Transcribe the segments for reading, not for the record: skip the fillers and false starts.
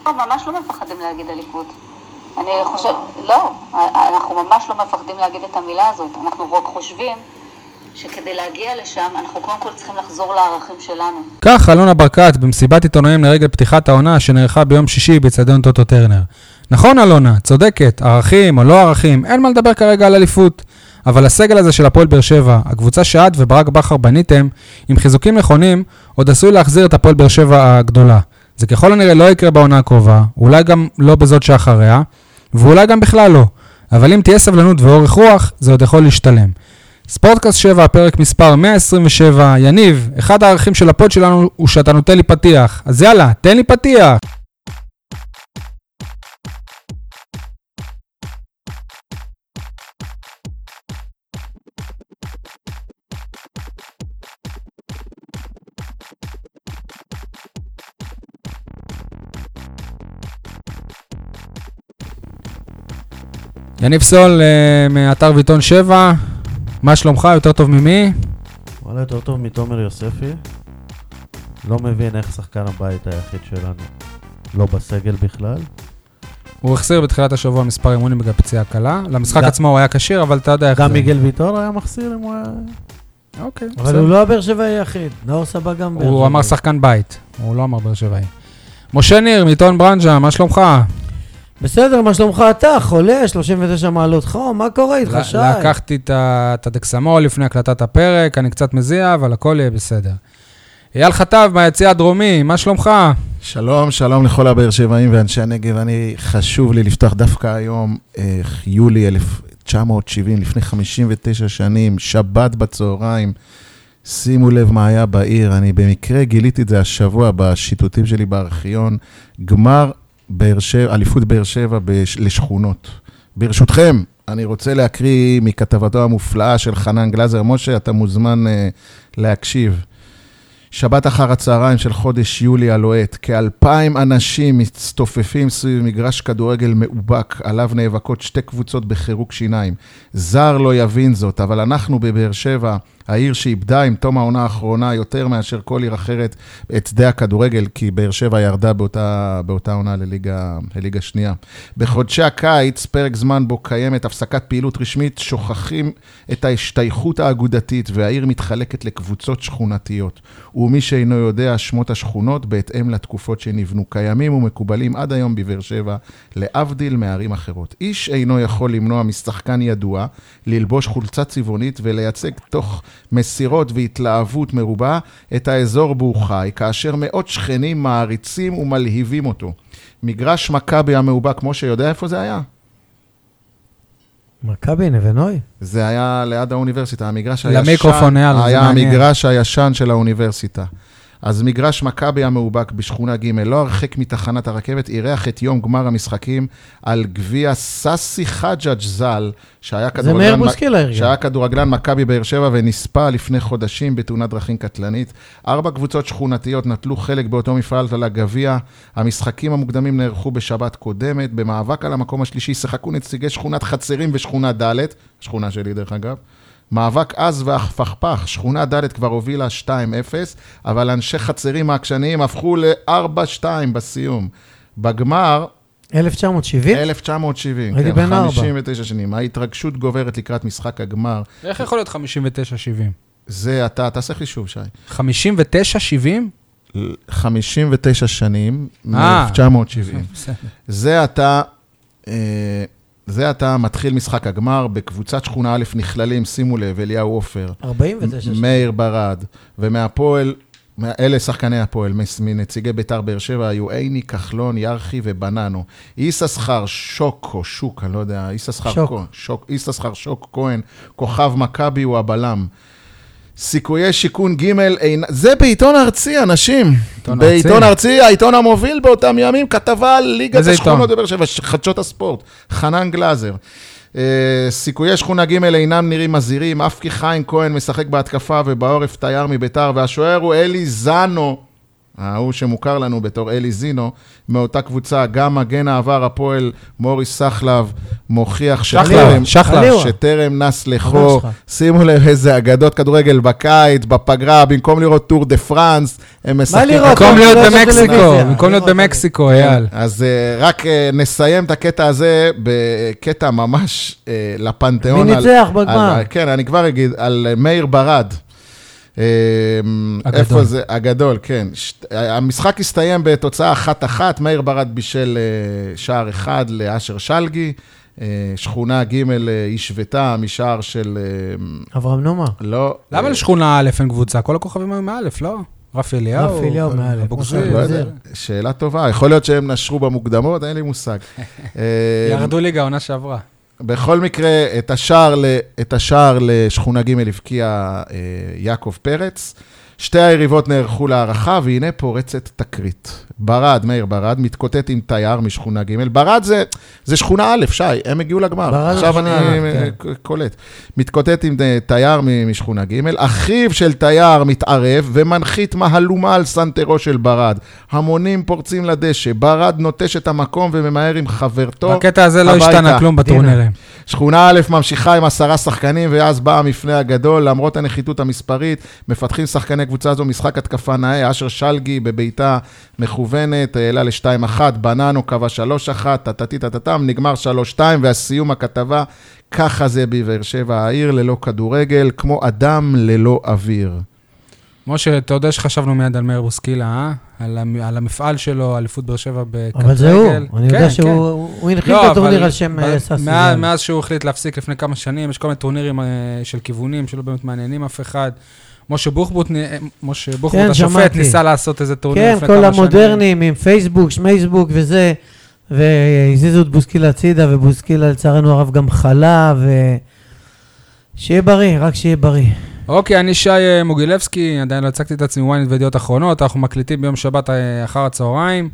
ממש לא מפחדים להגיד אליפות. אני חושב, לא, אנחנו ממש לא מפחדים להגיד את המילה הזאת. אנחנו רק חושבים שכדי להגיע לשם, אנחנו קודם כל צריכים לחזור לערכים שלנו. כך אלונה ברקת במסיבת עיתונאים לרגל פתיחת העונה שנערכה ביום שישי באצטדיון טוטו טרנר. נכון אלונה, צודקת, ערכים או לא ערכים, אין מה לדבר כרגע על אליפות. אבל הסגל הזה של הפועל באר שבע, הקבוצה שאת וברק בכר בניתם, עם חיזוקים נכונים, עוד עשוי להחזיר את הפועל באר שבע הגדולה. זה ככל הנראה לא יקרה בעונה הקרובה, אולי גם לא בזאת שאחריה, ואולי גם בכלל לא. אבל אם תהיה סבלנות ואורך רוח, זה עוד יכול להשתלם. ספורטקאסט 7, פרק מספר 127. יניב, אחד הערכים של הפוד שלנו הוא שאתה נותן לי פתיח. אז יאללה, תן לי פתיח. יניב סול מאתר ויטון 7, מה שלומך? יותר טוב ממי? וואלה, יותר טוב מתומר יוספי. לא מבין איך שחקן הבית היחיד שלנו לא בסגל בכלל. הוא החסיר בתחילת השבוע מספר אימונים בגלל פציעה קלה. למשחק עצמו הוא היה קשיר, אבל אתה יודע איך גם מיגל ויטור היה מחסיר אם הוא היה... אוקיי. אבל הוא לא הבאר שבעי היחיד. נאור סבא גם באר שבעי. הוא אמר שחקן בית, הוא לא אמר באר שבעי. משה ניר, מעיתון ברנז'ה, מה שלומך? בסדר, מה שלומך אתה? חולה, 39 מעלות חום, מה קורה איתך, שי? לקחתי את הדקסמול לפני הקלטת הפרק, אני קצת מזיע, אבל הכל יהיה בסדר. אייל חטב מהיציע הדרומי, מה שלומך? שלום, שלום לכל הבאר שבעים ואנשי הנגב. חשוב לי לפתוח דווקא היום, יולי 1970, לפני 59 שנים, שבת בצהריים. שימו לב מה היה בעיר, אני במקרה גיליתי את זה השבוע בשיטוטים שלי בארכיון, גמר אליפות באר שבע לשכונות. ברשותכם, אני רוצה להקריא מכתבתו המופלאה של חנן גלזר. משה, אתה מוזמן להקשיב. שבת אחר הצהריים של חודש יולי הלוהט, כ2,000 אנשים מצטופפים סביב מגרש כדורגל מאובק, עליו נאבקות שתי קבוצות בחירוק שיניים. זר לא יבין זאת, אבל אנחנו בבאר שבע, העיר שאיבדה עם תום העונה האחרונה יותר מאשר כל עיר אחרת את שדה הכדורגל, כי באר שבע ירדה באותה עונה לליגה שנייה. בחודשי הקיץ, פרק זמן בו קיימת הפסקת פעילות רשמית, שוכחים את ההשתייכות האגודתית, והעיר מתחלקת לקבוצות שכונתיות. ומי שאינו יודע, שמות השכונות בהתאם לתקופות שנבנו קיימים ומקובלים עד היום בבאר שבע, להבדיל מערים אחרות. איש אינו יכול למנוע משחקן ידוע, ללבוש חולצה צבעונית ולייצג תוך מסירות והתלהבות מרובה את האזור בו הוא חי, כאשר מאות שכנים מעריצים ומלהיבים אותו. מגרש מכבי המאובק, כמו שיודע איפה זה היה? מכבי נבנוי? זה היה ליד האוניברסיטה, המגרש למיקרופון היה המגרש הישן של האוניברסיטה. אז מגרש מכבי המאובק בשכונה ג' לא הרחק מתחנת הרכבת, אירח את יום גמר המשחקים על גביע ססי חג'אג' ז"ל, שהיה כדורגלן מכבי באר שבע ונספה לפני חודשים בתאונת דרכים קטלנית. 4 קבוצות שכונתיות נטלו חלק באותו מפעל על הגביע. המשחקים המוקדמים נערכו בשבת קודמת. במאבק על המקום השלישי שיחקו נציגי שכונת חצרים ושכונה ד', שכונה שלי דרך אגב. מאבק אז והפכפך, שכונה ד' כבר הובילה 2-0, אבל אנשי חצרים העקשניים הפכו ל-4-2 בסיום. בגמר... 1970? 1970, הייתי בן 4. 59 שנים. ההתרגשות גוברת לקראת משחק הגמר. איך יכול להיות 59-70? זה אתה, תעשה חישוב, שי. 59-70? 59 שנים, מ-1970. זה אתה מתחיל משחק הגמר, בקבוצת שכונה א' נכללים, שימו לב, אליהו עופר, 49 מאיר ברד, ומהפועל, אלה שחקני הפועל, מנציגי ביתר באר שבע, היו עיני, כחלון, ירחי ובננו. איססחר שוק, או שוק, אני לא יודע, איססחר שוק כהן, כוכב מכבי הוא הבלם. סיכויי שיכון ג' זה בעיתון ארצי, אנשים. בעיתון ארצי, העיתון המוביל באותם ימים, כתבה על ליגת השכונות בבאר שבע, חדשות הספורט, חנן גלזר. סיכויי שכונה ג' אינם נראים מזהירים, אף כי חיים כהן משחק בהתקפה ובעורף תייר מביתר, והשוער הוא אלי זנו, ההוא שמוכר לנו בתור אלי זינו, מאותה קבוצה, גם מגן העבר הפועל מוריס סחלב, מוכיח שטרם נס לחו, שימו לב איזה אגדות כדורגל בקיץ, בפגרה, במקום לראות טור דה פרנס, הם משחקים... במקום להיות במקסיקו, אייל. אז רק נסיים את הקטע הזה בקטע ממש לפנתיאון. מי ניצח בגמר? כן, אני כבר אגיד, על מאיר ברד. איפה זה? הגדול, כן. המשחק הסתיים בתוצאה 1-1, מאיר ברד בישל שער אחד לאשר שלגי, שכונה ג' השוותה משער של... אברהם נומה. לא. למה לשכונה א' אין קבוצה? כל הכוכבים היו מאלף, לא? רפי אליהו. רפי אליהו מאלף. שאלה טובה, יכול להיות שהם נשרו במוקדמות, אין לי מושג. ירדו ליגה, עונה שעברה. בכל מקרה, את השער לשכונה ג' הבקיע יעקב פרץ. שתי היריבות נערכו להערכה, והנה פורצת תקרית. ברד, מאיר ברד, מתקוטט עם תייר משכונה ג'. ברד זה שכונה א', שי, הם הגיעו לגמר. עכשיו אני קולט. מתקוטט עם תייר משכונה ג'. אחיו של תייר מתערב ומנחית מהלומה על סנטרו של ברד. המונים פורצים לדשא. ברד נוטש את המקום וממהר עם חברתו. בקטע הזה לא השתנה כלום בטורנירים. שכונה א' ממשיכה עם 10 שחקנים, ואז בא המפנה הגדול, למרות הנחיתות המספרית, מפתחים שחקני קבוצה הזו משחק התקפה נאה, אשר שלגי בביתה מכוונת, העלה ל-2-1, בננו קבע 3-1, טטטטטטם, נגמר 3-2, והסיום הכתבה, ככה זה בבאר שבע, העיר ללא כדורגל, כמו אדם ללא אוויר. משה, אתה יודע שחשבנו מיד על מאיר בוסקילה, על המפעל שלו, אליפות באר שבע בכדורגל. אבל זה הוא, אני יודע שהוא הנחית את הטורניר על שם סאסי. מאז שהוא החליט להפסיק לפני כמה שנים, יש כל מיני טורנירים של כיוונים שלא באמת מעניינים אף אחד. משה בוחבוט השופט ניסה לעשות איזה טורניר לפני כמה שנים. כן, כל המודרנים עם פייסבוק, שמייסבוק וזה, והזיזו את בוסקילה הצידה, ובוסקילה לצערנו הרב גם חלה, ושיהיה בריא, רק שיהיה בריא. אוקיי, אני שי מוגילבסקי, עדיין לא הצגתי את עצמי וויינט וידיעות אחרונות, אנחנו מקליטים ביום שבת אחר הצהריים.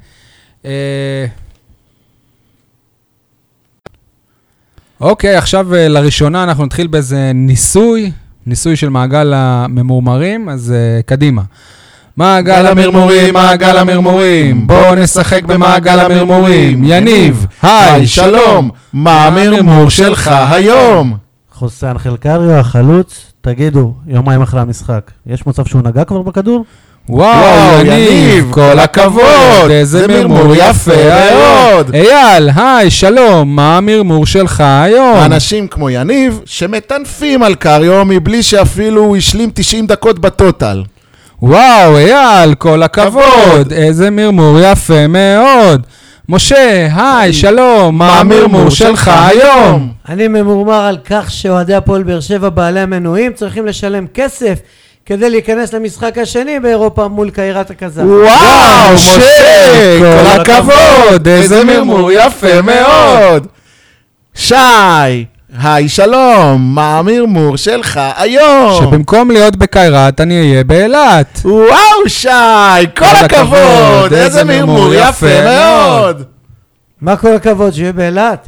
אוקיי, עכשיו לראשונה אנחנו נתחיל באיזה ניסוי של מעגל הממורמרים, אז קדימה. מעגל המרמורים, מעגל המרמורים, בואו נשחק במעגל המרמורים. יניב, היי, שלום, מה המרמור שלך היום? חוסן חלקריו, החלוץ, תגידו, יומיים אחרי המשחק, יש מצב שהוא נגע כבר בכדור? וואו, יניב, כל הכבוד, איזה מרמור יפה מאוד. אייל, היי, שלום, מה המרמור שלך היום? אנשים כמו יניב שמטנפים על קריו מבלי שאפילו הוא השלים 90 דקות בטוטל. וואו, אייל, כל הכבוד, איזה מרמור יפה מאוד. משה, היי, שלום, מה המרמור שלך היום? אני ממורמר על כך שאוהדי הפועל באר שבע בעלי המנויים צריכים לשלם כסף כדי להיכנס למשחק השני באירופה מול קיירת הקזאן. וואו, משה, כל הכבוד, איזה מרמור יפה מאוד. שי, היי שלום, מה המרמור שלך היום? שבמקום להיות בקיירת אני אהיה באילת. וואו שי, כל הכבוד, איזה מרמור יפה מאוד. מה כל הכבוד, שיהיה באילת?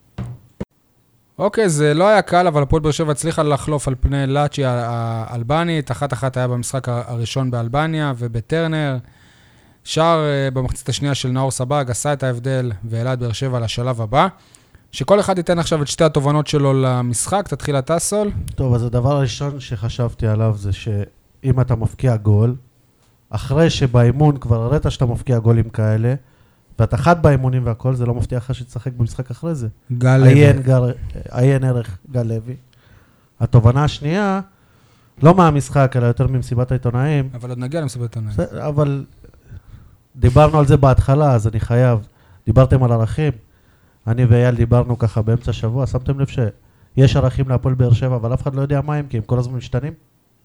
אוקיי, זה לא היה קל, אבל הפועל באר שבע הצליחה לחלוף על פני לאצ'י האלבנית, 1-1 היה במשחק הראשון באלבניה ובטרנר. שער במחצית השנייה של נאור סבג עשה את ההבדל והעלה את באר שבע לשלב הבא. שכל אחד ייתן עכשיו את שתי התובנות שלו למשחק, תתחיל אתה סול. טוב, אז הדבר הראשון שחשבתי עליו זה שאם אתה מפקיע גול, אחרי שבאימון כבר הראית שאתה מפקיע גולים כאלה, ואתה חד באימונים והכל, זה לא מבטיח לך שתשחק במשחק אחרי זה. גל לוי. עיין ערך גל לוי. התובנה השנייה, לא מהמשחק, אלא יותר ממסיבת העיתונאים. אבל עוד נגיע למסיבת העיתונאים. אבל דיברנו על זה בהתחלה, אז אני חייב. דיברתם על ערכים. אני ואייל דיברנו ככה באמצע השבוע, שמתם לב שיש ערכים להפועל באר שבע, אבל אף אחד לא יודע מה הם, כי הם כל הזמן משתנים.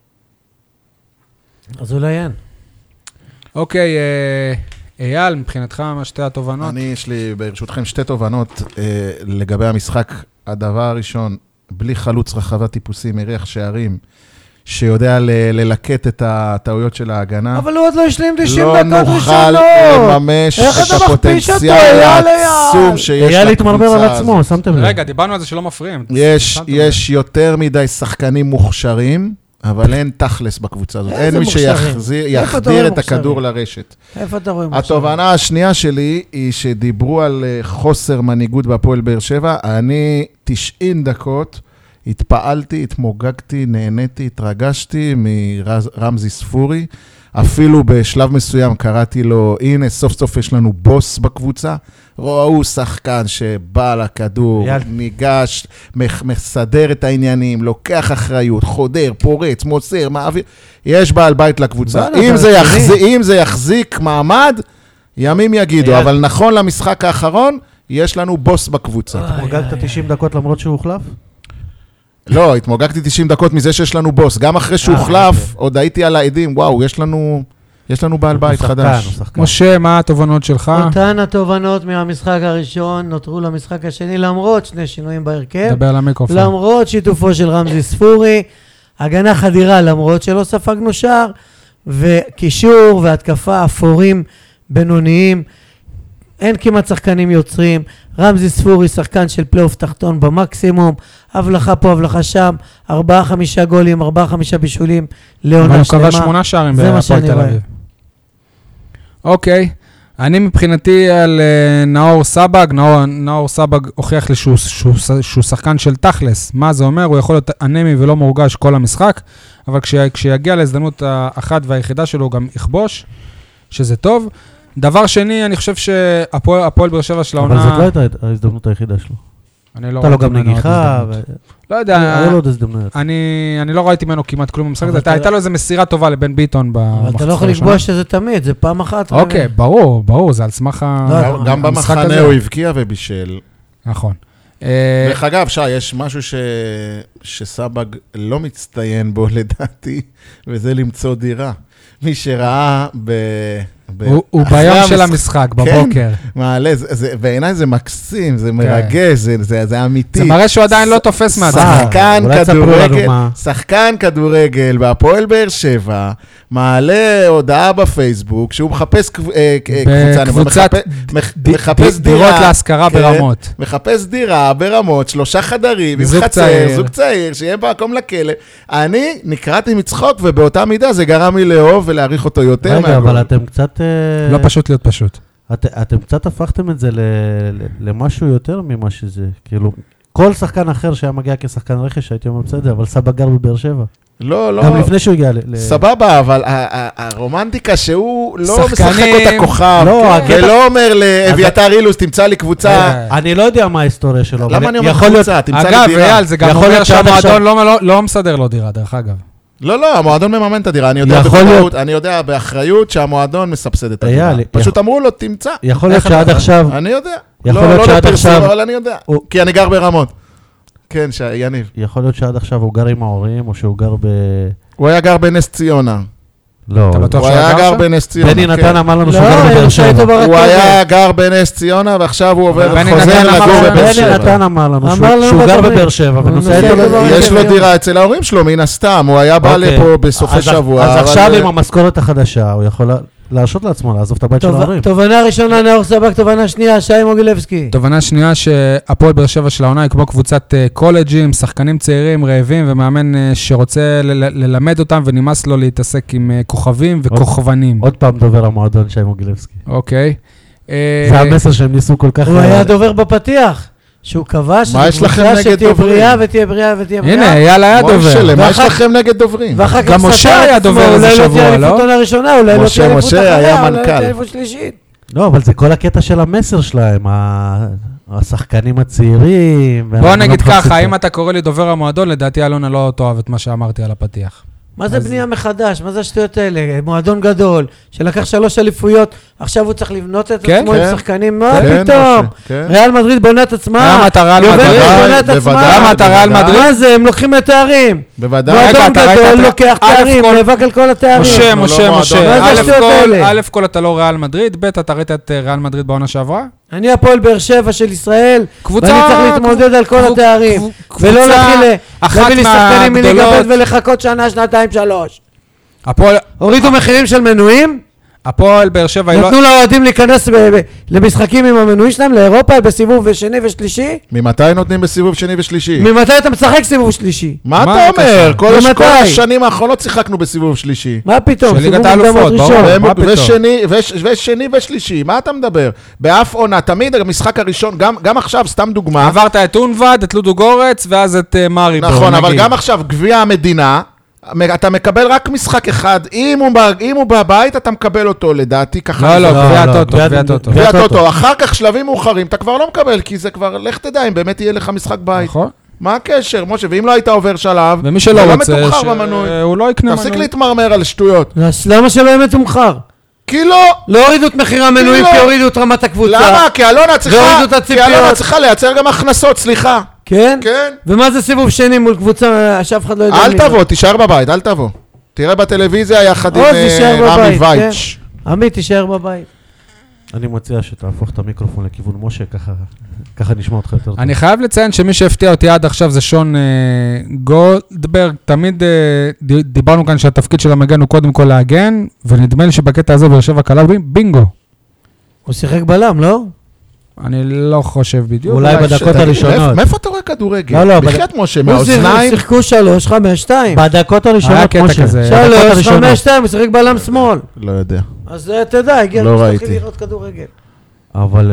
אז אולי אין. אוקיי, אייל, מבחינתך מה שתי התובנות? יש לי ברשותכם שתי תובנות לגבי המשחק. הדבר הראשון, בלי חלוץ רחבת טיפוסים, מריח שערים, שיודע ללקט את הטעויות של ההגנה. אבל הוא עוד לא השלים 90 דקות ראשונות. לא נוכל לממש את הפוטנציאל העצום שיש לקבוצה. אייל התמרמר על עצמו, שמתם לב. רגע, דיברנו על זה שלא מפריעים. יש יותר מדי שחקנים מוכשרים, אבל אין תכלס בקבוצה הזאת. איזה אין מי מוכשרים? שיחדיר את הכדור לרשת. איפה אתה רואה מוכשרים? התובנה השנייה שלי היא שדיברו על חוסר מנהיגות בהפועל באר שבע. אני 90 דקות התפעלתי, התמוגגתי, נהניתי, התרגשתי מרמזי ספורי. אפילו בשלב מסוים קראתי לו, הנה סוף סוף יש לנו בוס בקבוצה. ראו שחקן שבא לכדור, ניגש, מסדר את העניינים, לוקח אחריות, חודר, פורץ, מוסר, מעביר. יש בעל בית לקבוצה. אם זה יחזיק מעמד, ימים יגידו. אבל נכון למשחק האחרון, יש לנו בוס בקבוצה. התמוגגת 90 דקות למרות שהוא הוחלף? לא, התמוגגתי 90 דקות מזה שיש לנו בוס. גם אחרי שהוא הוחלף, עוד הייתי על העדים, וואו, יש לנו בעל בית חדש. משה, מה התובנות שלך? אותן התובנות מהמשחק הראשון נותרו למשחק השני, למרות שני שינויים בהרכב. דבר למיקרופון. למרות שיתופו של רמזי ספורי, הגנה חדירה, למרות שלא ספגנו שער, וקישור והתקפה אפורים בינוניים. אין כמעט שחקנים יוצרים. רמזי ספורי שחקן של פלייאוף תחתון במקסימום, הבלחה פה, הבלחה שם, 4-5 גולים, 4-5 בישולים, לעונה שלמה. הוא קבע 8 שערים בהפועל תל אביב. אוקיי, אני מבחינתי על נאור סבג. נאור סבג הוכיח לי שהוא שחקן של תכלס. מה זה אומר? הוא יכול להיות אנמי ולא מורגש כל המשחק, אבל כשיגיע להזדמנות האחת והיחידה שלו הוא גם יכבוש, שזה טוב. דבר שני, אני חושב שהפועל באר שבע של העונה... אבל זאת לא הייתה ההזדמנות היחידה שלו. אתה לא גם נגיחה, לא יודע, היה לו עוד הזדמנות. אני לא ראיתי ממנו כמעט כלום במשחק הזה, הייתה לו איזו מסירה טובה לבן ביטון במחצית הראשונה. אבל אתה לא יכול לקבוע שזה תמיד, זה פעם אחת. אוקיי, ברור, זה על סמך גם במחנה הוא הבקיע ובישל. נכון. דרך אגב, שי, יש משהו שסבג לא מצטיין בו לדעתי, וזה למצוא דירה. מי שראה הוא ביום של המשחק, בבוקר. כן, מעלה, בעיניי זה מקסים, זה מרגש, זה אמיתי. זה מראה שהוא עדיין לא תופס מהדבר. שחקן כדורגל בהפועל באר שבע, מעלה הודעה בפייסבוק, שהוא מחפש בקבוצת דירות להשכרה ברמות. מחפש דירה ברמות, 3 חדרים, זוג צעיר, שיהיה במקום לכלא. אני נקראתי מצחוק, ובאותה מידה זה גרם לי לאהוב ולהעריך אותו יותר. רגע, אבל אתם קצת... לא פשוט להיות פשוט. אתם קצת הפכתם את זה למשהו יותר ממה שזה. כאילו, כל שחקן אחר שהיה מגיע כשחקן רכש, הייתי אומר בסדר, אבל סבא גר בבאר שבע. לא. גם לפני שהוא הגיע סבבה, אבל הרומנטיקה שהוא לא משחק אותה כוכב, ולא אומר לאביתר אילוז, תמצא לי קבוצה. אני לא יודע מה ההיסטוריה שלו. למה אני אומר קבוצה? תמצא לי דירה. אגב, אייל, זה גם אומר שהמועדון לא מסדר לו דירה, דרך אגב. לא, המועדון מממן את הדירה, אני יודע באחריות שהמועדון מסבסד את הדירה. פשוט אמרו לו, תמצא. יכול להיות שעד עכשיו... אני יודע. יכול להיות שעד עכשיו... אבל אני יודע, כי אני גר ברמות. כן, יניב. יכול להיות שעד עכשיו הוא גר עם ההורים, או שהוא גר הוא היה גר בנס ציונה. לא. הוא היה גר בנס ציונה. בני נתן אמר לנו שהוא גר בבאר שבע. הוא היה גר בנס ציונה, ועכשיו הוא עובר חוזר לגור בבאר שבע. בני נתן אמר לנו שהוא גר בבאר שבע. יש לו דירה אצל ההורים שלו, מן הסתם. הוא היה בא לפה בסופי שבוע. אז עכשיו עם המשכורת החדשה, הוא יכול להרשות לעצמו, לעזוב את הבית של ההורים. תובנה ראשונה, נאור סבג, תובנה שנייה, שי מוגילבסקי. תובנה שנייה, שהפועל באר שבע של העונה היא כמו קבוצת קולג'ים, שחקנים צעירים, רעבים, ומאמן שרוצה ללמד אותם, ונמאס לו להתעסק עם כוכבים וכוכבנים. עוד פעם דובר המועדון, שי מוגילבסקי. אוקיי. זה המסר שהם ניסו כל כך... הוא היה דובר בפתיח. שהוא קבע שזו קבוצה שתהיה בריאה ותהיה בריאה ותהיה בריאה. הנה, אייל היה דובר. מה יש לכם נגד דוברים? גם משה היה דובר איזה שבוע, לא? אולי לא תהיה אליפות הראשונה, אולי לא תהיה אליפות אחריה, אולי לא תהיה אליפות שלישית. לא, אבל זה כל הקטע של המסר שלהם, השחקנים הצעירים. בוא נגיד ככה, אם אתה קורא לי דובר המועדון, לדעתי אלונה לא תאהב את מה שאמרתי על הפתיח. מה זה בנייה מחדש? מה זה השטויות האלה? מועדון גדול, שלקח 3 אליפויות, עכשיו הוא צריך לבנות את עצמו עם שחקנים, מה פתאום? ריאל מדריד בונה את עצמה. למה אתה ריאל מדריד? מה זה? הם לוקחים את תארים. בוודאי. מועדון גדול לוקח תארים, נאבק על כל התארים. משה. א' כל אתה לא ריאל מדריד, ב' אתה ראית את ריאל מדריד בעונה שעברה? אני הפועל באר שבע של ישראל, ואני צריך להתמודד על כל התארים, ולא להביא לי שחקנים מליגה ב' ולחכות שנה, 2-3. הורידו מחירים של מנויים? הפועל באר שבע היא לא... נתנו לאוהדים להיכנס למשחקים עם המנויים שלהם, לאירופה, בסיבוב שני ושלישי. ממתי נותנים בסיבוב שני ושלישי? ממתי אתה משחק סיבוב שלישי? מה אתה אומר? ממתי? כל השנים האחרונות שיחקנו בסיבוב שלישי. מה פתאום? של ליגת סיבוב האלופות, מוקדמות ברור. ראשון. מה פתאום? ושני ושלישי, מה אתה מדבר? באף עונה, תמיד המשחק הראשון, גם עכשיו, סתם דוגמה. עברת את אונבד, את לודו גורץ, ואז את מאריבור. נכון, אבל גם עכשיו, גביע המדינה, אתה מקבל רק משחק אחד, אם הוא בבית, אתה מקבל אותו, לדעתי, ככה. לא, גביע הטוטו, גביע הטוטו. גביע הטוטו, אחר כך שלבים מאוחרים, אתה כבר לא מקבל, כי זה כבר, לך תדע, אם באמת יהיה לך משחק בית. נכון. מה הקשר, משה? ואם לא היית עובר שלב, ומי שלא רוצה, מתומחר במנוי. הוא לא יקנה מנוי. תפסיק להתמרמר על שטויות. אז למה שלא יהיה מתומחר? כי לא. לא הורידו את מחיר המנויים, לא. כי הורידו את רמת הקבוצה. למה? כי והורידו את הציפיות. אלונה צריכה לייצר גם הכנסות, סליחה. כן? כן. ומה זה סיבוב שני מול קבוצה שאף אחד לא יודע אל מי זה? תבוא, תישאר בבית, אל תבוא. תראה בטלוויזיה יחד עם עוז יישאר רמי בבית, וייץ'. כן. עמית תישאר בבית. אני מציע שתהפוך את המיקרופון לכיוון משה, ככה נשמע אותך יותר טוב. אני חייב לציין שמי שהפתיע אותי עד עכשיו זה שון גולדברג. תמיד דיברנו כאן שהתפקיד של המגן הוא קודם כל להגן, ונדמה לי שבקטע הזה באר שבע קלה בינגו. הוא שיחק בלם, לא? אני לא חושב בדיוק. אולי בדקות הראשונות. מאיפה אתה רואה כדורגל? לא, בחייאת משה, הוא מהאוזניים? שיחקו 3-5-2. בדקות היה הראשונות, קטע משה. כזה. 3-5-2, הוא שיחק בלם שמאל. לא יודע. אז תדע, הגיע לא לנו ראיתי. שתתחיל לראות כדורגל. אבל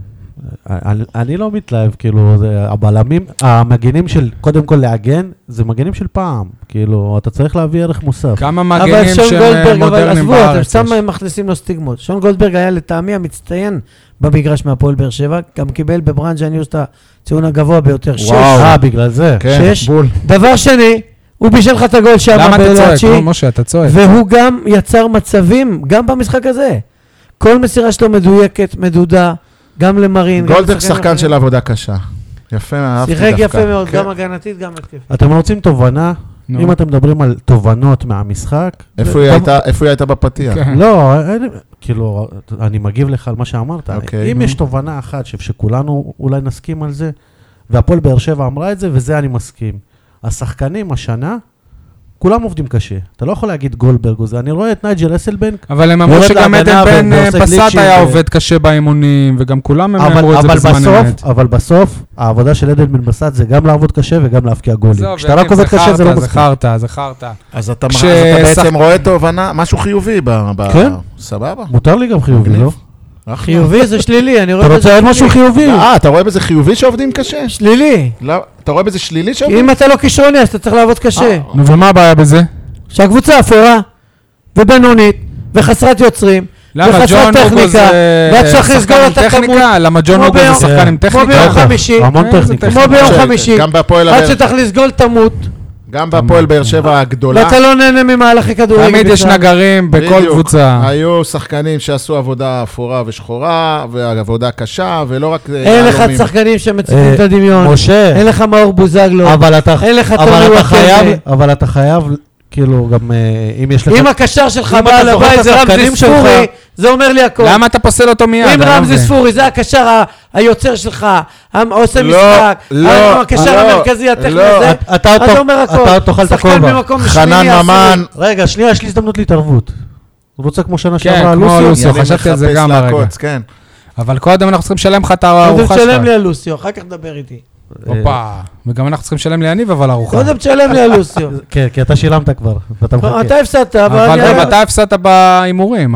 אני לא מתלהב, כאילו, הבלמים, המגנים של, קודם כל להגן, זה מגנים של פעם. כאילו, אתה צריך להביא ערך מוסף. כמה אבל מגנים שון שהם גולדברג, אבל מודרניים עזבו, אתם בארץ. סתם מכניסים לו סטיגמות. שון גולדברג היה לטעמי המצטיין במגרש מהפועל באר שבע, גם קיבל בברנז'ה ניוז את הציון הגבוה ביותר, 6. בגלל זה. כן, 6. בול. דבר שני, הוא בישל לך את הגול שם למה אתה צועק? בלאצ'י, נו, משה, אתה צועק. והוא גם יצר מצבים, גם במשחק הזה. כל מסירה שלו מדויקת, מדודה, גם למרין. גם גולדברג לשחקן שחקן אחר. של עבודה קשה. יפה, אהבתי דווקא. שיחק יפה מאוד, כן. גם הגנתית, גם התקפית. אתם רוצים תובנה? נו. אם אתם מדברים על תובנות מהמשחק... איפה היא הייתה בפתיח? כן. לא, כאילו, אני מגיב לך על מה שאמרת. אוקיי, אם נו. יש תובנה אחת שכולנו אולי נסכים על זה, והפועל באר שבע אמרה את זה, וזה אני מסכים. השחקנים השנה, כולם עובדים קשה. אתה לא יכול להגיד גולדברג או זה. אני רואה את נייג'ל אסלבנק, אבל הם אמרו יורד שגם להגנה עדן בן ועושה פסט גליצ'ים היה ו- עובד קשה באימונים, וגם כולם הם אמרו את זה בזמן אמת. אבל בסוף, העבודה של עדן בן בסט זה גם לעבוד קשה וגם להפקיע גולים. כשאתה רק עובד קשה זה לא מספיק. זה חרטא. אז אתה כששח- בעצם רואה תובנה, משהו חיובי כן. סבבה? מותר לי גם חיובי, לא? חיובי זה שלילי, אני רואה אתה בזה רוצה עוד משהו חיובי? אתה רואה בזה חיובי שעובדים קשה? שלילי. לא, אתה רואה בזה שלילי כי שעובדים? אם אתה לא כישרוני, אז אתה צריך לעבוד קשה. נו, ומה הבעיה בזה? שהקבוצה אפורה, ובינונית, וחסרת יוצרים, למה וחסרת ג'ון אוגו טכניקה, זה ואת צריך לסגור שחקן עם את הכמות. טכניקה? למה ג'ון כמו אוגו זה ביום- שחקן עם כמו טכניקה? ביום חמישי, המון איזה טכניקה. כמו ביום ש- חמישי, גם בהפועל עד הבאר- שצריך לסגול תמות, גם בהפועל באר שבע הגדולה. ואתה לא נהנה ממהלכי כדורגל. תמיד יש בכלל. נגרים בכל בדיוק. קבוצה. היו שחקנים שעשו עבודה אפורה ושחורה, ועבודה קשה, ולא רק... אין לך יהלומים. שחקנים שמציפים את הדמיון. משה, אין לך מאור בוזגלו. אבל אתה אין לך אבל טוני אתה חייב, וואקמה. אבל אתה חייב, כאילו, גם אם יש לך... אם הקשר שלך אם בא אתה זוכר לבית את זה השחקנים רמזי שלך- ספורי, זה אומר לי הכל. למה אתה פוסל אותו מיד? אם אני לא רמזי מבין. ספורי זה הקשר היוצר שלך, עושה לא, משחק, לא, הקשר לא, המרכזי הטכני לא. הזה, אתה אז זה אומר הכל. אתה תאכל את שחקן הכובע. במקום חנן שמיני, ממן, עשירי. רגע, שנייה, יש לי הזדמנות להתערבות. רוצה כמו שנה כן, שעברה, כמו לוסיו? לוסיו. אני חשבתי על זה מחפש גם ברגע. לעקוץ, כן. אבל קודם אנחנו צריכים לשלם לך את קודם הארוחה שלך. תשלם לי על לוסיו, אחר כך דבר איתי. הופה. וגם אנחנו צריכים לשלם ליניב, אבל ארוחה. קודם תשלם לי על לוסיו. כן, כי אתה שילמת כבר, ואתה מחכה. אתה הפסדת, אבל אבל אני... גם אתה הפסדת בהימורים.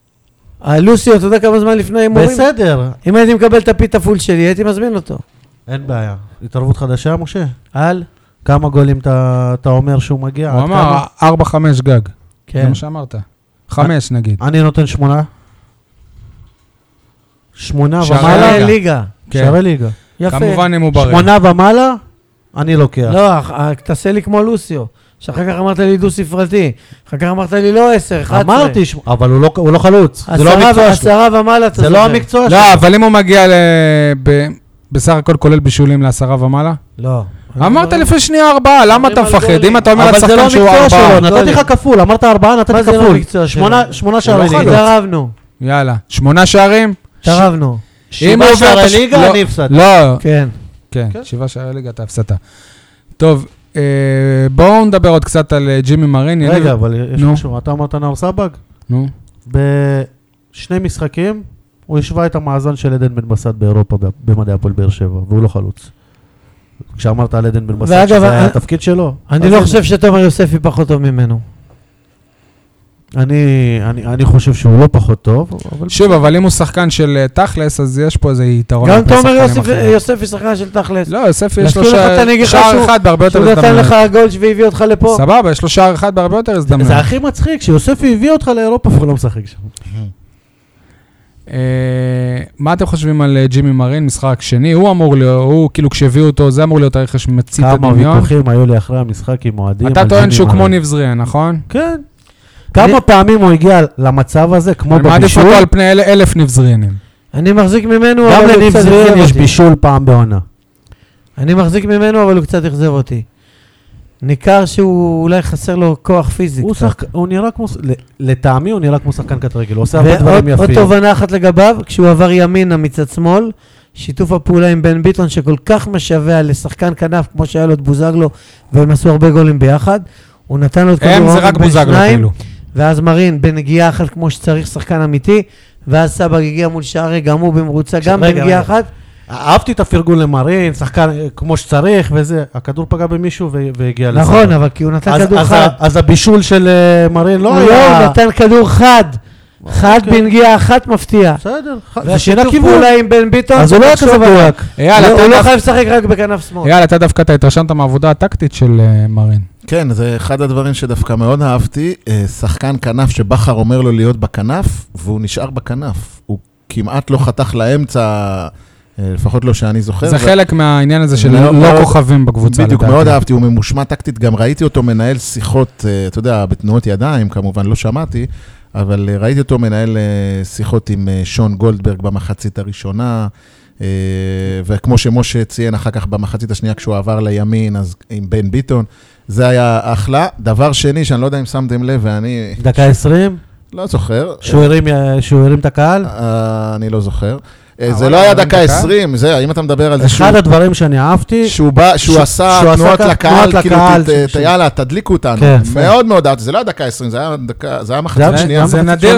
לוסיו, אתה יודע כמה זמן לפני הימורים? בסדר, אם הייתי מקבל את הפיתה פול שלי, הייתי מזמין אותו. אין בעיה. התערבות חדשה, משה? על? כמה גולים אתה אומר שהוא מגיע? הוא עד אמר כמה? 4-5 גג. זה כן. מה שאמרת. 5 נגיד. אני נותן 8. 8 שערי ומעלה? ליגה. ליגה. כן. שערי ליגה. יפה. כמובן אם הוא בריא. 8 ומעלה? אני לוקח. לא, תעשה לי כמו לוסיו. שאחר כך אמרת לי דו ספרתי. אחר כך אמרת לי לא 10, 11. אמרתי, אבל הוא לא חלוץ. זה לא המקצוע שלו. 10 ומעלה אתה זה לא זוכר. המקצוע שלו. לא, אבל אם הוא מגיע בסך הכל כולל בישולים ל10 ומעלה? לא. אמרת לפני שנייה 4, למה אתה על מפחד? גולים. אם אתה אומר אבל זה לא לשחקן שהוא המקצוע 4. שלו, נתתי לך כפול, אמרת 4, נתתי מה זה לא כפול. המקצוע שלו? 8 שערי לא ליגה. תרבנו. יאללה. 8 שערים? תרבנו. אם הוא עובר 7 את שערי הש- ליגה, לא, אני הפסדתי. לא, כן. כן, 7 שערי ליגה אתה הפסדת. טוב, בואו נדבר עוד קצת על ג'ימי מרין. רגע, אבל יש נו. משהו, אתה אמרת נאור סבג? נו. בשני משחקים, הוא השווה את המאזן של עדן בן בסט באירופה במדעי הפועל באר שבע, והוא לא חלוץ. כשאמרת על עדן בן בסט שזה היה התפקיד שלו. אני לא חושב שתומר יוספי פחות טוב ממנו. אני חושב שהוא לא פחות טוב. שוב, אבל אם הוא שחקן של תכלס, אז יש פה איזה יתרון. גם תומר יוספי שחקן של תכלס. לא, יוספי יש לו שער אחד בהרבה יותר הזדמנות. שהוא נתן לך גול והביא אותך לפה. סבבה, יש לו שער אחד בהרבה יותר הזדמנות. זה הכי מצחיק, שיוספי הביא אותך לאירופה והוא לא משחק שם. מה אתם חושבים על ג'ימי מרין, משחק שני? הוא אמור להיות, הוא כאילו כשהביאו אותו, זה אמור להיות הרכש מצית הדמיון. כמה ויכוחים היו לי אחרי המשחק עם מועדים. אתה טוען שהוא כמו ניב זריאן, נכון? כן. כמה פעמים הוא הגיע למצב הזה, כמו בבישול? מה עדיף אותו על פני 1,000 ניב זריאנים? אני מחזיק ממנו, גם לניב זריאן יש בישול פעם בעונה. אני מחזיק ממנו, אבל הוא קצת אכזב אותי. ניכר שהוא אולי חסר לו כוח פיזי. הוא נראה כמו, לטעמי הוא נראה כמו שחקן קט רגל, הוא עושה הרבה דברים יפים. ועוד תובנה אחת לגביו, כשהוא עבר ימינה מצד שמאל, שיתוף הפעולה עם בן ביטון שכל כך משווה לשחקן כנף, כמו שהיה לו את בוזגלו, והם עשו הרבה גולים ביחד, הוא נתן לו את כדור עומק בין שניים, ואז מרין בנגיעה אחת כמו שצריך שחקן אמיתי, ואז סבג הגיע מול שערי, גם הוא במרוצה, גם בנגיעה אחת. אהבתי את הפרגון למרין, שחקן כמו שצריך וזה, הכדור פגע במישהו והגיע לסבג. נכון, אבל כי הוא נתן כדור חד. אז הבישול של מרין לא היה... לא, הוא נתן כדור חד. חד בנגיעה אחת מפתיע. בסדר. ושיתוף פעולה עם בן ביטון. אז הוא לא היה כזה מדויק. הוא לא חייב לשחק רק בכנף שמאל. אייל, אתה דווקא התרשמת מהעבודה הטקטית של מרין. כן, זה אחד הדברים שדווקא מאוד אהבתי. שחקן כנף שבחר אומר לו להיות בכנף, והוא נשאר בכנף. הוא כמעט לא חתך לאמצע, לפחות לא שאני זוכר. זה חלק מהעניין הזה של לא כוכבים בקבוצה. בדיוק, מאוד אהבתי, הוא ממושמע טקטית. גם ראיתי אותו מנהל שיחות, אתה יודע, בתנועות ידיים, כמובן לא שמעתי, אבל ראיתי אותו מנהל שיחות עם שון גולדברג במחצית הראשונה, וכמו שמשה ציין אחר כך במחצית השנייה כשהוא עבר לימין, אז עם בן ביטון, זה היה אחלה. דבר שני, שאני לא יודע אם שמתם לב, ואני... דקה 20? לא זוכר. שהוא הרים את הקהל? אני לא זוכר. זה לא היה דקה 20, זה, אם אתה מדבר על זה אחד הדברים שאני אהבתי, שהוא עשה תנועות לקהל, כאילו, יאללה, תדליקו אותנו. מאוד מאוד אהבתי, זה לא היה דקה 20, זה היה מחצית שנייה. זה נדיר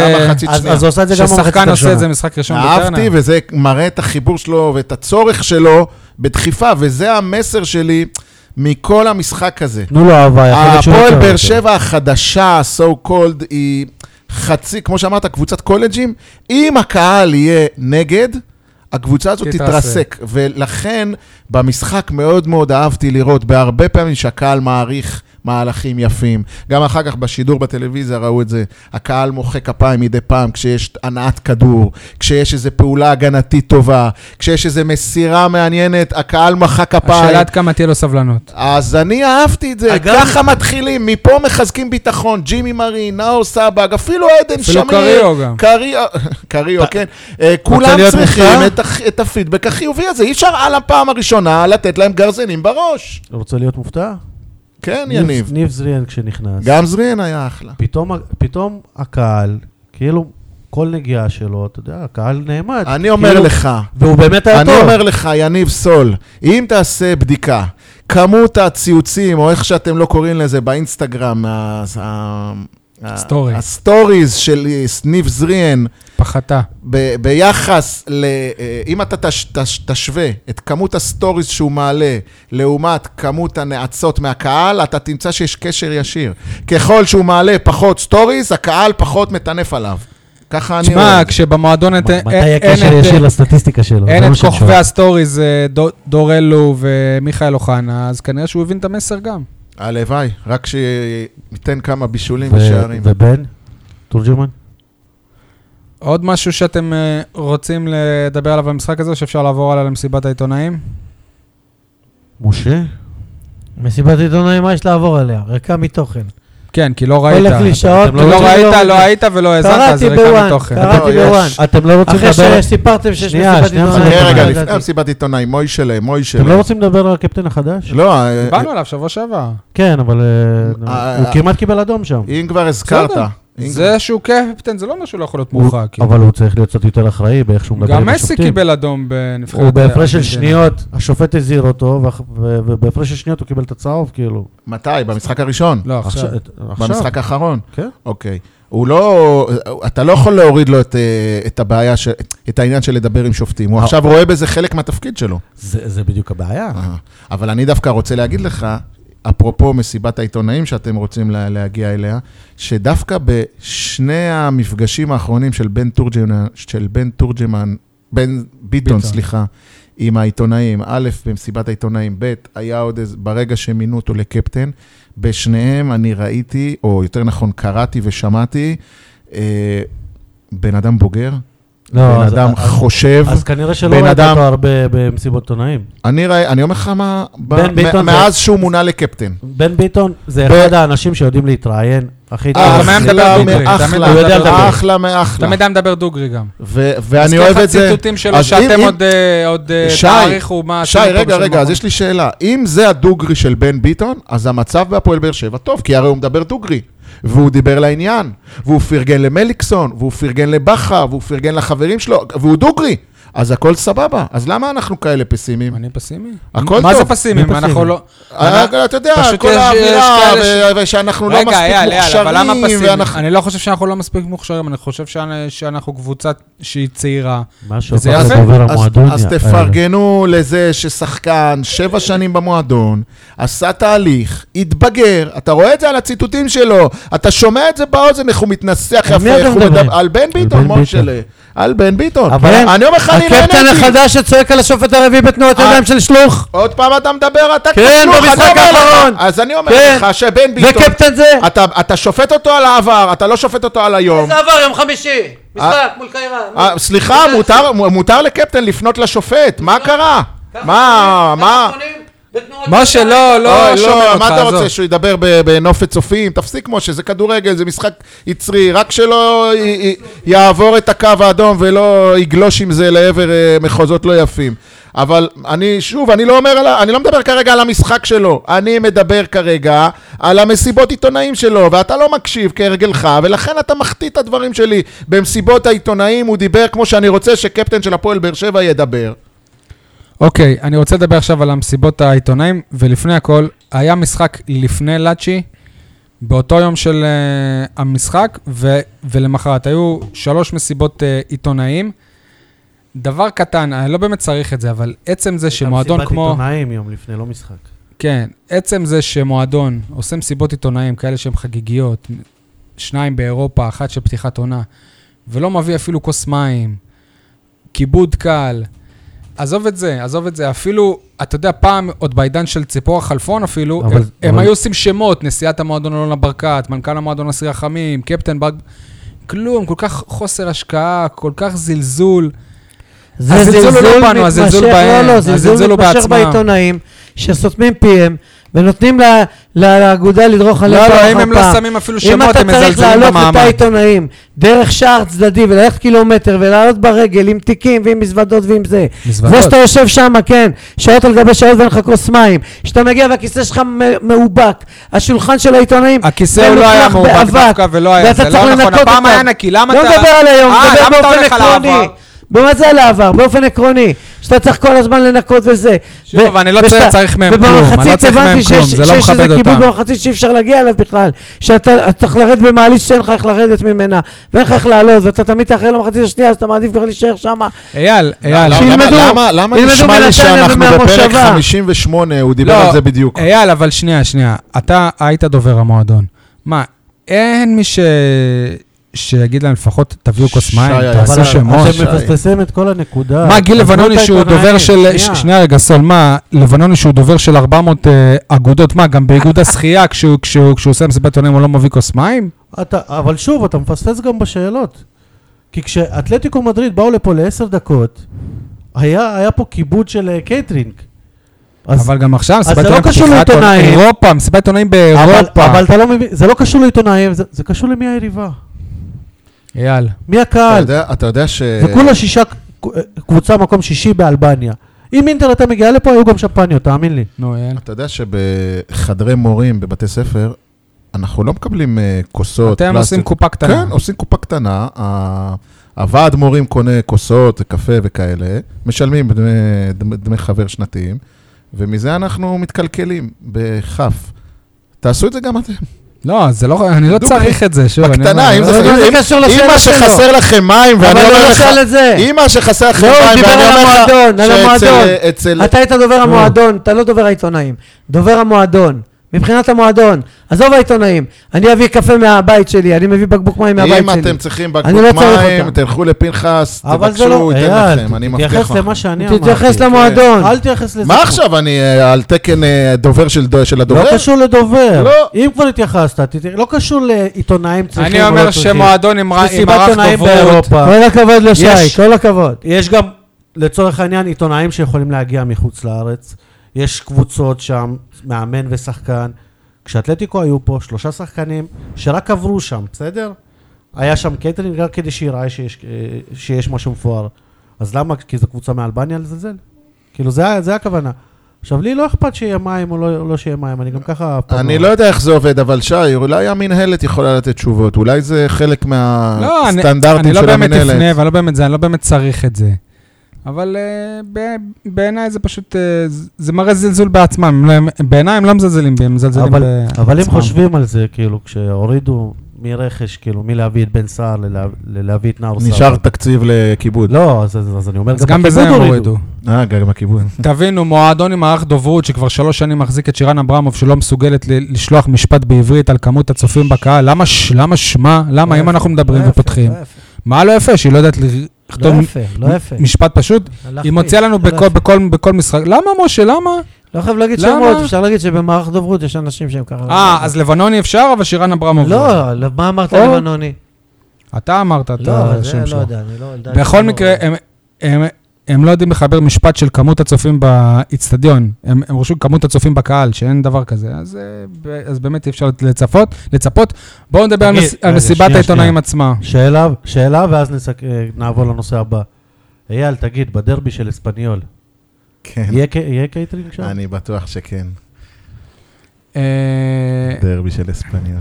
ששחקן עושה את זה משחק ראשון בטרנר. אהבתי, וזה מראה את החיבור שלו ואת הצורך שלו בדחיפה, וזה המסר שלי מכל המשחק הזה. תנו לו אהבה. הפועל באר שבע החדשה, so called, היא... חצי, כמו שאמרת, קבוצת קולג'ים, אם הקהל יהיה נגד, הקבוצה הזאת תתרסק. ולכן, במשחק מאוד מאוד אהבתי לראות, בהרבה פעמים שהקהל מעריך מהלכים יפים. גם אחר כך בשידור בטלוויזיה ראו את זה. הקהל מוחא כפיים מדי פעם, כשיש הנעת כדור, כשיש איזו פעולה הגנתית טובה, כשיש איזו מסירה מעניינת, הקהל מחא כפיים. השאלה עד כמה תהיה לו סבלנות. אז אני אהבתי את זה. ככה מתחילים, מפה מחזקים ביטחון, ג'ימי מרין, נאור סבג, אפילו עדן שמיר. אפילו קריו גם. קריו, כן. כולם צריכים את הפידבק החיובי הזה. אי אפשר על הפעם הראשונה לתת להם גרזנים בראש. רוצה להיות מופתע? כן, יניב. ניב זריאן כשנכנס. גם זריאן היה אחלה. פתאום הקהל, כאילו כל נגיעה שלו, אתה יודע, הקהל נעמד. אני אומר לך, והוא באמת היה טוב. אני אומר לך, יניב סול, אם תעשה בדיקה, כמות הציוצים, או איך שאתם לא קוראים לזה באינסטגרם, הסטוריז של ניב זריאן, פחתה. ביחס אם אתה תשווה את כמות הסטוריז שהוא מעלה לעומת כמות הנעצות מהקהל, אתה תמצא שיש קשר ישיר. ככל שהוא מעלה פחות סטוריז, הקהל פחות מטנף עליו. ככה אני רואה. תשמע, כשבמועדון מתי הקשר ישיר לסטטיסטיקה שלו? אין את כוכבי הסטוריז, דור אלו ומיכאל אוחנה, אז כנראה שהוא הבין את המסר גם. הלוואי, רק שייתן כמה בישולים ושערים. ובן? תורג'מן? עוד משהו שאתם רוצים לדבר עליו במשחק הזה, שאפשר לעבור עליו למסיבת העיתונאים? משה? מסיבת העיתונאים, מה יש לעבור עליה? ריקה מתוכן. כן, כי לא ראית. הולך לשעות. לא היית ולא הזנת, אז ריקה מתוכן. קראתי בוואן. אתם לא רוצים לדבר... אחרי שסיפרתם שיש מסיבת עיתונאים. רגע, לפני מסיבת עיתונאים, מוישלה. אתם לא רוצים לדבר על הקפטן החדש? לא. דיברנו עליו שבוע שעבר. כן, אבל הוא כמעט קיבל אדום שם. אם כבר הזכרת. זה שהוא קפטן, זה לא משהו לא יכול להיות מורחק. אבל הוא צריך להיות קצת יותר אחראי באיך שהוא מדבר עם השופטים. גם מסי קיבל אדום בנבחרת. הוא בהפרש של שניות, השופט הזהיר אותו, ובהפרש של שניות הוא קיבל את הצהוב, כאילו. מתי? במשחק הראשון? לא, עכשיו. במשחק האחרון? כן. אוקיי. הוא לא, אתה לא יכול להוריד לו את הבעיה, את העניין של לדבר עם שופטים. הוא עכשיו רואה בזה חלק מהתפקיד שלו. זה בדיוק הבעיה. אבל אני דווקא רוצה להגיד לך, אפרופו מסיבת העיתונאים שאתם רוצים להגיע אליה, שדווקא בשני המפגשים האחרונים של בן ביטון, סליחה, עם העיתונאים, א', במסיבת העיתונאים, ב', היה עוד ברגע שמינו אותו לקפטן, בשניהם אני ראיתי, או יותר נכון קראתי ושמעתי, בן אדם בוגר, בן אדם חושב, אז כנראה שלא ראית אותו הרבה במסיבות עיתונאים. אני אומר לך מה, מאז שהוא מונה לקפטן. בן ביטון זה אחד האנשים שיודעים להתראיין, הכי טוב. אחלה מאחלה. תמיד מדבר דוגרי גם. ואני אוהב את זה. אז ככה ציטוטים שלו שאתם עוד תאריכו מה... שי, רגע, אז יש לי שאלה. אם זה הדוגרי של בן ביטון, אז המצב בהפועל באר שבע טוב, כי הרי הוא מדבר דוגרי. והוא דיבר לעניין, והוא פרגן למליקסון, והוא פרגן לבחר, והוא פרגן לחברים שלו, והוא דוגרי. אז הכל סבבה. אז למה אנחנו כאלה פסימיים? אני פסימי? הכל טוב. מה זה פסימיים? אנחנו לא... אתה יודע, כל האווירה, ושאנחנו לא מספיק מוכשרים. אני לא חושב שאנחנו לא מספיק מוכשרים, אני חושב שאנחנו קבוצה שהיא צעירה. משהו, אז תפרגנו לזה ששחקן 7 שנים במועדון, עשה תהליך, התבגר, אתה רואה את זה על הציטוטים שלו, אתה שומע את זה באוזן, איך הוא מתנסח יפה, על בן ביטון, מושלה. על בן ביטון. אני אומר לך, אני נהניתי. הקפטן החדש שצועק על השופט הרביעי בתנועת ידיים של שלוח. עוד פעם אתה מדבר, אתה כן, במשחק האחרון. אז אני אומר לך שבן ביטון... וקפטן זה? אתה שופט אותו על העבר, אתה לא שופט אותו על היום. איזה עבר, יום חמישי. משחק מול קיירה. סליחה, מותר לקפטן לפנות לשופט. מה קרה? מה? משה, לא שומע אותך. מה אתה רוצה, שהוא ידבר בנופת צופים? תפסיק, משה, זה כדורגל, זה משחק יצרי, רק שלא יעבור את הקו האדום ולא יגלוש עם זה לעבר מחוזות לא יפים. אבל אני לא מדבר כרגע על המשחק שלו, אני מדבר כרגע על המסיבות עיתונאים שלו, ואתה לא מקשיב כהרגלך, ולכן אתה מחטיא את הדברים שלי. במסיבות העיתונאים הוא דיבר כמו שאני רוצה שקפטן של הפועל באר שבע ידבר. אוקיי, אני רוצה לדבר עכשיו על המסיבות העיתונאים, ולפני הכל, היה משחק לפני לצ'י, באותו יום של המשחק, ולמחרת היו 3 מסיבות עיתונאים. דבר קטן, אני לא באמת צריך את זה, אבל עצם זה שמועדון כמו... מסיבת עיתונאים יום לפני, לא משחק. כן, עצם זה שמועדון עושה מסיבות עיתונאים, כאלה שהן חגיגיות, 2 באירופה, 1 של פתיחת עונה, ולא מביא אפילו כוס מים, כיבוד קל, עזוב את זה, אפילו, אתה יודע, פעם, עוד בעידן של ציפור החלפון אפילו, הם היו עושים שמות, נשיאת המועדון אלונה ברקת, מנכ"ל המועדון אסיר רחמים, קפטן ברק, כלום, כל כך חוסר השקעה, כל כך זלזול. זה זלזול מתמשך, זלזול מתמשך בעיתונאים, שסותמים פיהם, ונותנים לאגודה לדרוך עליהם לא, אם הם לא שמים אפילו שמות, הם מזלזלים במעמד. אם אתה צריך לעלות את העיתונאים, דרך שער צדדי, וללכת קילומטר, ולעלות ברגל, עם תיקים, ועם מזוודות, ועם זה. זה שאתה יושב שם, כן, שעות על גבי שעות, ואין לך כוס מים, שאתה מגיע והכיסא שלך מאובק, השולחן של העיתונאים, הכיסא לא היה מאובק דווקא, ולא היה, זה לא נכון, הפעם היה נקי, למה אתה... לא מדבר על היום, מדבר באופן עקרוני. במה זה לעבר? באופן עקרוני, שאתה צריך כל הזמן לנקות וזה. שוב, אני לא צריך מהם כלום, אני לא צריך מהם כלום, זה לא מכבד אותם. כיבוד במחצית שאי אפשר להגיע אליו בכלל, שאתה צריך לרד במעלית שאין לך איך לרדת ממנה, ואין לך איך לעלות, ואתה תמיד תאחר למחצית השנייה, אז אתה מעדיף כבר להישאר שם. אייל, למה נשמע לי שאנחנו בפרק 58, הוא דיבר על זה בדיוק. אייל, אבל שנייה, אתה היית דובר המועדון. מה, אין מי שיגיד להם לפחות תביאו כוס מים, תעשו שמות. אתם מפספסים את כל הנקודה. מה, גיל לבנוני שהוא דובר של... שנייה רגע, סול, מה, לבנוני שהוא דובר של 400 אגודות, מה, גם באיגוד השחייה, כשהוא עושה מסיבת עיתונאים הוא לא מביא כוס מים? אבל שוב, אתה מפספס גם בשאלות. כי כשאתלטיקו מדריד באו לפה ל10 דקות, היה פה כיבוד של קייטרינג. אבל גם עכשיו, מסיבת עיתונאים באירופה, מסיבת עיתונאים באירופה. אבל אתה לא מבין, זה לא קשור לעיתונאים, זה קשור למי היריבה. אייל. מי הקהל? אתה יודע זה כולה 6, קבוצה מקום 6 באלבניה. אם אינטר הייתה מגיעה לפה, היו גם שמפניות, תאמין לי. נו, אייל. אתה יודע שבחדרי מורים בבתי ספר, אנחנו לא מקבלים כוסות, אתם עושים קופה קטנה. כן, עושים קופה קטנה. הוועד מורים קונה כוסות, קפה וכאלה, משלמים דמי חבר שנתיים, ומזה אנחנו מתקלקלים בחף. תעשו את זה גם אתם. לא, זה לא, אני לא צריך את זה, שוב. בקטנה, אם זה קשור לשאלה אמא שלו. שחסר לכם מים, ואני אבל אומר הוא לא לך, שאל את זה. אמא שחסר לכם לא, הוא מים, דיבר ואני על אומר המועדון, על המועדון. אצל... אתה היית דובר המועדון, אתה לא דובר העיתונאים. דובר המועדון. מבחינת המועדון. עזוב העיתונאים. אני אביא קפה מהבית שלי, אני מביא בקבוק מים מהבית אם שלי. אתם צריכים אני לא בקבוק צריך מים, אותם. תלכו לפנחס, אבל זה תבקשו, לא, ייתן אייל, לכם, אני מבטיח תתייחס לך. למה שאני אמרתי. תתייחס למועדון. אל תתייחס לזה. מה עכשיו, אני על תקן דובר של הדובר? לא קשור לדובר. לא. אם כבר התייחסת, לא קשור לעיתונאים צריכים. אני או אומר לא צריכים. שמועדון עם יש סיבת מערך עיתונאים דוברות. באירופה. כל הכבוד לשי, יש- כל הכבוד. יש גם, לצורך העניין, עיתונאים שיכולים להגיע מחוץ לארץ. יש קבוצות שם, מאמן ושחקן. כשאתלטיקו היו פה 3 שחקנים שרק עברו שם, בסדר? היה שם קייטרינג רק כדי שיראה שיש משהו מפואר. אז למה? כי זו קבוצה מאלבניה לזלזל? כאילו זה הכוונה. עכשיו, לי לא אכפת שיהיה מים או לא שיהיה מים, אני גם ככה... אני לא יודע איך זה עובד, אבל שי, אולי המנהלת יכולה לתת תשובות, אולי זה חלק לא, מהסטנדרטים של אני לא באמת אפנה, המנהלת. אני לא באמת צריך את זה. אבל בעיניי זה פשוט, זה מראה זלזול בעצמם. בעיניי הם לא מזלזלים בי, הם מזלזלים בעצמם. אבל אם חושבים על זה, כאילו, כשהורידו מרכש, כאילו, מלהביא את בן סער ללהביא את נאור סער. נשאר תקציב לכיבוד. לא, אז אני אומר, אז גם בזה הם הורידו. גם הכיבוד. תבינו, מועדון עם מערך דוברות שכבר 3 שנים מחזיק את שירן אברמוב, שלא מסוגלת לשלוח משפט בעברית על כמות הצופים בקהל. למה שמה? למה אם אנחנו מדברים ופותחים? מה לא יפה? שהיא לא יודעת לכתוב לא יפה. משפט פשוט? היא מוציאה לנו בכל משחק. למה, משה? למה? לא חייב להגיד למה? שמות, אפשר להגיד שבמערך דוברות יש אנשים שהם ככה. אז לבנוני אפשר, אבל שירן אברמוב לא, מה אמרת לבנוני? אתה אמרת את לא, זה השם לא שלו. יודע, אני לא יודע. בכל מקרה, הם לא יודעים לחבר משפט של כמות הצופים באצטדיון. הם רושמים כמות הצופים בקהל, שאין דבר כזה. אז באמת אי אפשר לצפות. בואו נדבר על מסיבת העיתונאים עצמה. שאלה, ואז נעבור לנושא הבא. אייל, תגיד, בדרבי של אספניול, כן. יהיה קייטרינג שם? אני בטוח שכן. דרבי של אספניול.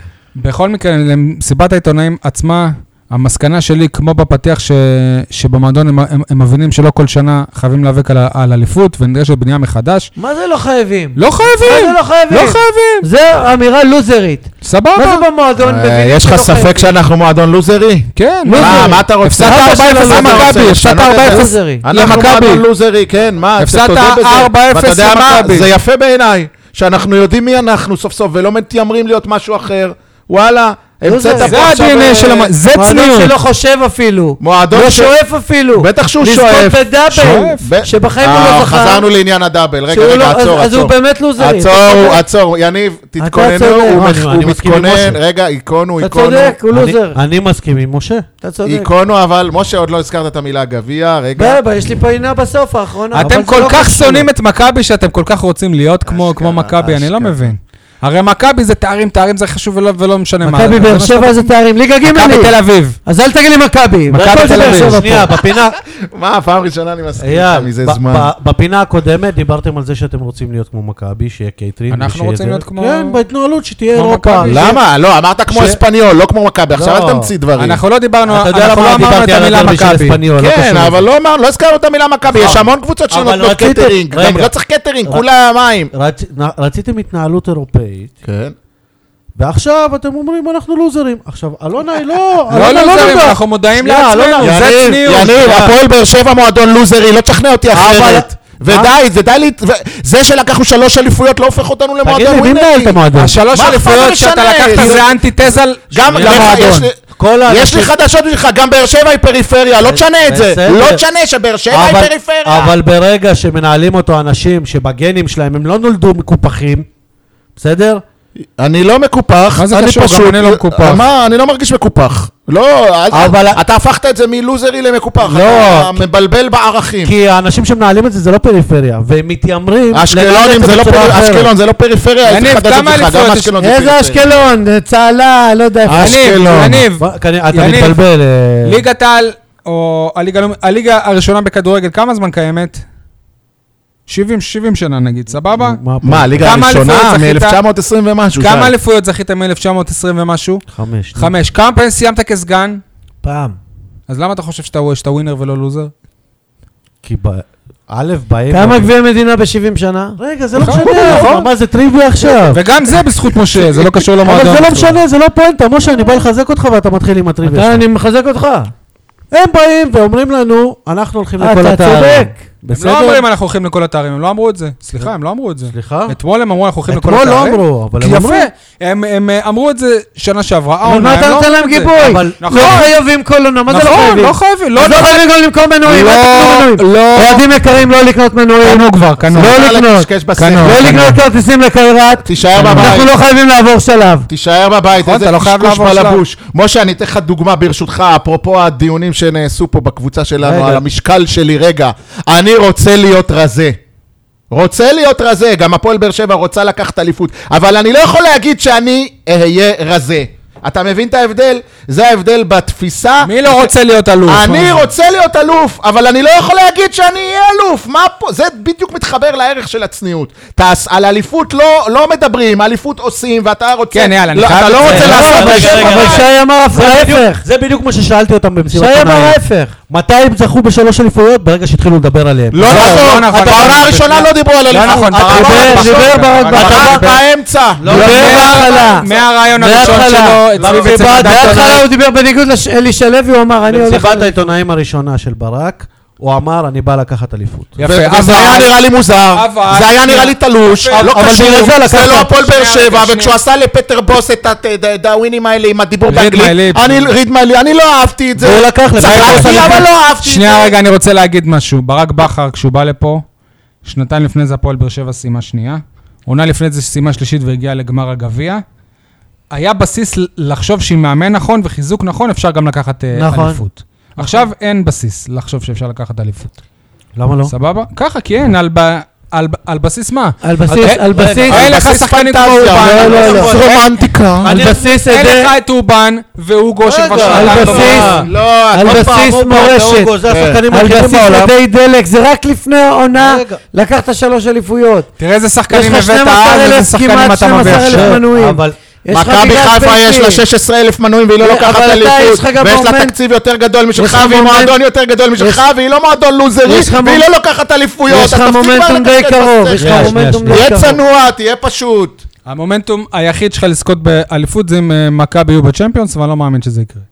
בכל מקרה, למסיבת העיתונאים עצמה, המסקנה שלי, כמו בפתיח שבמועדון הם מבינים שלא כל שנה חייבים להיאבק על אליפות, ונדרשת בנייה מחדש. מה זה לא חייבים? לא חייבים! מה זה לא חייבים? לא חייבים! זה אמירה לוזרית. סבבה. מה זה במועדון? מבינים יש לך שלא ספק חייבים? שאנחנו מועדון לוזרי? כן. מה אתה רוצה? הפסדת 4-0 למכבי, הפסדת 4-0 לוזרי. אנחנו למכבי. מועדון לוזרי, כן, מה? הפסדת תודה בזה. 4-0 ואתה יודע מה? למכבי. זה יפה בעיניי, שאנחנו יודעים מי אנחנו סוף סוף, ולא מתיימרים להיות משהו אחר. וואלה, המצאת זה פה עכשיו... ה-DNA של זה מועדון צניעות. שלא חושב אפילו. מועדון לא ש- שואף אפילו. בטח שהוא לזכות שואף. בדאבל. שבחיים הוא לא זכה. חזרנו לעניין הדאבל. רגע, שהוא רגע, לא- עצור, אז הוא עצור. באמת לוזרי. עצור, יניב, תתכוננו, צודק. הוא אני מסכים עם מתכונן, משה. רגע, איקונו, אתה צודק, הוא לוזר. אני מסכים עם משה. אתה צודק. איקונו, אבל משה עוד לא הזכרת את המילה גביע, רגע. בבא, יש לי פה עינה בסוף האחרונה. אתם אבל כל זה לא כך קשור. שונאים את מכבי, שאתם כל כך רוצים להיות כמו מכבי, אני לא אשכרה. מבין. הרי מכבי זה תארים זה חשוב ולא משנה מה. מכבי באר שבע זה תארים, ליגה ג' מכבי תל אביב. אז אל תגיד לי מכבי. מכבי והכל זה תל באר אביב. שבע שנייה, פה. בפינה, מה, פעם ראשונה אני מסכים איתך אייל, מזה ב- זמן. ב- בפינה הקודמת דיברתם על זה שאתם רוצים להיות כמו מכבי, שיהיה קייטרינג. אנחנו ושיהיה רוצים זה. להיות כמו- כן, בהתנהלות שתהיה כמו אירופה. מכבי. למה? לא, אמרת כמו אספניול, לא כמו מכבי. עכשיו לא. אל תמציא דברים. אנחנו לא דיברנו, אתה יודע אנחנו לא למה אמרנו את דיברתי על המילה הדרבי של מכבי. אספניול, לא כן, קשור אבל לא הזכרנו את המילה מכבי. יש המון קבוצות אבל שנותנות רציתם- קטרינג. גם רגע. לא צריך קטרינג, כולה מים. רציתם התנהלות אירופאית, כן. ועכשיו אתם אומרים אנחנו לוזרים. עכשיו, אלונה היא לא... לא אלונה לוזרים, נודע. אנחנו מודעים שנייה, לעצמנו, אלונה, זה צניעות. יניב, הפועל באר שבע מועדון לוזרי, לא תשכנע אותי אחרת. ודי, זה שלקחנו 3 אליפויות לא הופך אותנו תגיד למועדון לי, מי מנהל את המועדון? 3 מה אליפויות אכפת שאתה משנה? לקחת זה אנטיתזה גם לך, למועדון. יש לי חדשות בשבילך, גם באר שבע היא פריפריה, לא תשנה את זה. בסדר. לא תשנה שבאר שבע היא פריפריה. אבל ברגע שמנהלים אותו אנשים שבגנים שלהם הם לא נולדו מקופחים, בסדר? אני לא מקופח, מה זה אני קשור? גם פשוט... אני לא מקופח. מה? אני לא מרגיש מקופח. לא, אבל- אתה הפכת את זה מלוזרי למקופח. לא, אתה כי- מבלבל בערכים. כי האנשים שמנהלים את זה זה לא פריפריה, והם מתיימרים... אשקלונים זה לא בצורה פריפריה, אחרת. אשקלון זה לא פריפריה, יניב, יש לי חדשות כמה בשבילך, גם אליפויות? אשקלון זה איזה פריפריה. אשקלון, צהלה, לא יודע איפה. אשקלון. יניב, אתה יניב, מתבלבל. ליגת העל, או הליגה הראשונה בכדורגל, כמה זמן קיימת? 70 שנה נגיד, סבבה? מה, הליגה כמה הראשונה? אליפויות זכית? מ-1920 ומשהו. כמה שי. אליפויות זכית מ-1920 ומשהו? 5. 5. כמה פעמים סיימת כסגן? פעם. אז למה אתה חושב שאתה ווינר ולא לוזר? כי א', באים... כמה גביע מדינה ב-70 שנה? רגע, זה לא נכון, משנה, נכון. מה זה טריוויה עכשיו? וגם זה בזכות משה, זה לא קשור למועדון. אבל זה לא משנה, זה לא פואנטה, משה, אני בא לחזק אותך ואתה מתחיל עם הטריוויה שלך. אני מחזק אותך. הם באים ואומרים לנו, אנחנו הולכים לכל אתה התארים. צודק. הם בסדר? לא אומרים אנחנו הולכים לכל אתרים, הם לא אמרו את זה. סליחה, הם לא אמרו את זה. סליחה? אתמול הם אמרו אנחנו הולכים לכל אתמול התארים. לא אמרו, אבל הם אמרו. יפה, הם אמרו את זה שנה שעברה. אבל מה אתה נותן להם גיבוי? אבל- נכון. לא חייבים כל עונה, מה זה לא נכון, חייבים? לא חייבים. לא אז לא חייבים גם למכור מנויים, לא, אל תקנו מנויים. לא. אוהדים יקרים לא לקנות מנויים. קנו כבר, קנו. לא לקנות. קשקש קנו. בסדר. לא לקנות כרטיסים לקיירת. תישאר אנחנו בבית. לא חייבים לעבור שלב. תישאר בבית, נכון, איזה אתה לא חייב קשקוש לעבור שלב. בלבוש. משה, אני אתן לך דוגמה ברשותך, אפרופו הדיונים שנעשו פה בקבוצה שלנו, רגע. על המשקל שלי, רגע. אני רוצה להיות רזה. רוצה להיות רזה, גם הפועל באר שבע רוצה לקחת אליפות, אבל אני לא יכול להגיד שאני אהיה רזה. אתה מבין את ההבדל? זה ההבדל בתפיסה. מי לא רוצה להיות אלוף? אני רוצה להיות אלוף, אבל אני לא יכול להגיד שאני אהיה אלוף. מה פה? זה בדיוק מתחבר לערך של הצניעות. על אליפות לא מדברים, אליפות עושים, ואתה רוצה... כן, יאללה, אני לא, חייב אתה לא לציין. רוצה לעשות רגע, בשם רגע, אבל בבית. שי אמר ההפך. זה בדיוק מה ששאלתי אותם במסיבת שי אמר עיתונאים. ההפך. מתי הם זכו בשלוש אליפויות? ברגע שהתחילו לדבר עליהם. לא נכון, נכון. בעונה הראשונה לא דיברו על אליפות. נכון, דיבר ברק בכר. אתה באמצע. דיבר בהתחלה. מהרעיון הראשון מההתחלה. שלו, אצלי בצד בהתחלה הוא דיבר בניגוד לאלישע לוי, הוא אמר, אני הולך... במסיבת העיתונאים הראשונה של ברק, הוא אמר, אני בא לקחת אליפות. יפה, וזה היה נראה לי מוזר, אבל- זה היה נראה לי תלוש, יפה, לא אבל קשור, בגלל זה זה לקחת. לא הפועל באר שנייה, שבע, רגע, וכשהוא עשה לפטר בוס את הדאווינים האלה עם הדיבור read באנגלית, my lips. אני לא אהבתי את זה, והוא לקח לפטר בוס צחקתי, אבל לא אהבתי את זה. שנייה רגע, אני רוצה להגיד משהו. ברק בכר, כשהוא בא לפה, שנתיים לפני זה הפועל באר שבע סיימה שנייה, עונה לפני זה סיימה שלישית והגיעה לגמר הגביע, היה בסיס לחשוב שעם מאמן נכון וחיזוק נכון, אפשר גם לקחת נכון. אליפות. עכשיו אין בסיס לחשוב שאפשר לקחת אליפות. למה לא? סבבה? ככה, כי אין, על בסיס מה? על בסיס... אין לך שחקנים כמו אורבן. לא, לא. רומנטיקה. על בסיס... אין לך את אורבן ואוגו שכבר רגע, שנתיים על בסיס- במועדון. לא, על עוד פעם, בסיס עוד פעם, מורשת. אוגו, זה השחקנים על היחידים בסיס בעולם. ידי דלק, זה רק לפני העונה, רגע. לקחת 3 אליפויות. תראה איזה יש שחקנים לך הבאת אז, איזה שחקנים כמעט אתה מביא 12,000 עכשיו. מנויים. אבל יש לך מכבי ליגת חיפה יש לה ביתי. 16,000 מנויים והיא לא אבל לוקחת אתה, יש אליפות, לך גם ויש לה מומנט- תקציב יותר גדול משלך, יש לך והיא מומנט- מועדון יותר גדול משלך, והיא לא מועדון לוזרי, יש לך והיא מומנט- לא לוקחת אליפויות. יש לך אז תפסיק כבר מומנטום די לקשקש קרוב, בשכל. יש לך מומנטום די תהיה קרוב. צנוע, תהיה פשוט. המומנטום היחיד שלך לזכות באליפות זה אם מכבי יהיו בצ'מפיונס, ואני לא מאמין שזה יקרה.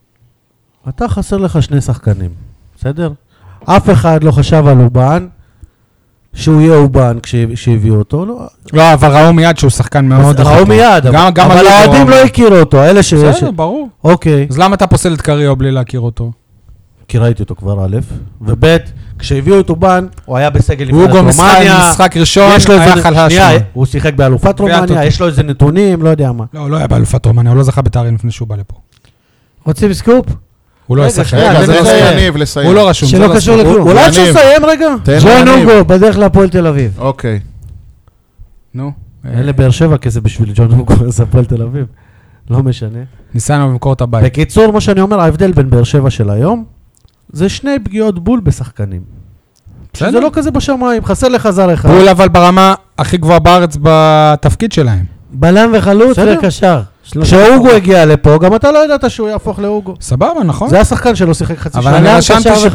אתה חסר לך 2 שחקנים, בסדר? אף אחד לא חשב על אובן, שהוא יהיה אובן כשהביאו אותו, לא. לא, אבל ראו מיד שהוא שחקן מאוד ראו איכותי. מיד, גם אבל הלוגו- האוהדים לא הכירו אותו, אלה ש... בסדר, ברור. אוקיי. אז למה אתה פוסל את קריו בלי להכיר אותו? כי ראיתי אותו כבר א', וב' כשהביאו את אובן, הוא היה בסגל אוגו נבחרת רומניה. משחק ראשון, יש לו היה איזה... חלש. שנייה, מאוד. הוא שיחק באלופת רומניה, והטוטו. יש לו איזה נתונים, לא יודע מה. לא, הוא לא היה באלופת רומניה, הוא לא זכה בתארים לפני שהוא בא לפה. רוצים סקופ? הוא לא רגע, ישחק. שנייה, רגע, אני זה מסיים. יניב לסיים. הוא לא רשום. זה שלא לא קשור ספורט. לכלום. אולי אפשר יניב. לסיים רגע? תן ג'ון ליניב. אוגו, בדרך להפועל תל אביב. אוקיי. נו. אין לבאר שבע כסף בשביל ג'ון אוגו, אז הפועל תל אביב. לא משנה. ניסינו למכור את הבית. בקיצור, מה שאני אומר, ההבדל בין באר שבע של היום, זה 2 פגיעות בול בשחקנים. בסדר. שזה לא כזה בשמיים, חסר לך זר אחד. בול אבל ברמה הכי גבוהה בארץ בתפקיד שלהם. בלם וחלוץ בסדר. וקשר. כשאוגו הגיע לפה, גם אתה לא ידעת שהוא יהפוך לאוגו. סבבה, נכון? זה השחקן שלא שיחק חצי אבל שנה. אני בלם, רשמתי קשר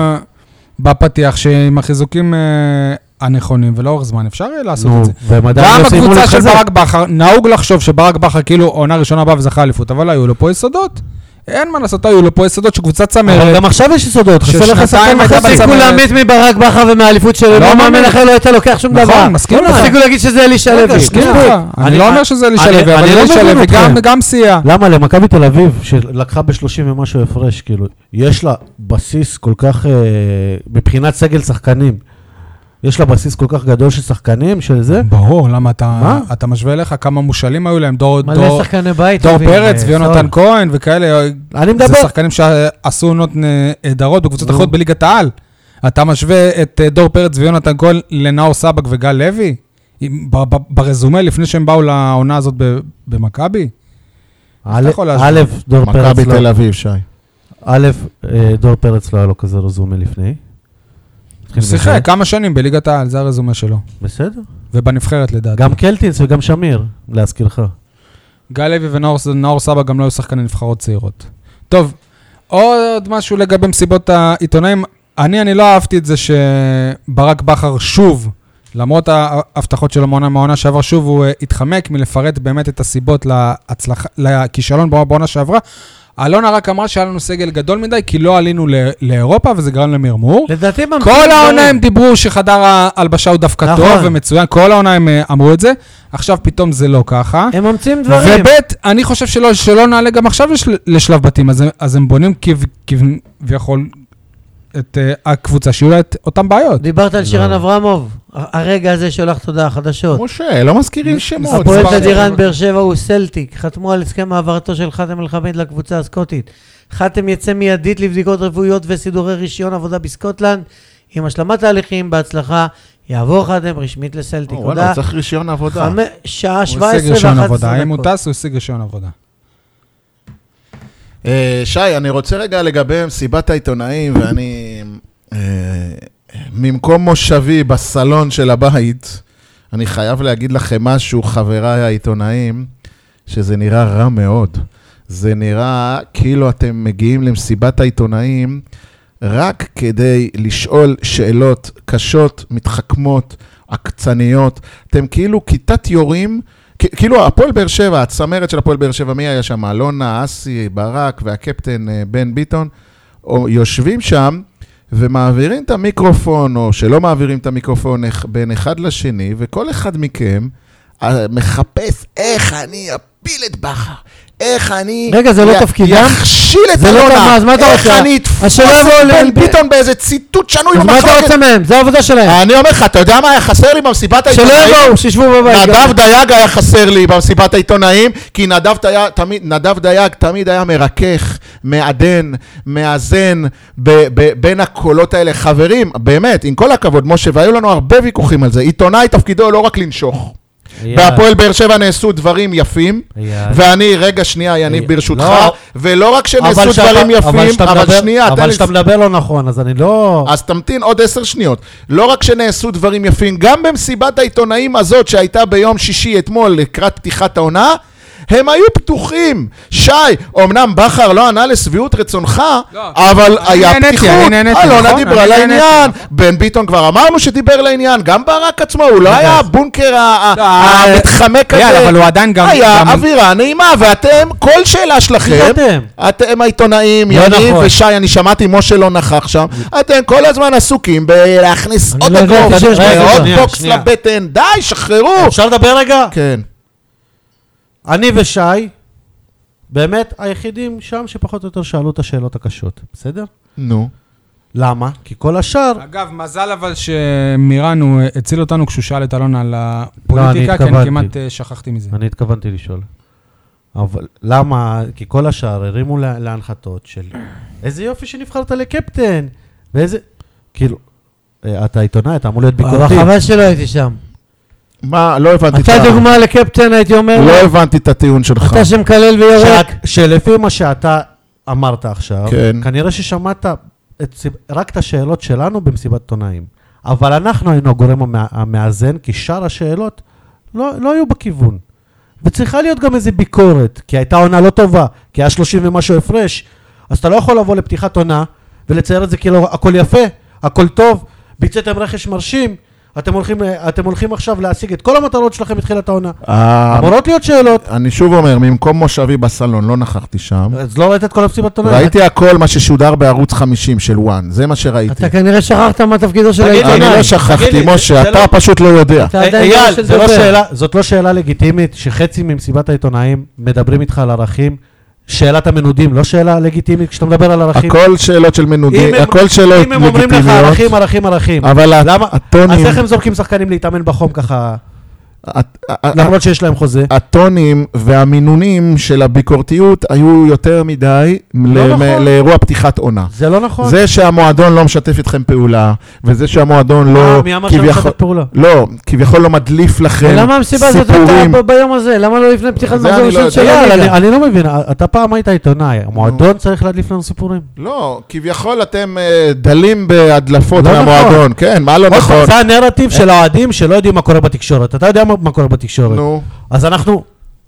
שבפתיח שעם החיזוקים הנכונים ולאורך זמן אפשר יהיה לעשות נו, את זה. והם עדיין גם לא סיימו בקבוצה של להתחזק. ברק בכר, נהוג לחשוב שברק בכר כאילו עונה ראשונה בא וזכה אליפות, אבל היו לו פה יסודות. אין מה לעשות, היו לו פה יסודות שקבוצה אבל צמרת. גם עכשיו יש יסודות, חסר לך ששנתיים שחקן הייתה וחצי. תפסיקו בצמרת. להמית מברק בכר ומהאליפות שלו, לא לא מאמן מאמין. אחר לא היית לוקח שום נכון, דבר. מסכים לא איתך. תפסיקו להגיד שזה אלישע רגע, לוי. שנייה. סליחה, אני אני- לא אומר שזה אלישע אני- לוי, אבל אני לא אלישע מבין לוי אתכם. גם סייע. למה? למכבי תל אביב, שלקחה ב-30 ומשהו הפרש, כאילו, יש לה בסיס כל כך, מבחינת סגל שחקנים, יש לה בסיס כל כך גדול של שחקנים, של זה. ברור, למה מה? אתה משווה לך כמה מושאלים היו להם, מלא שחקני בית. דור טובים, פרץ סול. ויונתן כהן וכאלה. אני זה מדבר, שחקנים שעשו עונות נהדרות בקבוצות נו. אחרות בליגת העל. אתה משווה את דור פרץ ויונתן כהן לנאור סבק וגל לוי? ברזומה לפני שהם באו לעונה הזאת במכבי? א', יכול להשוות? א', דור פרץ מכבי לא, תל אביב, שי. א', דור פרץ לא היה לו כזה רזומה לפני. הוא שיחק כמה שנים בליגת העל, זה הרזומה שלו. בסדר. ובנבחרת לדעתי. גם קלטינס וגם שמיר, להזכירך. גל לוי ונאור סבא גם לא היו שחקני נבחרות צעירות. טוב, עוד משהו לגבי מסיבות העיתונאים. אני לא אהבתי את זה שברק בכר שוב, למרות ההבטחות שלו מהעונה שעברה, שוב הוא התחמק מלפרט באמת את הסיבות לכישלון בעונה שעברה. אלונה רק אמרה שהיה לנו סגל גדול מדי, כי לא עלינו לאירופה, וזה גרם למרמור. לדעתי כל העונה הם דיברו שחדר ההלבשה הוא דווקא טוב ומצוין, כל העונה הם אמרו את זה, עכשיו פתאום זה לא ככה. הם ממציאים דברים. ובית, אני חושב שלא נעלה גם עכשיו לשלב בתים, אז הם בונים כביכול את הקבוצה, שיהיו לה את אותם בעיות. דיברת על שירן אברמוב, הרגע הזה שולח תודה חדשות. משה, לא מזכירים שמות. הפועל תדיראן באר שבע הוא סלטיק, חתמו על הסכם העברתו של חאתם אל-חמיד לקבוצה הסקוטית. חאתם יצא מיידית לבדיקות רפואיות וסידורי רישיון עבודה בסקוטלנד, עם השלמת תהליכים בהצלחה, יעבור חאתם רשמית לסלטיק. וואלה, צריך רישיון עבודה. שעה 17 ו-11 אם הוא טס, הוא השיג רישיון עבודה. שי, אני רוצה רגע לגבי מסיבת העיתונאים, ואני ממקום מושבי בסלון של הבית, אני חייב להגיד לכם משהו, חבריי העיתונאים, שזה נראה רע מאוד. זה נראה כאילו אתם מגיעים למסיבת העיתונאים, רק כדי לשאול שאלות קשות, מתחכמות, עקצניות. אתם כאילו כיתת יורים, כאילו הפועל באר שבע, הצמרת של הפועל באר שבע, מי היה שם? אלונה, אסי, ברק והקפטן בן ביטון, יושבים שם ומעבירים את המיקרופון, או שלא מעבירים את המיקרופון בין אחד לשני, וכל אחד מכם מחפש איך אני אפיל את בכר, איך אני... רגע, זה לא תפקידם? יכשיל את אלונה, איך אני אתפוס את בן ביטון באיזה ציטוט שנוי במחלוקת. אז מה אתה רוצה מהם? זה העבודה שלהם. אני אומר לך, אתה יודע מה היה חסר לי במסיבת העיתונאים? שלא יבואו, שישבו בבית. נדב דייג היה חסר לי במסיבת העיתונאים, כי נדב דייג תמיד היה מרכך, מעדן, מאזן בין הקולות האלה. חברים, באמת, עם כל הכבוד, משה, והיו לנו הרבה ויכוחים על זה. עיתונאי תפקידו לא רק לנשוך. בהפועל באר שבע נעשו דברים יפים, ואני, רגע שנייה, יניב ברשותך, ולא רק שנעשו דברים יפים, אבל שנייה, אבל שאתה מדבר לא נכון, אז אני לא... אז תמתין עוד 10 שניות. לא רק שנעשו דברים יפים, גם במסיבת העיתונאים הזאת שהייתה ביום שישי אתמול לקראת פתיחת העונה, הם היו פתוחים. שי, אמנם בכר לא ענה לשביעות רצונך, אבל היה פתיחות. אלונה דיבר על העניין, בן ביטון כבר אמרנו שדיבר לעניין, גם ברק עצמו, הוא לא היה הבונקר המתחמק הזה. אבל הוא עדיין גם... היה אווירה נעימה, ואתם, כל שאלה שלכם, אתם העיתונאים, יניב ושי, אני שמעתי משה לא נכח שם, אתם כל הזמן עסוקים בלהכניס עוד אגרוף, עוד בוקס לבטן, די, שחררו. אפשר לדבר רגע? כן. אני ושי, באמת היחידים שם שפחות או יותר שאלו את השאלות הקשות, בסדר? נו. למה? כי כל השאר... אגב, מזל אבל שמירן הוא הציל אותנו כשהוא שאל את אלון על הפוליטיקה, כי אני כמעט שכחתי מזה. אני התכוונתי לשאול. אבל למה? כי כל השאר הרימו להנחתות של איזה יופי שנבחרת לקפטן, ואיזה... כאילו, אתה עיתונאי, אתה אמור להיות ביקורתי. אבל חבל שלא הייתי שם. מה? לא הבנתי אתה דוגמה לקפטן, הייתי אומר... לא הבנתי את הטיעון שלך. אתה שמקלל ויורק. שלפי מה שאתה אמרת עכשיו, כנראה ששמעת רק את השאלות שלנו במסיבת עיתונאים. אבל אנחנו היינו הגורם המאזן, כי שאר השאלות לא היו בכיוון. וצריכה להיות גם איזו ביקורת, כי הייתה עונה לא טובה, כי היה 30 ומשהו הפרש, אז אתה לא יכול לבוא לפתיחת עונה, ולצייר את זה כאילו הכל יפה, הכל טוב, ביצעתם רכש מרשים, אתם הולכים עכשיו להשיג את כל המטרות שלכם בתחילת העונה. אמורות להיות שאלות. אני שוב אומר, ממקום מושבי בסלון, לא נכחתי שם. אז לא ראית את כל המסיבת עיתונאים? ראיתי הכל מה ששודר בערוץ 50 של וואן, זה מה שראיתי. אתה כנראה שכחת מה תפקידו של העיתונאי. אני לא שכחתי, משה, אתה פשוט לא יודע. אייל, זאת לא שאלה לגיטימית, שחצי ממסיבת העיתונאים מדברים איתך על ערכים, שאלת המנודים, לא שאלה לגיטימית כשאתה מדבר על ערכים. הכל שאלות של מנודים, הכל שאלות לגיטימיות. אם הם אומרים לך ערכים, ערכים, ערכים. אבל הטונים... אז איך הם זורקים שחקנים להתאמן בחום ככה? למרות שיש להם חוזה. הטונים והמינונים של הביקורתיות היו יותר מדי לאירוע פתיחת עונה. זה לא נכון. זה שהמועדון לא משתף איתכם פעולה, וזה שהמועדון לא... מי אמר שלא משתף פעולה? לא, כביכול לא מדליף לכם סיפורים. ולמה המסיבה הזאת הייתה ביום הזה? למה לא לפני פתיחת מחזור ראשון של הליגה? אני לא מבין, אתה פעם היית עיתונאי, המועדון צריך להדליף לנו סיפורים? לא, כביכול אתם דלים בהדלפות מהמועדון, כן, מה לא נכון? זה הנרטיב של האוהדים שלא יודעים מה קורה בתקשורת. אתה יודע מה קורה בתקשורת. נו. אז אנחנו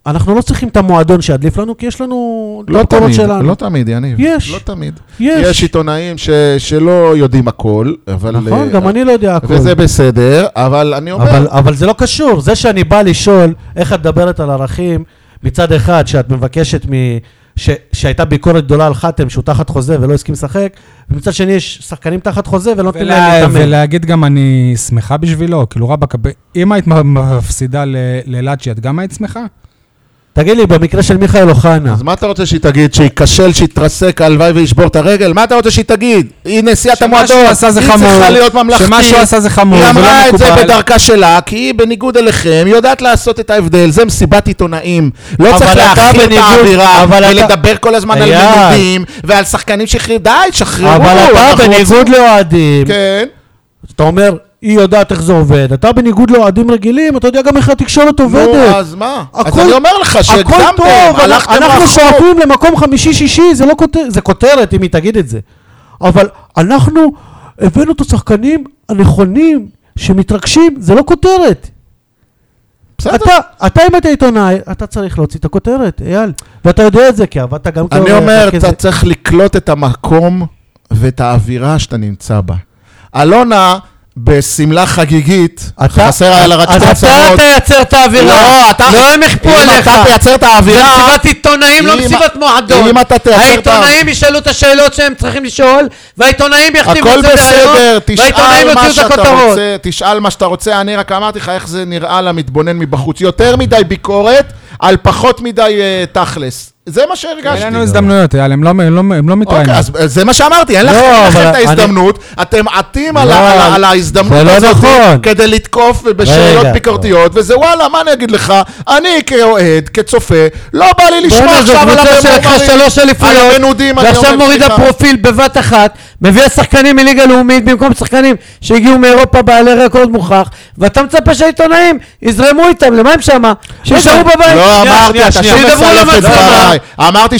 אנחנו לא צריכים את המועדון שידליף לנו, כי יש לנו לא את המקורות תמיד, שלנו. לא תמיד, יניב. יש. לא תמיד. יש עיתונאים שלא יודעים הכל, אבל... נכון, גם אני לא יודע הכל. וזה בסדר, אבל אני אומר... אבל זה לא קשור. זה שאני בא לשאול איך את מדברת על ערכים, מצד אחד שאת מבקשת שהייתה ביקורת גדולה על חתם, שהוא תחת חוזה ולא הסכים לשחק, ומצד שני יש שחקנים תחת חוזה ולא נותנים להם להתאמן. ולהגיד גם אני שמחה בשבילו, כאילו רבק, אם היית מפסידה ללאצ'י, את גם היית שמחה? תגיד לי, במקרה של מיכאל אוחנה. אז מה אתה רוצה שהיא תגיד? שיקשל, שיתרסק, הלוואי וישבור את הרגל? מה אתה רוצה שהיא תגיד? היא נשיאת המועדון, היא צריכה להיות ממלכתית. שמשהו עשה זה חמור, היא זה לא מקובל. אמרה את זה בדרכה שלה, כי היא בניגוד אליכם, היא יודעת לעשות את ההבדל, זה מסיבת עיתונאים. לא צריך להכיר את האווירה, ולדבר כל הזמן על לימודים, ועל שחקנים די, שחררו. אבל אתה בניגוד לאוהדים. כן. אתה אומר, היא יודעת איך זה עובד. אתה בניגוד לאוהדים רגילים, אתה יודע גם איך התקשורת עובדת. נו, אז מה? אז אני אומר לך שהקדמתם, הלכתם רחוק. אנחנו שואפים למקום חמישי-שישי, זה לא כותרת, זה כותרת אם היא תגיד את זה. אבל אנחנו הבאנו את השחקנים הנכונים שמתרגשים, זה לא כותרת. בסדר. אתה אם אתה עיתונאי, אתה צריך להוציא את הכותרת, אייל. ואתה יודע את זה, כי עבדת גם כזה. אני אומר, אתה צריך לקלוט את המקום ואת האווירה שאתה נמצא בה. אלונה... בסמלה חגיגית, חסר היה לה רק שתי צמות. אתה תייצר את האווירה. לא הם יכפו עליך. אם אתה תייצר את האווירה... זה מסיבת עיתונאים, לא מסיבת מועדון. אם אתה תייצר את העיתונאים ישאלו את השאלות שהם צריכים לשאול, והעיתונאים יכתיבו את זה הכל בסדר, והעיתונאים יוציאו את הכותרות. תשאל מה שאתה רוצה, אני רק אמרתי לך איך זה נראה למתבונן מבחוץ. יותר מדי ביקורת, על פחות מדי תכלס. זה מה שהרגשתי. אין לנו הזדמנויות, הם לא מתראיינים. אז זה מה שאמרתי, אין לכם את ההזדמנות, אתם עטים על ההזדמנות הזאת כדי לתקוף בשאלות ביקורתיות, וזה וואלה, מה אני אגיד לך? אני כאוהד, כצופה, לא בא לי לשמוע עכשיו על המנודים, ועכשיו מוריד הפרופיל בבת אחת, מביא השחקנים מליגה לאומית במקום שחקנים שהגיעו מאירופה בעלי רקורד מוכח, ואתה מצפה שהעיתונאים יזרמו איתם, למה הם שמה? שישארו בבית. לא אמרתי, אתה שמסלף את דבריי. אמרתי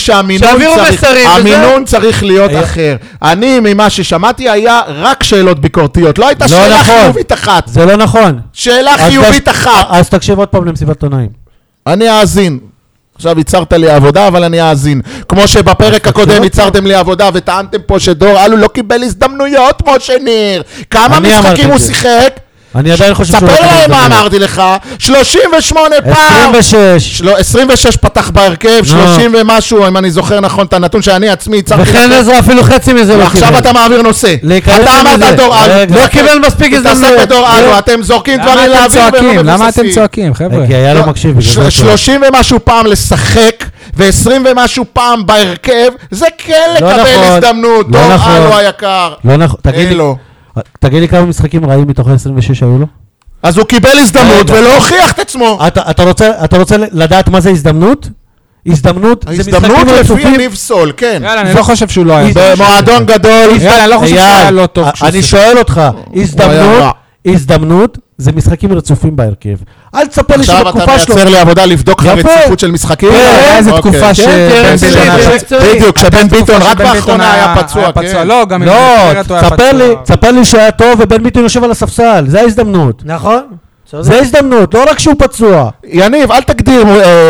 שהמינון צריך להיות אחר. אני ממה ששמעתי היה רק שאלות ביקורתיות, לא הייתה שאלה חיובית אחת. זה לא נכון. שאלה חיובית אחת. אז תקשיב עוד פעם למסיבת עיתונאים. אני אאזין. עכשיו ייצרת לי עבודה, אבל אני אאזין. כמו שבפרק הקודם ייצרתם לי עבודה וטענתם פה שדור אלו לא קיבל הזדמנויות, משה ניר. כמה משחקים הוא שיחק? אני עדיין חושב ספר להם מה אמרתי לך, 38 פעם. 26 פתח בהרכב, 30 ומשהו, אם אני זוכר נכון את הנתון שאני עצמי ייצרתי. וכן עזרה אפילו חצי מזה לא קיבל. עכשיו אתה מעביר נושא. אתה אמרת דור אלו. לא קיבל מספיק הזדמנות. דור אלו, אתם זורקים דברים לאוויר ולא מבוססים. למה אתם צועקים, חבר'ה? כי היה לא מקשיב. 30 ומשהו פעם לשחק, ו20 ומשהו פעם בהרכב, זה כן לקבל הזדמנות. דור אלו היקר. לא נכון, תגיד לי כמה משחקים רעים מתוך 26 היו לו? אז הוא קיבל הזדמנות ולא הוכיח את עצמו. אתה רוצה לדעת מה זה הזדמנות? הזדמנות זה משחקים רצופים. לפי ניב סול, כן. יאללה, אני לא חושב שהוא לא היה. במועדון גדול. יאללה, אני לא חושב שהוא היה לא טוב. אני שואל אותך, הזדמנות זה משחקים רצופים בהרכב. אל תספר לי שבתקופה שלו... עכשיו אתה מייצר לי עבודה לבדוק הרציפות של משחקים? איזה תקופה ש... בדיוק, כשבן ביטון רק באחרונה היה פצוע, כן. לא, גם... תספר לי שהיה טוב ובן ביטון יושב על הספסל, זה ההזדמנות. נכון. זה הזדמנות, לא רק שהוא פצוע. יניב, אל תגדיר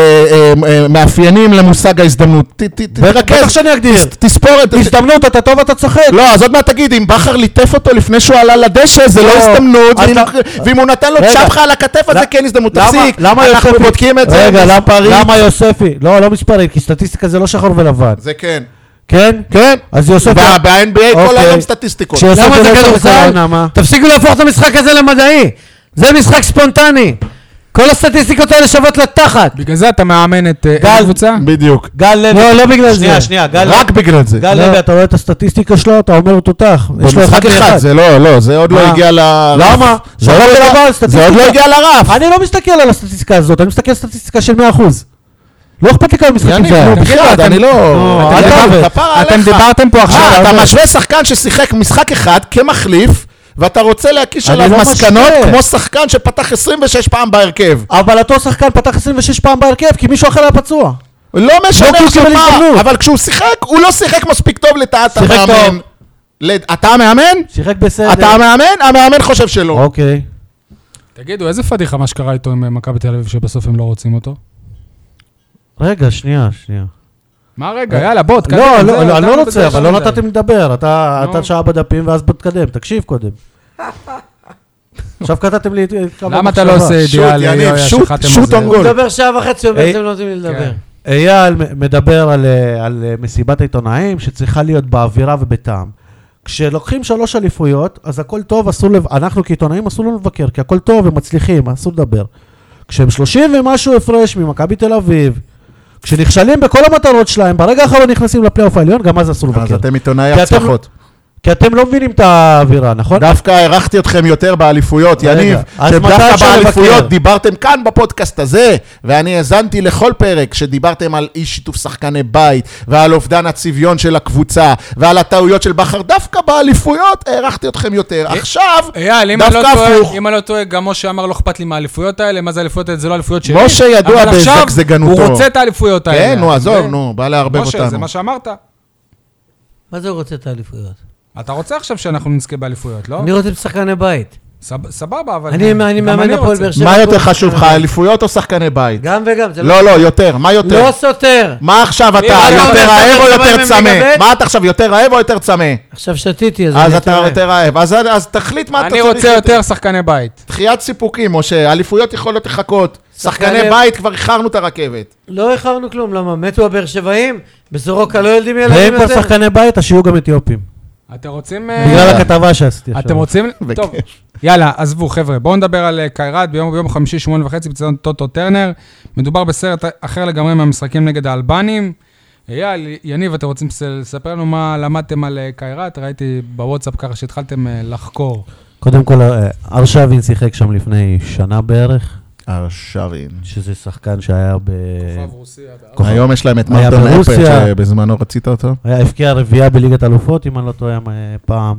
מאפיינים למושג ההזדמנות. בטח שאני אגדיר. תספור את... הזדמנות, אתה טוב, אתה צוחק. לא, אז עוד מה תגיד, אם בכר ליטף אותו לפני שהוא עלה לדשא, זה לא הזדמנות, ואם הוא נתן לו צ'פחה על הכתף, אז זה כן הזדמנות. תפסיק, אנחנו בודקים את זה במספרים. למה יוספי? לא מספרים, כי סטטיסטיקה זה לא שחור ולבן. זה כן. כן? כן. אז יוספי... ב-NBA כל היום סטטיסטיקות. למה זה כדורסל? תפסיקו להפוך את המשחק הזה למדעי. זה משחק ספונטני. כל הסטטיסטיקות האלה שוות לתחת. בגלל זה אתה מאמן את הקבוצה? בדיוק. גל לוי. לא בגלל זה. שנייה. רק בגלל זה. גל לוי, אתה רואה את הסטטיסטיקה שלו, אתה אומר אותו תח. יש לו אחד אחד. זה לא, זה עוד לא הגיע לרף. למה? זה עוד לא הגיע לרף. אני לא מסתכל על הסטטיסטיקה הזאת, אני מסתכל על סטטיסטיקה של 100%. לא אכפת לי כמה משחקים זה. אני לא... אתם דיברתם פה עכשיו. אתה משווה שחקן ששיחק משחק אחד כמחליף, ואתה רוצה להקיש עליו מסקנות כמו שחקן שפתח 26 פעם בהרכב. אבל אותו שחקן פתח 26 פעם בהרכב, כי מישהו אחר היה פצוע. לא משנה עכשיו מה, אבל כשהוא שיחק, הוא לא שיחק מספיק טוב לטעת המאמן. אתה המאמן? שיחק בסדר. אתה המאמן? המאמן חושב שלא. אוקיי. תגידו, איזה פדיחה מה שקרה איתו עם מכבי תל אביב שבסוף הם לא רוצים אותו? רגע, שנייה. מה רגע? יאללה, בוא, תקדם. לא, זהו, אני לא דנו רוצה, בזה אבל לא יותר נתתם לדבר. אתה נו. שעה בדפים ואז בוא תקדם, תקשיב קודם. עכשיו קטעתם לי כמה למה אתה לא עושה שוט, אידיאל, יניב, יויה, שוט, שחטתם שוט בזה? on הוא goal. מדבר שעה וחצי, היי. ובעצם לא נותנים לי לדבר. כן. אייל מדבר על מסיבת העיתונאים שצריכה להיות באווירה ובטעם. כשלוקחים 3 אליפויות, אז הכל טוב, אנחנו כעיתונאים אסור לנו לבקר, כי הכל טוב ומצליחים, אסור לדבר. כשהם 30 ומשהו הפרש ממכבי תל אביב, כשנכשלים בכל המטרות שלהם, ברגע האחרון נכנסים לפלייאוף העליון, גם אז אסור לבקר. אז אתם עיתונאי כי אתם- הצלחות. כי אתם לא מבינים את האווירה, נכון? דווקא הערכתי אתכם יותר באליפויות, רגע, יניב, אז מתי שדווקא אפשר באליפויות לבקר? דיברתם כאן בפודקאסט הזה, ואני האזנתי לכל פרק שדיברתם על אי שיתוף שחקני בית, ועל אובדן הצביון של הקבוצה, ועל הטעויות של בכר, דווקא באליפויות הערכתי אתכם יותר. עכשיו, אייל, אם דווקא הפוך. אני לא טועה, גם משה אמר לא אכפת לי מהאליפויות האלה, מה זה האליפויות האלה? זה לא האליפויות שלי. משה ידוע אבל עכשיו בזגזגנותו. הוא רוצה את האליפויות האלה. כן, נו, אתה עזוב, מבין? נו, בא לערבב משה, זה אותנו. מה שאמרת. מה זה הוא רוצה את האליפויות? אתה רוצה עכשיו שאנחנו נזכה באליפויות, לא? אני רוצה שחקני בית. סבבה, אבל... אני גם מאמן אני הפועל רוצה. באר שבע. מה יותר הפועל חשוב לך, שחקני בית. אליפויות או שחקני בית? גם וגם, זה לא, לא, יותר, מה יותר? לא סותר. מה עכשיו אתה, מה אתה יותר אומר, רעב או שבע יותר ימים צמא? לגבי? מה אתה עכשיו, יותר רעב או יותר צמא? עכשיו שתיתי, אז אני אתה יותר רעב, אז תחליט מה אתה אני צריך. רוצה יותר שחקני בית. דחיית סיפוקים, משה, אליפויות יכולות לחכות. שחקני בית כבר איחרנו את הרכבת. לא איחרנו כלום, למה? מתו הבאר שבעים? בסורוקה לא ילדים ואם ילדים כבר יותר? שחקני בית, אז שיהיו גם אתיופים. אתם רוצים... בגלל הכתבה שעשיתי עכשיו. אתם רוצים... בכיף. טוב, יאללה, עזבו, חבר'ה. בואו נדבר על קיירת ביום חמישי 8:30 בצדון טוטו טרנר. מדובר בסרט אחר לגמרי מהמשחקים נגד האלבנים. אייל, יניב, אתם רוצים לספר לנו מה למדתם על קיירת? ראיתי בוואטסאפ ככה שהתחלתם לחקור. קודם כל, ארשבין שיחק שם לפני שנה בערך, ארשבין. שזה שחקן שהיה רוסיה. היום יש להם את היה מרטון אפל, ברוסיה. שבזמנו רצית אותו. היה הבקיע רביעייה בליגת אלופות, אם אני לא טועה, פעם,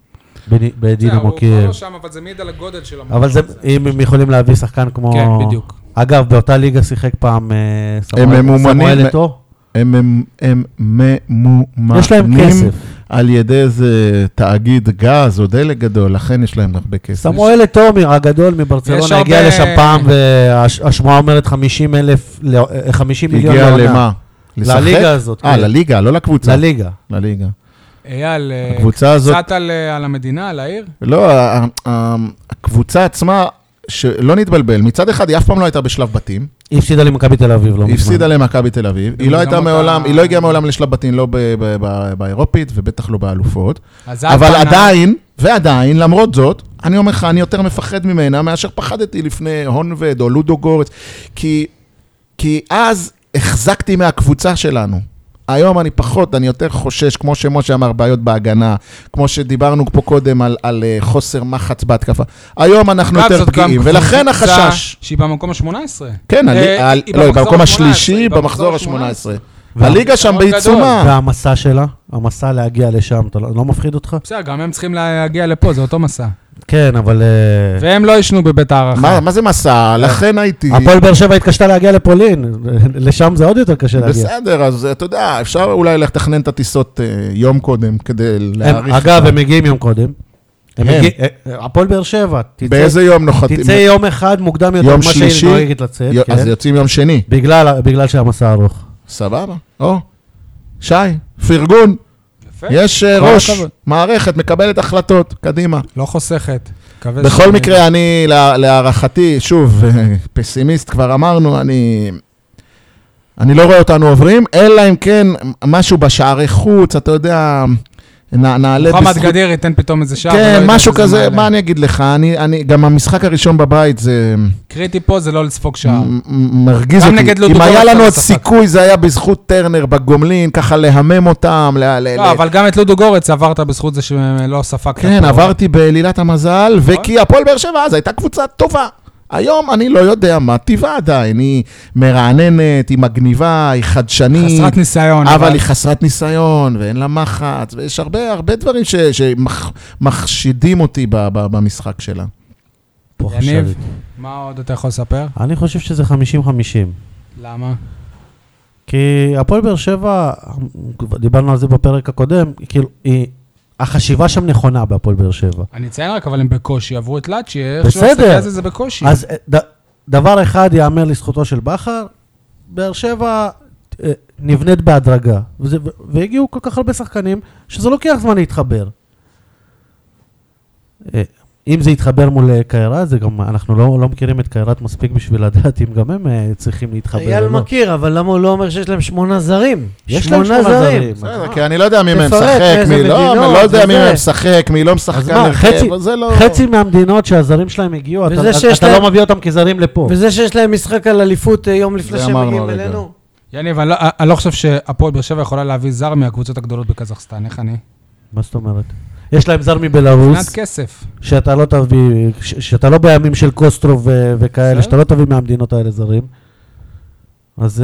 בדינמו קייב. לא שם, אבל זה מעיד על הגודל של המועדון. אבל זה, אם הם יכולים להביא שחקן כמו... כן, בדיוק. אגב, באותה ליגה שיחק פעם ממומנים- סמואל אתו. הם ממומנים יש להם כסף. על ידי איזה תאגיד גז או דלק גדול, לכן יש להם הרבה כסף. סמואל אתו הגדול יש מברצלונה הרבה- הגיע לשם פעם, והשמועה אומרת 50 מיליון הגיע לעונה. למה? לשחק? לליגה הזאת, כן. לליגה, לא לקבוצה. לליגה. לליגה. אייל, הקבוצה הזאת- קצת על המדינה, על העיר? לא, הקבוצה עצמה, שלא נתבלבל, מצד אחד היא אף פעם לא הייתה בשלב בתים, היא הפסידה למכבי תל אביב, לא היא מזמן. הפסידה למכבי תל אביב, היא לא הייתה מעולם, היא לא הגיעה מעולם לשלב בתים, לא באירופית ובטח לא באלופות, אז אבל על פניו- עדיין, למרות זאת, אני אומר לך, אני יותר מפחד ממנה מאשר פחדתי לפני הונבד או לודו גורץ, כי אז החזקתי מהקבוצה שלנו. היום אני פחות, אני יותר חושש, כמו שמשה אמר, בעיות בהגנה, כמו שדיברנו פה קודם על חוסר מחץ בהתקפה. היום אנחנו אגב, יותר זאת גם פגיעים, ולכן קבוצה החשש. שהיא במקום ה-18. כן, היא לא, היא במחזור במקום ה-18, השלישי, היא במחזור במחזור ה-18. הליגה שם מאוד בעיצומה. והמסע שלה, המסע להגיע לשם, אתה לא מפחיד אותך? בסדר, גם הם צריכים להגיע לפה, זה אותו מסע. כן, אבל... והם לא ישנו בבית הערכה. מה זה מסע? לכן הייתי... הפועל באר שבע התקשתה להגיע לפולין, לשם זה עוד יותר קשה להגיע. בסדר, אז אתה יודע, אפשר אולי לתכנן את הטיסות יום קודם, כדי להאריך. אגב, הם מגיעים יום קודם. הם. הפועל באר שבע, באיזה יום נוחתים? תצא יום אחד מוקדם יותר, יום מה שהיא שלישי? נוהגת לצאת, אז כן. יוצאים יום שני. בגלל שהמסע ארוך. סבבה. שי, פרגון. יפה. יש כל ראש, הכבוד. מערכת, מקבלת החלטות, קדימה. לא חוסכת. מקווה בכל שאני- מקרה, אני, להערכתי, שוב, פסימיסט כבר אמרנו, אני לא רואה אותנו עוברים, אלא אם כן משהו בשערי חוץ, אתה יודע, נעלה מוחמד גדיר ייתן פתאום איזה שער. ולא כן, ידע משהו שזה כזה, מעלה. מה אני אגיד לך, גם המשחק הראשון בבית זה קריטי פה זה לא לספוג שער. מרגיז גם אותי. נגד לודו אם היה גורץ לנו אתה עוד ספג. סיכוי, זה היה בזכות טרנר בגומלין, ככה להמם אותם. לא, אבל גם את לודו גורץ עברת בזכות זה שלא ספגת. כן, פה. עברתי בעלילת המזל, נכון. וכי הפועל באר שבע אז הייתה קבוצה טובה. היום אני לא יודע מה טבעה עדיין, היא מרעננת, היא מגניבה, היא חדשנית. חסרת ניסיון. אבל היא חסרת ניסיון, ואין לה מחץ, ויש הרבה דברים שמחשידים אותי במשחק שלה. פה יניב, חשבתי. מה עוד אתה יכול לספר? אני חושב שזה 50-50. למה? כי הפועל באר שבע, דיברנו על זה בפרק הקודם, כאילו, החשיבה שם נכונה בהפועל באר שבע. אני אציין רק, אבל הם בקושי, עברו את לצ'י, איך בסדר. שלא מסתכל על זה, זה בקושי. אז דבר אחד יאמר לזכותו של בכר, באר שבע נבנית בהדרגה, והגיעו כל כך הרבה שחקנים, שזה לוקח זמן להתחבר. אם זה יתחבר מול קיירת, זה גם, אנחנו לא מכירים את קיירת מספיק בשביל לדעת אם גם הם צריכים להתחבר. אייל מכיר, אבל למה הוא לא אומר שיש להם 8 זרים? יש להם 8 זרים. בסדר, כי אני לא יודע מי מהם משחק, מי לא, אני לא יודע מי מהם משחק, מי לא משחק. חצי מהמדינות שהזרים שלהם הגיעו, אתה לא מביא אותם כזרים לפה. וזה שיש להם משחק על אליפות יום לפני שהם מגיעים אלינו. יניב, אני לא חושב שהפועל באר שבע יכולה להביא זר מהקבוצות הגדולות בקזחסטן, איך אני? מה זאת אומרת? יש להם זר מבלרוס. מבחינת כסף. שאתה לא בימים של קוסטרוב וכאלה, שאתה לא תביא מהמדינות האלה זרים. אז...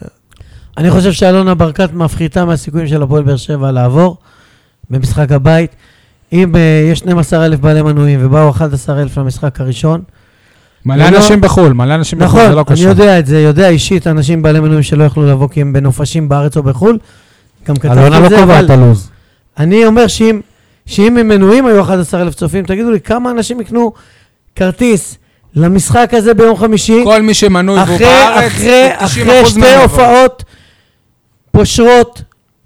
אני חושב שאלונה ברקת מפחיתה מהסיכויים של הפועל באר שבע לעבור במשחק הבית. אם יש 12,000 בעלי מנויים ובאו 11,000 למשחק הראשון. מלא אנשים בחול, נכון, זה לא קשור. אני יודע את זה, יודע אישית, אנשים בעלי מנויים שלא יכלו לבוא כי הם בנופשים בארץ או בחול. גם אלונה לא קובע את הלוז. אני אומר שאם הם מנויים היו 11,000 צופים, תגידו לי כמה אנשים יקנו כרטיס למשחק הזה ביום חמישי. כל מי שמנוי והוא בארץ, אחרי שתי הופעות פושרות,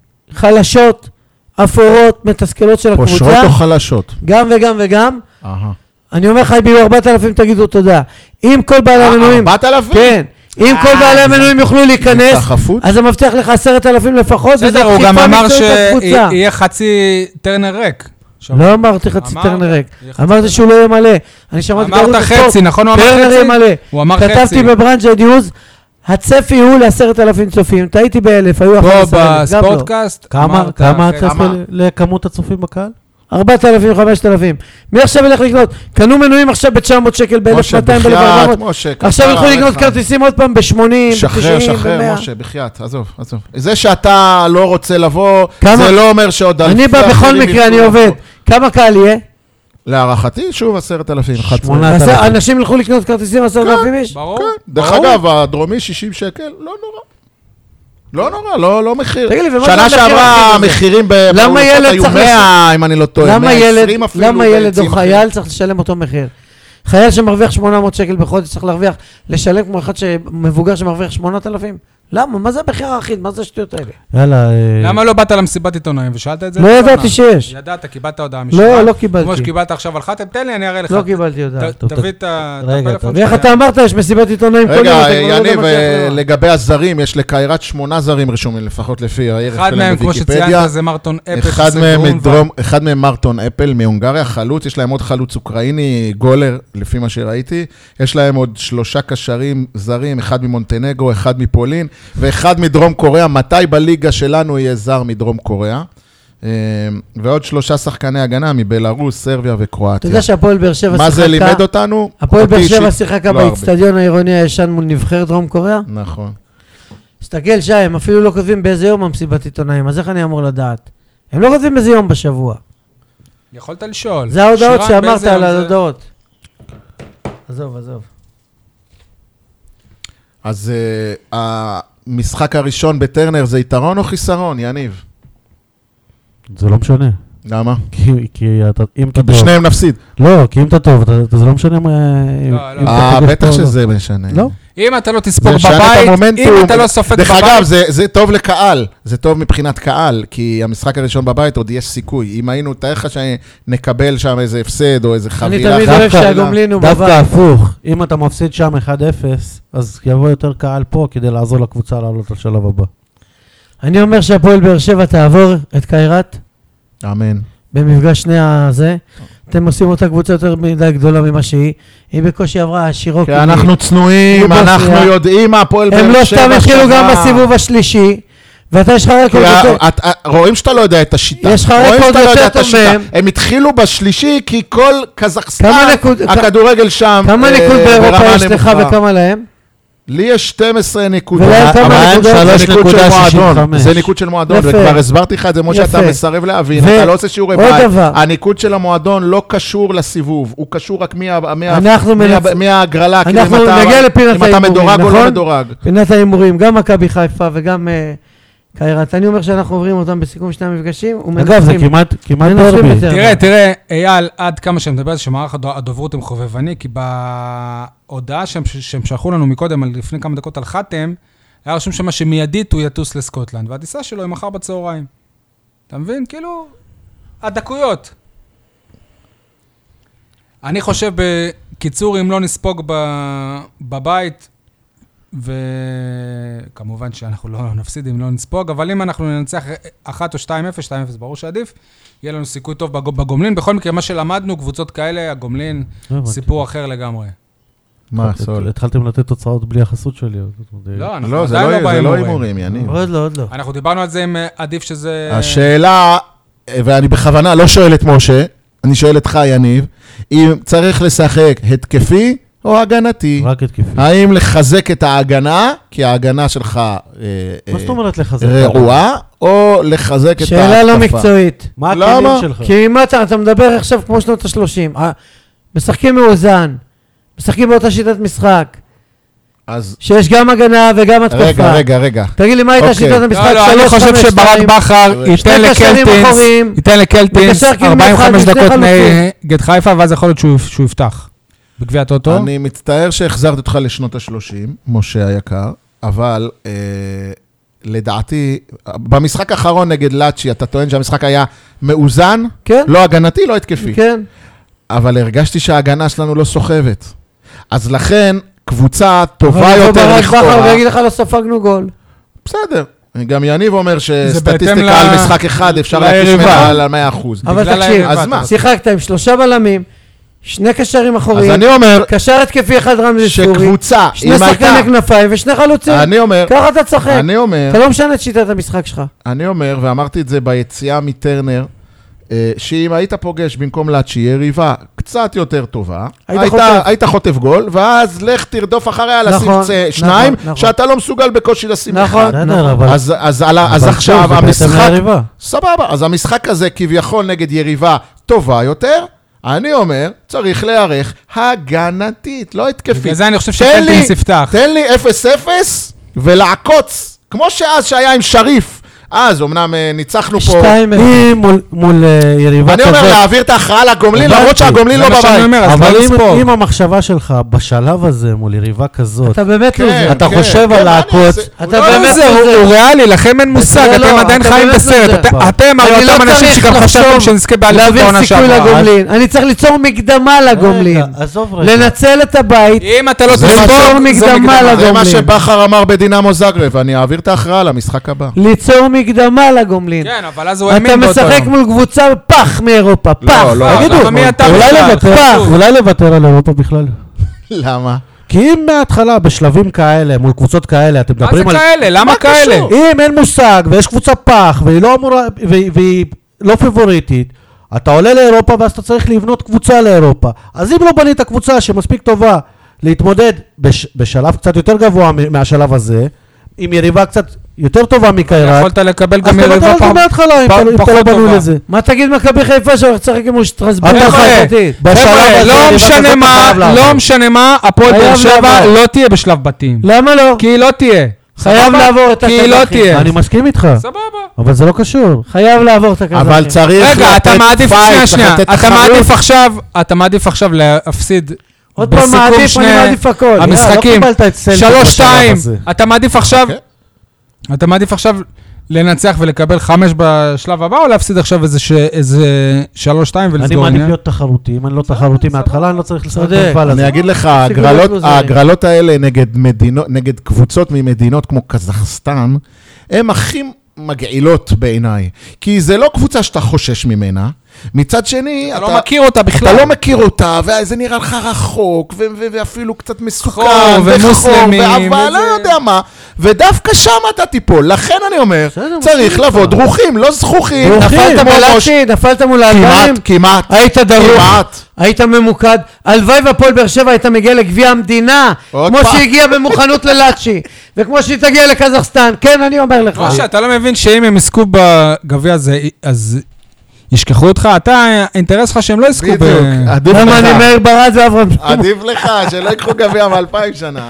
חלשות, אפורות, מתסכלות של הקבוצה. פושרות או חלשות? גם וגם וגם. אני אומר לך, ביו 4,000 תגידו תודה. אם כל בעלי המנויים... 4,000? כן. אם כל בעלי המנויים יוכלו להיכנס, אז זה מבטיח לך 10,000 לפחות, וזה הוא גם אמר שיהיה חצי טרנר ריק. לא אמרתי חצי טרנר ריק, אמרתי שהוא לא יהיה מלא. אמרת חצי, נכון הוא אמר חצי? טרנר יהיה מלא. הוא אמר חצי. כתבתי בברנג'ה דיוז, הצפי הוא ל10,000 צופים, טעיתי ב1,000, היו 11,000. פה בספורטקאסט. כמה הצפי לכמות הצופים בקהל? 4,000, 5,000. מי עכשיו ילך לקנות? קנו מנויים עכשיו ב-900 שקל, ב-1,200, ב-1,400. עכשיו ילכו לקנות כרטיסים עוד פעם ב-80, ב-90, שחרר, משה, בחייאת, עזוב. זה שאתה לא רוצה לבוא, זה לא אומר שעוד... אני בא בכל מקרה, אני עובד. כמה קהל יהיה? להערכתי, שוב 10,000, 8,000. אנשים ילכו לקנות כרטיסים 10,000 איש? ברור. דרך אגב, הדרומי 60 שקל, לא נורא. לא נורא, לא מחיר. שנה שעברה המחירים באורוחות היו 100, אם אני לא טועה, 120 אפילו. למה ילד או חייל צריך לשלם אותו מחיר? חייל שמרוויח 800 שקל בחודש צריך להרוויח, לשלם כמו אחד מבוגר שמרוויח 8,000? למה? מה זה המחיר האחיד? מה זה השטויות האלה? יאללה... למה לא באת למסיבת עיתונאים ושאלת את זה? לא ידעתי שיש. ידעת, קיבלת הודעה משם. לא קיבלתי. כמו שקיבלת עכשיו על חתם, תן לי, אני אראה לך. לא קיבלתי הודעה. תביא את הפלאפון. ואיך אתה אמרת, יש מסיבת עיתונאים כל יום. רגע, יניב, לגבי הזרים, יש לקיירת 8 זרים רשומים, לפחות לפי הערך אחד מהם, כמו שציינת, זה מרטון אפל. אחד מהם מרטון אפל מהונגריה, חלוץ, יש להם עוד חלוץ אוקראיני, גולר, לפי מה שראיתי. יש להם עוד 3 קשרים זרים, אחד ממונטנגרו, אחד מפולין, ואחד מדרום קוריאה. מתי בליגה שלנו יהיה זר מדרום קוריאה? ועוד 3 שחקני הגנה מבלרוס, סרביה וקרואטיה. אתה יודע שהפועל באר שבע שיחקה... מה זה לימד אותנו? הפועל באר שבע שיחקה באצטדיון העירוני הישן מול נבחרת דרום קוריאה? נכון. תסתכל שי, הם אפילו לא כותבים באיזה יום המסיבת עיתונאים, אז איך אני אמור לדעת? הם לא כותבים באיזה יום בשבוע. יכולת לשאול. זה ההודעות שאמרת על ההודעות. עזוב. אז המשחק הראשון בטרנר זה יתרון או חיסרון, יניב? זה לא משנה. למה? כי אם אתה טוב... בשניהם נפסיד. לא, כי אם אתה טוב, זה לא משנה בטח שזה משנה. לא. אם אתה לא תספוג בבית, אם אתה לא סופג בבית... דרך אגב, זה טוב לקהל, זה טוב מבחינת קהל, כי המשחק הראשון בבית עוד יש סיכוי. אם היינו, תאר לך שנקבל שם איזה הפסד או איזה חבילה. אני תמיד אוהב שהגומלין הוא בבית. דווקא הפוך, אם אתה מפסיד שם 1-0, אז יבוא יותר קהל פה כדי לעזור לקבוצה לעלות לשלב הבא. אני אומר שהפועל באר שבע תעבור את קיירת. אמן. במפגש שני הזה. אתם עושים אותה קבוצה יותר מדי גדולה ממה שהיא. היא בקושי עברה שירוק. כי אנחנו צנועים, אנחנו יודעים מה הפועל באר שבע. הם לא סתם התחילו גם בסיבוב השלישי. ואתה יש לך רקורד יותר... רואים שאתה לא יודע את השיטה. יש לך רקורד יותר טוב מהם. הם התחילו בשלישי כי כל קזחסטן, הכדורגל שם כמה ניקוד באירופה יש לך וכמה להם? לי יש 12 נקודות. זה ניקוד של מועדון, וכבר הסברתי לך את זה, כמו שאתה מסרב להבין, אתה לא עושה שיעורי בית. הניקוד של המועדון לא קשור לסיבוב, הוא קשור רק מההגרלה, אם אתה מדורג או לא מדורג. פינת ההימורים, גם מכבי חיפה וגם קיירת. אני אומר שאנחנו עוברים אותם בסיכום 2 המפגשים. אגב, זה כמעט דרבי. תראה, אייל, עד כמה שאני מדבר על זה שמערך הדוברות הם חובבני, כי בהודעה שהם שלחו לנו מקודם, לפני כמה דקות על חתם, היה רשום שמה שמיידית הוא יטוס לסקוטלנד, והטיסה שלו היא מחר בצהריים. אתה מבין? כאילו, הדקויות. אני חושב בקיצור, אם לא נספוג בבית, וכמובן שאנחנו לא נפסיד אם לא נספוג, אבל אם אנחנו ננצח 1 או 2-0, 2-0 ברור שעדיף, יהיה לנו סיכוי טוב בגומלין. בכל מקרה, מה שלמדנו, קבוצות כאלה, הגומלין, סיפור אחר לגמרי. מה, סול? התחלתם לתת תוצאות בלי החסות שלי. לא, אנחנו לא, עדיין לא זה לא בהימורים. הימורים, יניב. עוד לא. אנחנו דיברנו על זה אם עדיף שזה... השאלה, ואני בכוונה לא שואל את משה, אני שואל אותך, יניב, אם צריך לשחק התקפי או הגנתי. רק התקפי. האם לחזק את ההגנה, כי ההגנה שלך מה זאת אומרת לחזק? רעועה, או לחזק את ההתקפה? שאלה לא מקצועית. מה למה? הכלים שלך? כי מה אתה מדבר עכשיו כמו שנות ה-30. משחקים מאוזן, משחקים באותה שיטת משחק, אז שיש גם הגנה וגם התקפה. רגע. תגיד לי, מה הייתה אוקיי. שיטת המשחק? לא, אני חושב שברק בכר ייתן לקלטינס מקשר כאילו 45 אחד, דקות ושני נגד חיפה, ואז יכול להיות שהוא יפתח. בגביע הטוטו. אני מצטער שהחזרת אותך לשנות ה-30, משה היקר, אבל לדעתי, במשחק האחרון נגד לאצ'י, אתה טוען שהמשחק היה מאוזן, כן. לא הגנתי, לא התקפי. כן. אבל הרגשתי שההגנה שלנו לא סוחבת. אז לכן, קבוצה טובה אבל יותר ברק בכר לכאורה. ויגיד לך, לא ספגנו גול. בסדר. גם יניב אומר בהתאם שסטטיסטיקה על משחק אחד אפשר להקיש ליריבה. ממנה על 100%. אבל בגלל תקשיב, היריבה, אז מה? שיחקת עם 3 בלמים, 2 קשרים אז אחוריים, אני אומר קשר התקפי אחד רמזי ספורי, שקבוצה, 2 אם הייתה... שחקני כנפיים ו2 חלוצים. אני אומר, ככה אתה צחק. אתה לא משנה את שיטת המשחק שלך. אני אומר, ואמרתי את זה ביציאה מטרנר, שאם היית פוגש במקום לאצ'י יריבה קצת יותר טובה, היית חוטף גול, ואז לך תרדוף אחריה לשים 2, שאתה לא מסוגל בקושי לשים 1. אז עכשיו המשחק, סבבה, אז המשחק הזה כביכול נגד יריבה טובה יותר, אני אומר, צריך להיערך הגנתית, לא התקפית. בגלל זה אני חושב שקלטינס יפתח. תן לי 0-0 ולעקוץ, כמו שאז שהיה עם שריף. אז אמנם ניצחנו פה. 2 מול יריבה כזאת. אני אומר להעביר את ההכרעה לגומלין, למרות שהגומלין לא בבית. אבל אם המחשבה שלך בשלב הזה מול יריבה כזאת, אתה באמת לוזר. אתה חושב על העקוץ, אתה באמת הוא ריאלי, לכם אין מושג, אתם עדיין חיים בסרט. אתם הרי אותם אנשים שגם חשבתם שנזכה באליפות העונה סיכוי לגומלין. אני צריך ליצור מקדמה לגומלין. לנצל את הבית. אם אתה לא ליצור מקדמה לגומלין. זה מה שבכר אמר בדינמו זאגרב, אני אעביר את ההכרעה למשחק הבא. ליצור מקדמה לגומלין. כן, אבל אז הוא האמין באותו אתה משחק מול קבוצה פח מאירופה, פח. אולי לוותר על אירופה בכלל. למה? כי אם מההתחלה בשלבים כאלה, מול קבוצות כאלה, אתם מדברים על... מה זה כאלה? למה כאלה? אם אין מושג ויש קבוצה פח והיא לא אמורה, והיא לא פיבוריטית, אתה עולה לאירופה ואז אתה צריך לבנות קבוצה לאירופה. אז אם לא בנית קבוצה שמספיק טובה להתמודד בשלב קצת יותר גבוה מהשלב הזה, עם יריבה קצת יותר טובה מקיירת, יכולת לקבל גם אז יריבה תבטל מההתחלה אם אתה לא בנוי לזה. מה תגיד מכבי חיפה שהולך לשחק עם שטרסבורג? לא משנה מה, הפועל באר שבע לא תהיה בשלב בתים. למה לא? כי היא לא תהיה. חייב לעבור את כי היא לא תהיה. אני מסכים איתך. סבבה. אבל זה לא קשור. חייב לעבור את הקזחים. אבל צריך רגע, אתה מעדיף, שנייה, אתה מעדיף עכשיו להפסיד עוד פעם מעדיף, אני מעדיף הכל. המשחקים 3-2, אתה מעדיף עכשיו לנצח ולקבל 5 בשלב הבא, או להפסיד עכשיו איזה 3-2 ולסגור? אני מעדיף להיות תחרותי, אם אני לא תחרותי מההתחלה, אני לא צריך לשחק במפעל הזה. אני אגיד לך, ההגרלות האלה נגד קבוצות ממדינות כמו קזחסטן, הן הכי מגעילות בעיניי, כי זה לא קבוצה שאתה חושש ממנה, מצד שני, אתה לא מכיר אותה בכלל. אתה לא מכיר אותה, וזה נראה לך רחוק, ואפילו קצת מסוכן, ומוסלמים, אבל לא יודע מה, ודווקא שם אתה תיפול, לכן אני אומר, צריך לבוא דרוכים, לא זכוכים. נפלת מול האלבנים, כמעט, היית דרוך, היית ממוקד, הלוואי והפועל באר שבע היית מגיע לגביע המדינה, כמו שהגיע במוכנות ללאצ'י, וכמו שהיא תגיע לקזחסטן, כן, אני אומר לך. אתה לא מבין שאם הם יזכו בגביע הזה, אז ישכחו אותך, אתה, האינטרס לך שהם לא יזכו בדיוק, למה אני מאיר ברד ואברהם? עדיף לך, שלא יקחו גביע מ-2000 שנה.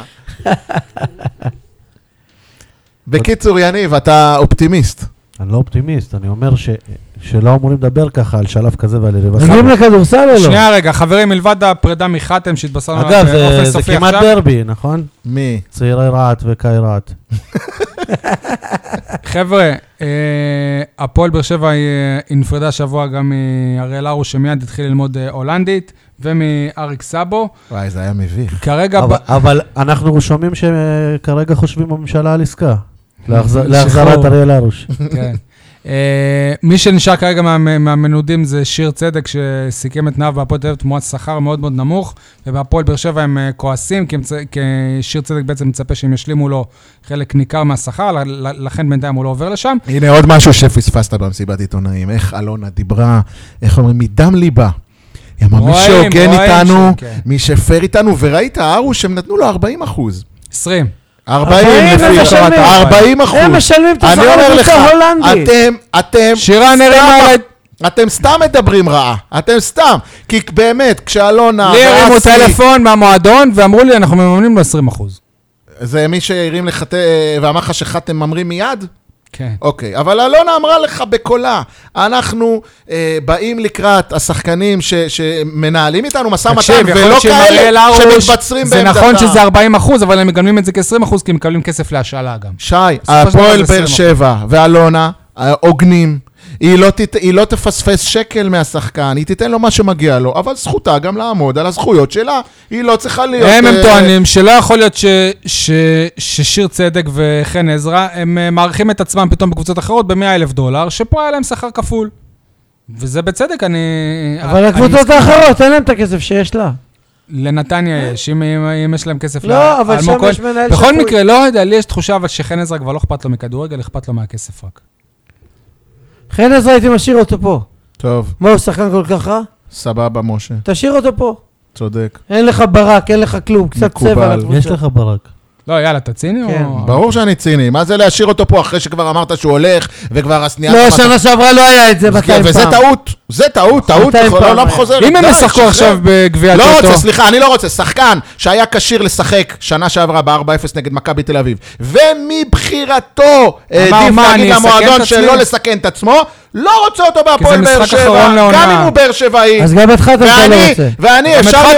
בקיצור, יניב, אתה אופטימיסט. אני לא אופטימיסט, אני אומר שלא אמורים לדבר ככה על שלב כזה ועל יריבה. מגיעים לכדורסל או לא? שנייה רגע, חברים, מלבד הפרידה מחתם שהתבשרנו אגב, באופן זה סופי כמעט עכשיו. דרבי, נכון? מי? צעירי רעת וקאי רעת. חבר'ה, הפועל באר שבע היא נפרדה השבוע גם מאריאל הרוש שמיד התחיל ללמוד הולנדית, ומאריק סאבו. וואי, זה היה מביך. כרגע... אבל אנחנו שומעים שכרגע חושבים בממשלה על עסקה. להחזרת אריאל הרוש. כן. מי שנשאר כרגע מהמנודים זה שיר צדק, שסיכם את תנאיו בהפועל תל אביב תמורת שכר מאוד מאוד נמוך, ובהפועל באר שבע הם כועסים, כי שיר צדק בעצם מצפה שהם ישלימו לו חלק ניכר מהשכר, לכן בינתיים הוא לא עובר לשם. הנה עוד משהו שפספסת במסיבת עיתונאים, איך אלונה דיברה, איך אומרים, מדם ליבה. היא אמרה, מי שהוגן איתנו, מי שפר איתנו, וראית, הרוש, שהם נתנו לו 40%. 20. 40 אחוז. הם משלמים את השכר בקבוצה הולנדית. אתם שירה נרימה אליי. אתם סתם מדברים רעה. אתם סתם. כי באמת, כשאלונה... לי הרימו טלפון מהמועדון, ואמרו לי, אנחנו מממנים לו 20%. זה מי שהרים לך ואמר לך שחתם ממרים מיד? כן. אוקיי, אבל אלונה אמרה לך בקולה, אנחנו באים לקראת השחקנים שמנהלים איתנו מסע מתן, ולא כאלה שמתבצרים בעמדתה. זה נכון שזה 40%, אבל הם מגלמים את זה כ-20%, כי הם מקבלים כסף להשאלה גם. שי, הפועל באר שבע ואלונה, עוגנים, היא לא תפספס שקל מהשחקן, היא תיתן לו מה שמגיע לו, אבל זכותה גם לעמוד על הזכויות שלה, היא לא צריכה להיות... הם טוענים שלא יכול להיות ששיר צדק וחן עזרא, הם מעריכים את עצמם פתאום בקבוצות אחרות ב$100,000, שפה היה להם שכר כפול. וזה בצדק, אבל הקבוצות האחרות, אין להם את הכסף שיש לה. לנתניה יש, אם יש להם כסף... לא, אבל שם יש מנהל שפוי. בכל מקרה, לא יודע, לי יש תחושה, אבל שחן עזרא כבר לא אכפת לו מכדורגל, אכפת לו מהכסף רק. חן עזרא הייתי משאיר אותו פה. טוב. מה, הוא שחקן כל כך רע? סבבה, משה. תשאיר אותו פה. צודק. אין לך ברק, אין לך כלום, קצת צבע על הקבוצה. יש לך ברק. לא, יאללה, אתה ציני כן. או... ברור שאני ציני. מה זה להשאיר אותו פה אחרי שכבר אמרת שהוא הולך, וכבר הסנייה... לא, שנה שעברה לא היה את זה 200 פעם. וזה טעות. זה טעות, לעולם חוזרת. אם הם ישחקו עכשיו בגביע לא טוטו... רוצה, סליחה, אני לא רוצה. שחקן שהיה כשיר לשחק שנה שעברה ב-4-0 נגד מכבי תל אביב, ומבחירתו עדיף להגיד למועדון שלא לסכן את עצמו, לא רוצה אותו בהפועל באר שבע, גם אם הוא באר שבעי. אז גם את חתם אתה לא רוצה. ואני,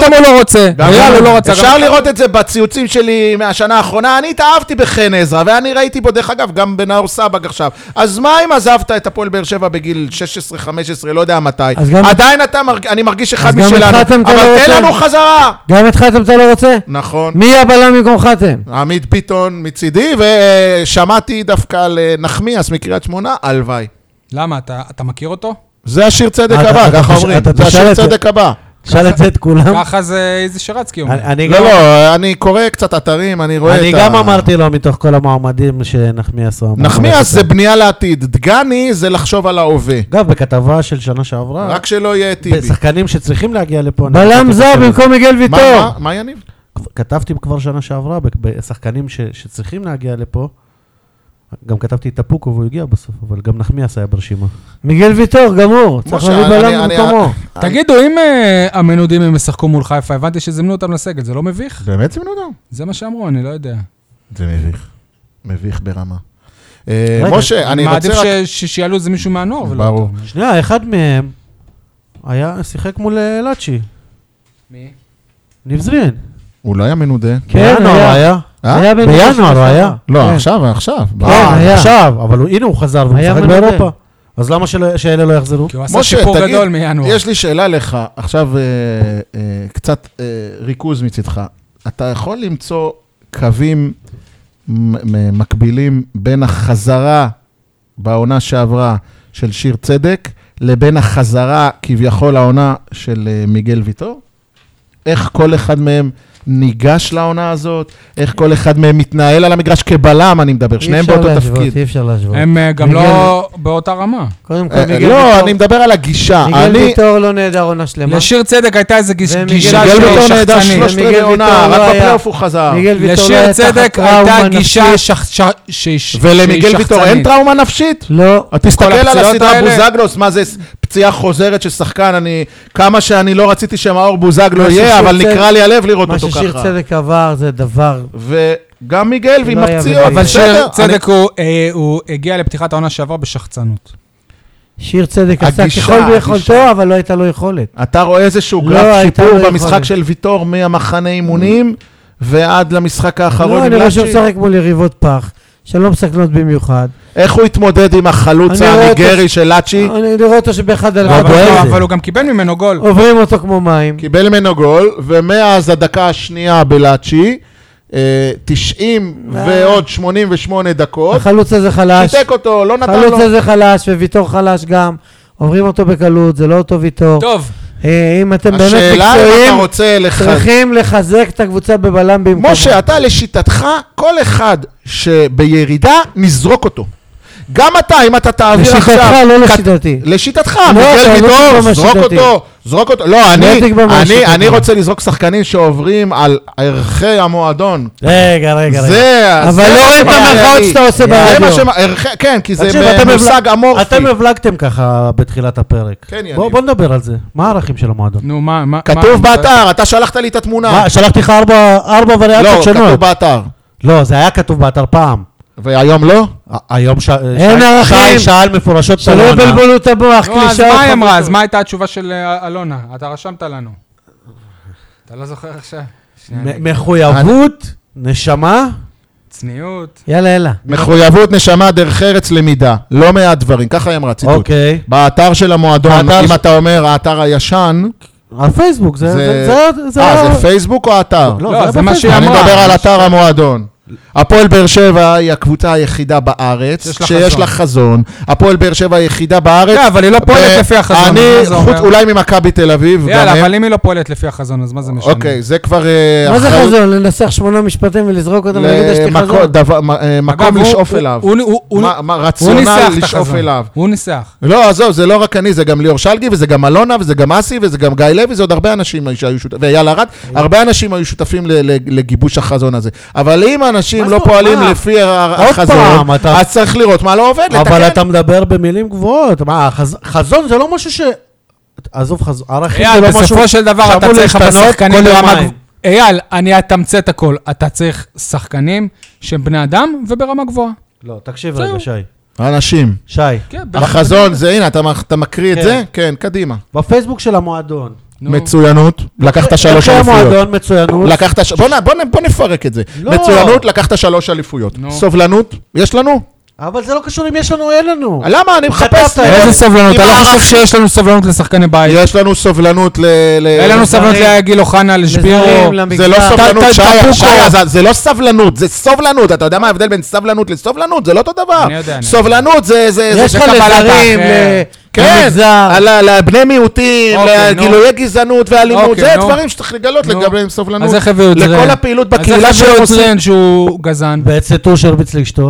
אפשר לראות את זה בציוצים שלי מהשנה האחרונה, אני התאהבתי בחן עזרא, ואני ראיתי בו דרך אגב, גם בנאור סבג עכשיו. אז מה אם עזבת את הפועל באר שבע בגיל 16-15, לא יודע מתי? עדיין אני מרגיש אחד משלנו, אבל תן לנו חזרה. גם את חתם אתה לא רוצה? נכון. מי הבלם במקום חתם? עמית ביטון מצידי, ושמעתי דווקא על נחמיאס מקריית שמונה, הלוואי. למה? אתה מכיר אותו? זה השיר צדק הבא, ככה אומרים. זה השיר צדק הבא. שאל את זה את כולם. ככה זה איזה שרצקי אומר. לא, אני קורא קצת אתרים, אני רואה את ה... אני גם אמרתי לו מתוך כל המועמדים שנחמיאס הוא... נחמיאס זה בנייה לעתיד, דגני זה לחשוב על ההווה. אגב, בכתבה של שנה שעברה... רק שלא יהיה טיבי. שחקנים שצריכים להגיע לפה... בלם זר במקום מיגל ויטור. מה יניב? כתבתי כבר שנה שעברה, בשחקנים שצריכים להגיע לפה, גם כתבתי את טפוקו והוא הגיע בסוף, אבל גם נחמיאס היה ברשימה. מיגל ויטור, גמור, צריך להביא בלם במקומו. תגידו, אם המנודים הם ישחקו מול חיפה, הבנתי שזימנו אותם לסגל, זה לא מביך? באמת זימנו אותם? זה מה שאמרו, אני לא יודע. זה מביך. מביך ברמה. משה, אני רוצה רק... מעדיף שיעלו איזה מישהו מהנוער. ברור. שנייה, אחד מהם היה שיחק מול לאצ'י. מי? ניב זרין. הוא לא היה מנודה. כן, היה. בינואר היה. לא, עכשיו. עכשיו, אבל הנה הוא חזר והוא משחק באירופה. אז למה שאלה לא יחזרו? כי הוא עשה שיפור גדול מינואר. יש לי שאלה לך, עכשיו קצת ריכוז מצדך. אתה יכול למצוא קווים מקבילים בין החזרה בעונה שעברה של שיר צדק, לבין החזרה כביכול העונה של מיגל ויטור? איך כל אחד מהם ניגש לעונה הזאת, איך כל אחד מהם מתנהל על המגרש כבלם, אני מדבר, שניהם באותו תפקיד. אי אפשר להשוות. הם גם לא באותה רמה. קודם כל, מיגל לא, ויטור. אני מדבר על הגישה. מיגל ויטור לא נהדר עונה שלמה. לשיר צדק הייתה איזה גישה מיגל ויטור נהדר שחצנית. 3 עונה, רק בפלייאוף הוא חזר. לשיר צדק הייתה גישה ולמיגל ויטור אין טראומה נפשית? לא. תסתכל על הסדרה בוזגלוס, מה זה פציעה חוזרת של שחקן, כמה שאני לא רציתי שמאור בוזגלו יהיה, אבל נקרא לי הלב לראות אותו ככה. מה ששיר צדק עבר זה דבר... וגם מיגל ועם הפציעות. אבל שיר צדק הוא הגיע לפתיחת העונה שעבר בשחצנות. שיר צדק עשה הגישה, ככל ביכולתו, הגישה. אבל לא הייתה לו יכולת. אתה רואה איזשהו לא, גרף הייתה שיפור לו במשחק יכולת. של ויטור מהמחנה אימונים ועד למשחק האחרון לא, עם אני רואה שהוא לאצ'י? משחק מול יריבות פח, שלא מסכנות במיוחד. איך הוא התמודד עם החלוץ אני רואה הניגרי אותו- של לאצ'י? אני רואה אותו שבאחד על אבל- אחד אבל הוא גם קיבל ממנו גול. עוברים אותו כמו מים. קיבל ממנו גול, ומאז הדקה השנייה בלאצ'י, 90 ועוד 88 דקות, החלוץ הזה חלש. שיתק אותו, לא נתן החלוץ לו. הזה חלש, וויטור חלש גם. עוברים אותו בקלות, זה לא אותו ויטור. טוב, אם אתם באמת השאלה אם אתה מקצועיים, רוצה צריכים לחזק את הקבוצה בבלם במקום. משה, אתה לשיטתך, כל אחד שבירידה, נזרוק אותו. גם אתה, אם אתה תעביר עכשיו... לשיטתך, לא לשיטתי. לשיטתך, לא, מיגל אתה לא ויטור, תקבע זרוק שיטתי. אותו, זרוק אותו. לא, תקבע מה שיטתי. אני רוצה לזרוק שחקנים שעוברים על ערכי המועדון. רגע. זה אבל לא רואה את המרכאות שאתה עושה זה ברדיו. מה כן, כי זה תקשיב, אתם מושג אמורפי. אתם הבלגתם ככה בתחילת הפרק. כן, יניב. בוא נדבר על זה. מה הערכים של המועדון? נו, מה... כתוב מה- באתר, אתה שלחת לי את התמונה. מה, שלחתי לך ארבע לא, וריאציות כתוב שונות. באתר. לא, זה היה כתוב באתר פעם. והיום לא? היום אין ערכים. שי שאל מפורשות את שלא אלונה. יבלבלו את המוח, נו, אז קלישאות. מה היא אמרה? חמודות. אז מה הייתה התשובה של אלונה? אתה רשמת לנו. אתה לא זוכר עכשיו? שנייה, מחויבות, נשמה, צניעות. יאללה. מחויבות, נשמה, דרך ארץ, למידה. לא מעט דברים, ככה היא אמרה, ציטוט. אוקיי. באתר של המועדון, האתר אם ש- אתה אומר האתר הישן, הפייסבוק, זה זה פייסבוק או אתר? לא, זה מה בפייסבוק. שהיא אני אמרה. מדבר על אתר המועדון. הפועל באר שבע היא הקבוצה היחידה בארץ שיש לה שיש חזון. לה חזון. הפועל באר שבע היחידה בארץ. לא, אבל היא לא פועלת לפי החזון, אני, מה זה אומר? חוץ אולי ממכבי תל אביב, גם יאללה, הם. אבל אם היא לא פועלת לפי החזון, אז מה זה משנה? אוקיי, זה כבר... מה זה אחריות חזון? לנסח 8 משפטים ולזרוק אותם ולהגיד יש לי חזון? מקום אגב, לשאוף הוא- אליו. הוא ניסח רציונל את לשאוף החזון. אליו. הוא ניסח. לא, עזוב, זה לא רק אני, זה גם ליאור שלגי, וזה גם אלונה, וזה גם אסי, וזה גם גיא לוי, זה עוד הרבה אנשים שהיו שותפים, ואייל ארד, הרבה אנשים היו שותפים לגיבוש החזון הזה. אבל אם אנשים מה לא זאת- פועלים מה? לפי עוד החזון, פעם, אתה- אז צריך לראות מה לא עובד, אבל לתקן. אתה מדבר במילים גבוהות. מה, חזון זה לא משהו ש... עזוב חזון, ערכים זה אייל, לא משהו... בסופו של דבר אתה שאמור צריך להשתנות בשחקנים כל ברמה... יומיים. אייל, אני אתמצת הכל. אתה צריך שחקנים שהם בני אדם וברמה גבוהה. לא, תקשיב זהו. רגע, שי. אנשים. שי, כן, החזון זה, הנה, אתה מקריא את כן. זה? כן, קדימה. בפייסבוק של המועדון. נו. מצוינות, לקחת 3 ערכי אליפויות. המועדון, מצוינות. לקחת... בוא נפרק את זה. לא. מצוינות, לקחת 3 אליפויות. נו. סובלנות, יש לנו? אבל זה לא קשור אם יש לנו או אין לנו. למה? אני מחפש... כתבת, איזה סובלנות? עם אתה לא חושב הערכים. שיש לנו סובלנות לשחקני בית? יש לנו סובלנות אין לנו סובלנות לזרים. לגיל אוחנה, לשבירו. לזרים, למגזר. זה לא סובלנות, טפוקו. זה לא סבלנות, זה סובלנות. אתה יודע מה ההבדל בין סבלנות לסובלנות? זה לא אותו דבר. אני יודע. סובלנות זה... יש לך קבלת לזרים, האחר. כן, למגזר. לבני מיעוטים, אוקיי, נו. לגילויי גזענות ואלימות, אוקיי, זה נו. דברים שצריך לגלות נו. לגבי סובלנות. אז איך הביאו את זה? לכל הפעילות אז בקהילה איך שהם הביאו את עושים. זרן שהוא גזען? ואת סטור שהרביץ לאשתו.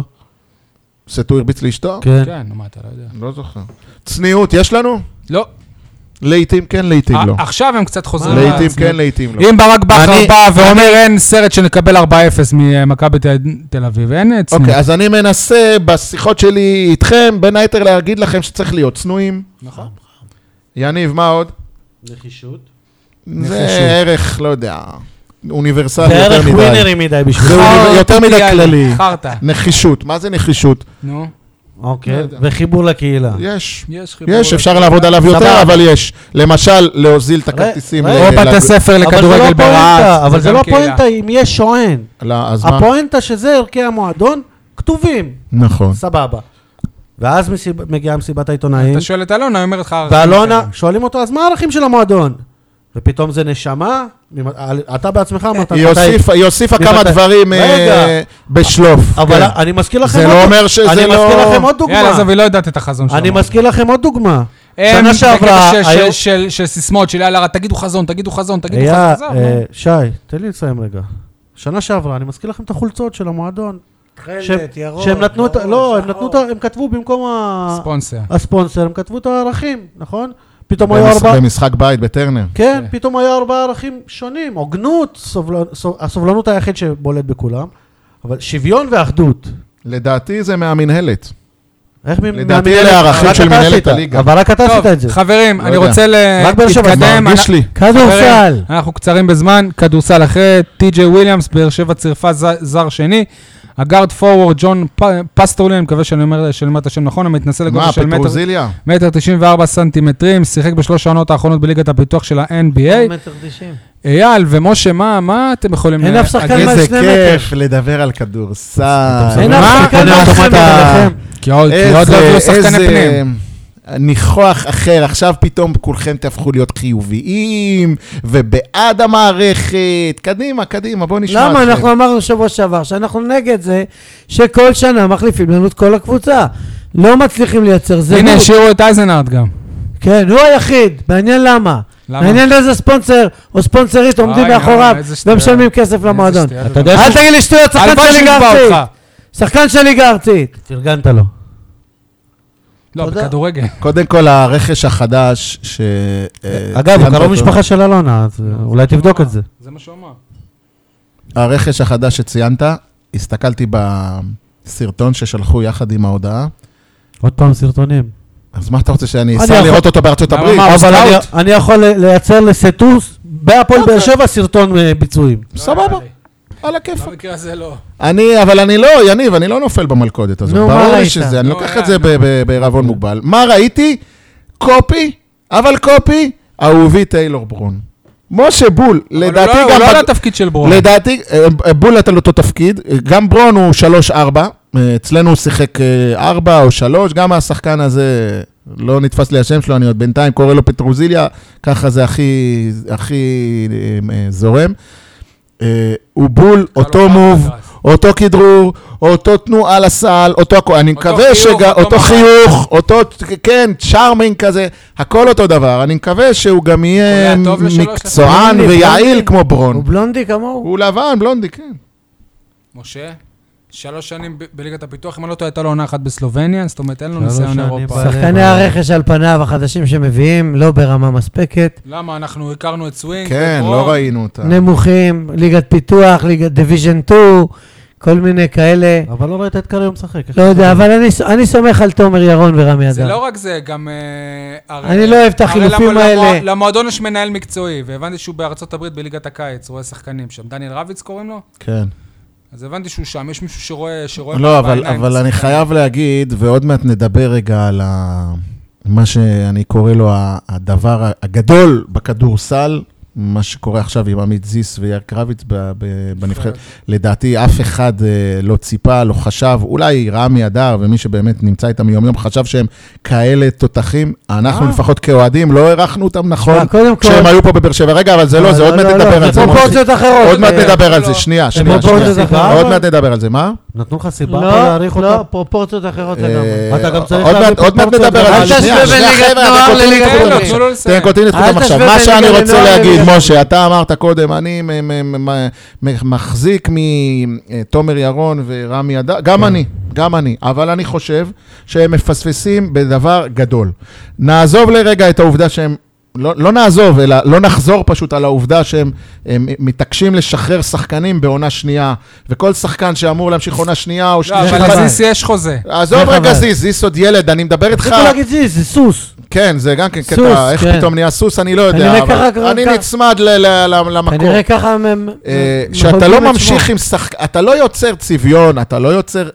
סטו הרביץ לאשתו? כן. כן, נו מה, אתה לא יודע. לא זוכר. צניעות, יש לנו? לא. לעתים כן, לעתים לא. עכשיו הם קצת חוזרים. לעתים לעצמם. כן, לעתים לא. אם ברק בכר אני- בא ואומר אין סרט שנקבל 4-0 ממכבי תל אביב, אין צניעות. אוקיי, אז אני מנסה בשיחות שלי איתכם, בין היתר להגיד לכם שצריך להיות צנועים. נכון. יניב, מה עוד? נחישות. זה ערך, לא יודע, אוניברסלי זה יותר ערך מדי. ווינרי מדי בשביל... זה יותר מדי אידיאלי, כללי. חרטא. נחישות, מה זה נחישות? נו, אוקיי, יודע. וחיבור לקהילה. יש. יש חיבור. יש, אפשר לעבוד עליו יותר, סבבה. אבל יש. למשל, להוזיל את הכרטיסים. רגע. או בתי ספר אבל זה לא לכדורגל הפואנטה, ברעץ. אבל זה גם לא קהילה. הפואנטה אם יש שוען. לא, אז מה? הפואנטה שזה ערכי המועדון, כתובים. נכון. סבבה. ואז מגיעה מסיבת העיתונאים, אתה שואל את אלונה, היא אומרת לך... ערכים ואלונה, אחרים. שואלים אותו, אז מה הערכים של המועדון? ופתאום זה נשמה, אתה בעצמך אמרת, היא הוסיפה כמה ממתי- דברים רגע. בשלוף. אבל כן. אני מזכיר לכם זה עוד לא דוגמה. אומר שזה אני לא... מזכיר לכם עוד יאללה, דוגמה. עזוב, היא לא יודעת את החזון שלנו. אני מזכיר לכם עוד דוגמה. הם שנה שעברה, בקטע היו- של סיסמאות של יאללה, תגידו חזון, תגידו חזון, תגידו היה, חזון. עזוב, נו. שי, תן לי לסיים רגע. שנה שעברה, אני מזכיר לכם את החולצות של המועדון. תכלת, ירוק, שהם נתנו את... ירוק, לא, שחור. הם כתבו במקום ספונסר. הספונסר, הם כתבו את הערכים, נכון? פתאום היו 4... במשחק בית בטרנר. כן, פתאום היו 4 ערכים שונים. הוגנות, הסובלנות היחיד שבולט בכולם, אבל שוויון ואחדות. לדעתי זה מהמנהלת. איך לדעתי אלה הערכים של מנהלת הליגה. אבל רק אתה עשית טוב, את זה. חברים, לא אני יודע. רוצה רק באר שבע, להתקדם. מרגיש לי. כדורסל. אנחנו קצרים בזמן, כדורסל אחרי, טי.ג'יי וויליאמס, באר שבע צירפה זר שני. הגארד פורוורד, ג'ון פסטורלי, אני מקווה שאני אומר את השם נכון, המתנסה לגודל של פטרוזיליה? 1.94 סנטימטרים, שיחק בשלוש העונות האחרונות בליגת הפיתוח של ה-NBA. 1.90. אייל ומשה, מה אתם יכולים אין אף שחקן מעל 2 מטר. איזה כיף לדבר על כדורסל. אין אף שחקן מעל 2 מטר. כי עוד לא שחקני פנים. ניחוח אחר, עכשיו פתאום כולכם תהפכו להיות חיוביים, ובעד המערכת, קדימה, בוא נשמע. למה? אנחנו אמרנו שבוע שעבר, שאנחנו נגד זה, שכל שנה מחליפים לנו את כל הקבוצה. לא מצליחים לייצר זהות. הנה, השאירו את אייזנארט גם. כן, הוא היחיד, מעניין למה. מעניין איזה ספונסר או ספונסרית עומדים מאחוריו, ומשלמים כסף למועדון. אל תגיד לי שטויות, שחקן של ליגה ארצית. שחקן של ליגה ארצית. פרגנת לו. לא, בכדורגל. קודם כל, הרכש החדש ש... אגב, הוא קרוב משפחה של אלונה, אז אולי תבדוק את זה. זה מה שהוא אמר. הרכש החדש שציינת, הסתכלתי בסרטון ששלחו יחד עם ההודעה. עוד פעם סרטונים. אז מה אתה רוצה שאני אסע לראות אותו בארצות הברית? אבל אני יכול לייצר לסטוס בהפועל באר שבע סרטון ביצועים. סבבה, על הכיף. במקרה הזה לא. אבל אני לא, יניב, אני לא נופל במלכודת הזאת. ברור לי שזה, אני לוקח את זה בערבון מוגבל. מה ראיתי? קופי, אהובי טיילור ברון. משה בול, לדעתי גם... הוא לא על התפקיד של ברון. לדעתי, בול נתן אותו תפקיד, גם ברון הוא 3-4, אצלנו הוא שיחק 4 או 3, גם השחקן הזה לא נתפס לי השם שלו, אני עוד בינתיים קורא לו פטרוזיליה, ככה זה הכי זורם. הוא בול, אותו מוב, אותו כדרור, אותו תנועה לסל, אני מקווה אותו חיוך, אותו, כן, צ'ארמינג כזה, הכל אותו דבר. אני מקווה שהוא גם יהיה מקצוען ויעיל כמו ברון. הוא בלונדי כמוהו. הוא לבן, בלונדי, כן. משה, 3 שנים בליגת הפיתוח, אם אני לא טועה, הייתה לו עונה אחת בסלובניה, זאת אומרת, אין לו ניסיון אירופה. שחקני הרכש על פניו, החדשים שמביאים, לא ברמה מספקת. למה? אנחנו הכרנו את סווינג. כן, לא ראינו אותה. נמוכים, ליגת פיתוח, ליגת דיוויז'ן 2, כל מיני כאלה. אבל לא ראית את קריום משחק. לא יודע, אבל אני סומך על תומר ירון ורמי אדר. זה לא רק זה, גם... אני לא אוהב את החילופים האלה. למועדון יש מנהל מקצועי, והבנתי שהוא בארצות הברית בליגת הקיץ, רואה שחקנים שם. דניאל רביץ קוראים לו? כן. אז הבנתי שהוא שם, יש מישהו שרואה... לא, אבל אני חייב להגיד, ועוד מעט נדבר רגע על מה שאני קורא לו הדבר הגדול בכדורסל, מה שקורה עכשיו עם עמית זיס ויאיר קרביץ בנבחרת. לדעתי אף אחד לא ציפה, לא חשב, אולי רמי אדר ומי שבאמת נמצא איתם יום חשב שהם כאלה תותחים. אנחנו לפחות כאוהדים לא הערכנו אותם נכון כשהם היו פה בבאר שבע. רגע, אבל זה לא, זה עוד מעט נדבר על זה. פרופורציות אחרות. עוד מעט נדבר על זה, שנייה. עוד מעט נדבר על זה, מה? נתנו לך סיבה להעריך אותם? לא, פרופורציות אחרות לגמרי. אתה גם צריך עוד מעט נדבר על זה, שנייה. תן קוטין את כולם עכשיו. מה שאני רוצה להגיד, משה, אתה אמרת קודם, אני מחזיק מתומר ירון ורמי אדר, גם אני, אבל אני חושב שהם מפספסים בדבר גדול. נעזוב לרגע את העובדה שהם, לא נעזוב, אלא לא נחזור פשוט על העובדה שהם מתעקשים לשחרר שחקנים בעונה שנייה, וכל שחקן שאמור להמשיך עונה שנייה או שלישית. לא, אבל לזיס יש חוזה. עזוב רגע זיס עוד ילד, אני מדבר איתך. תפסיקו להגיד זיס, זה סוס. כן, זה גם כן קטע, איך פתאום נהיה סוס, אני לא יודע, אבל אני נצמד למקום. כנראה ככה שאתה לא ממשיך עם שחקן, אתה לא יוצר צביון, אתה לא יוצר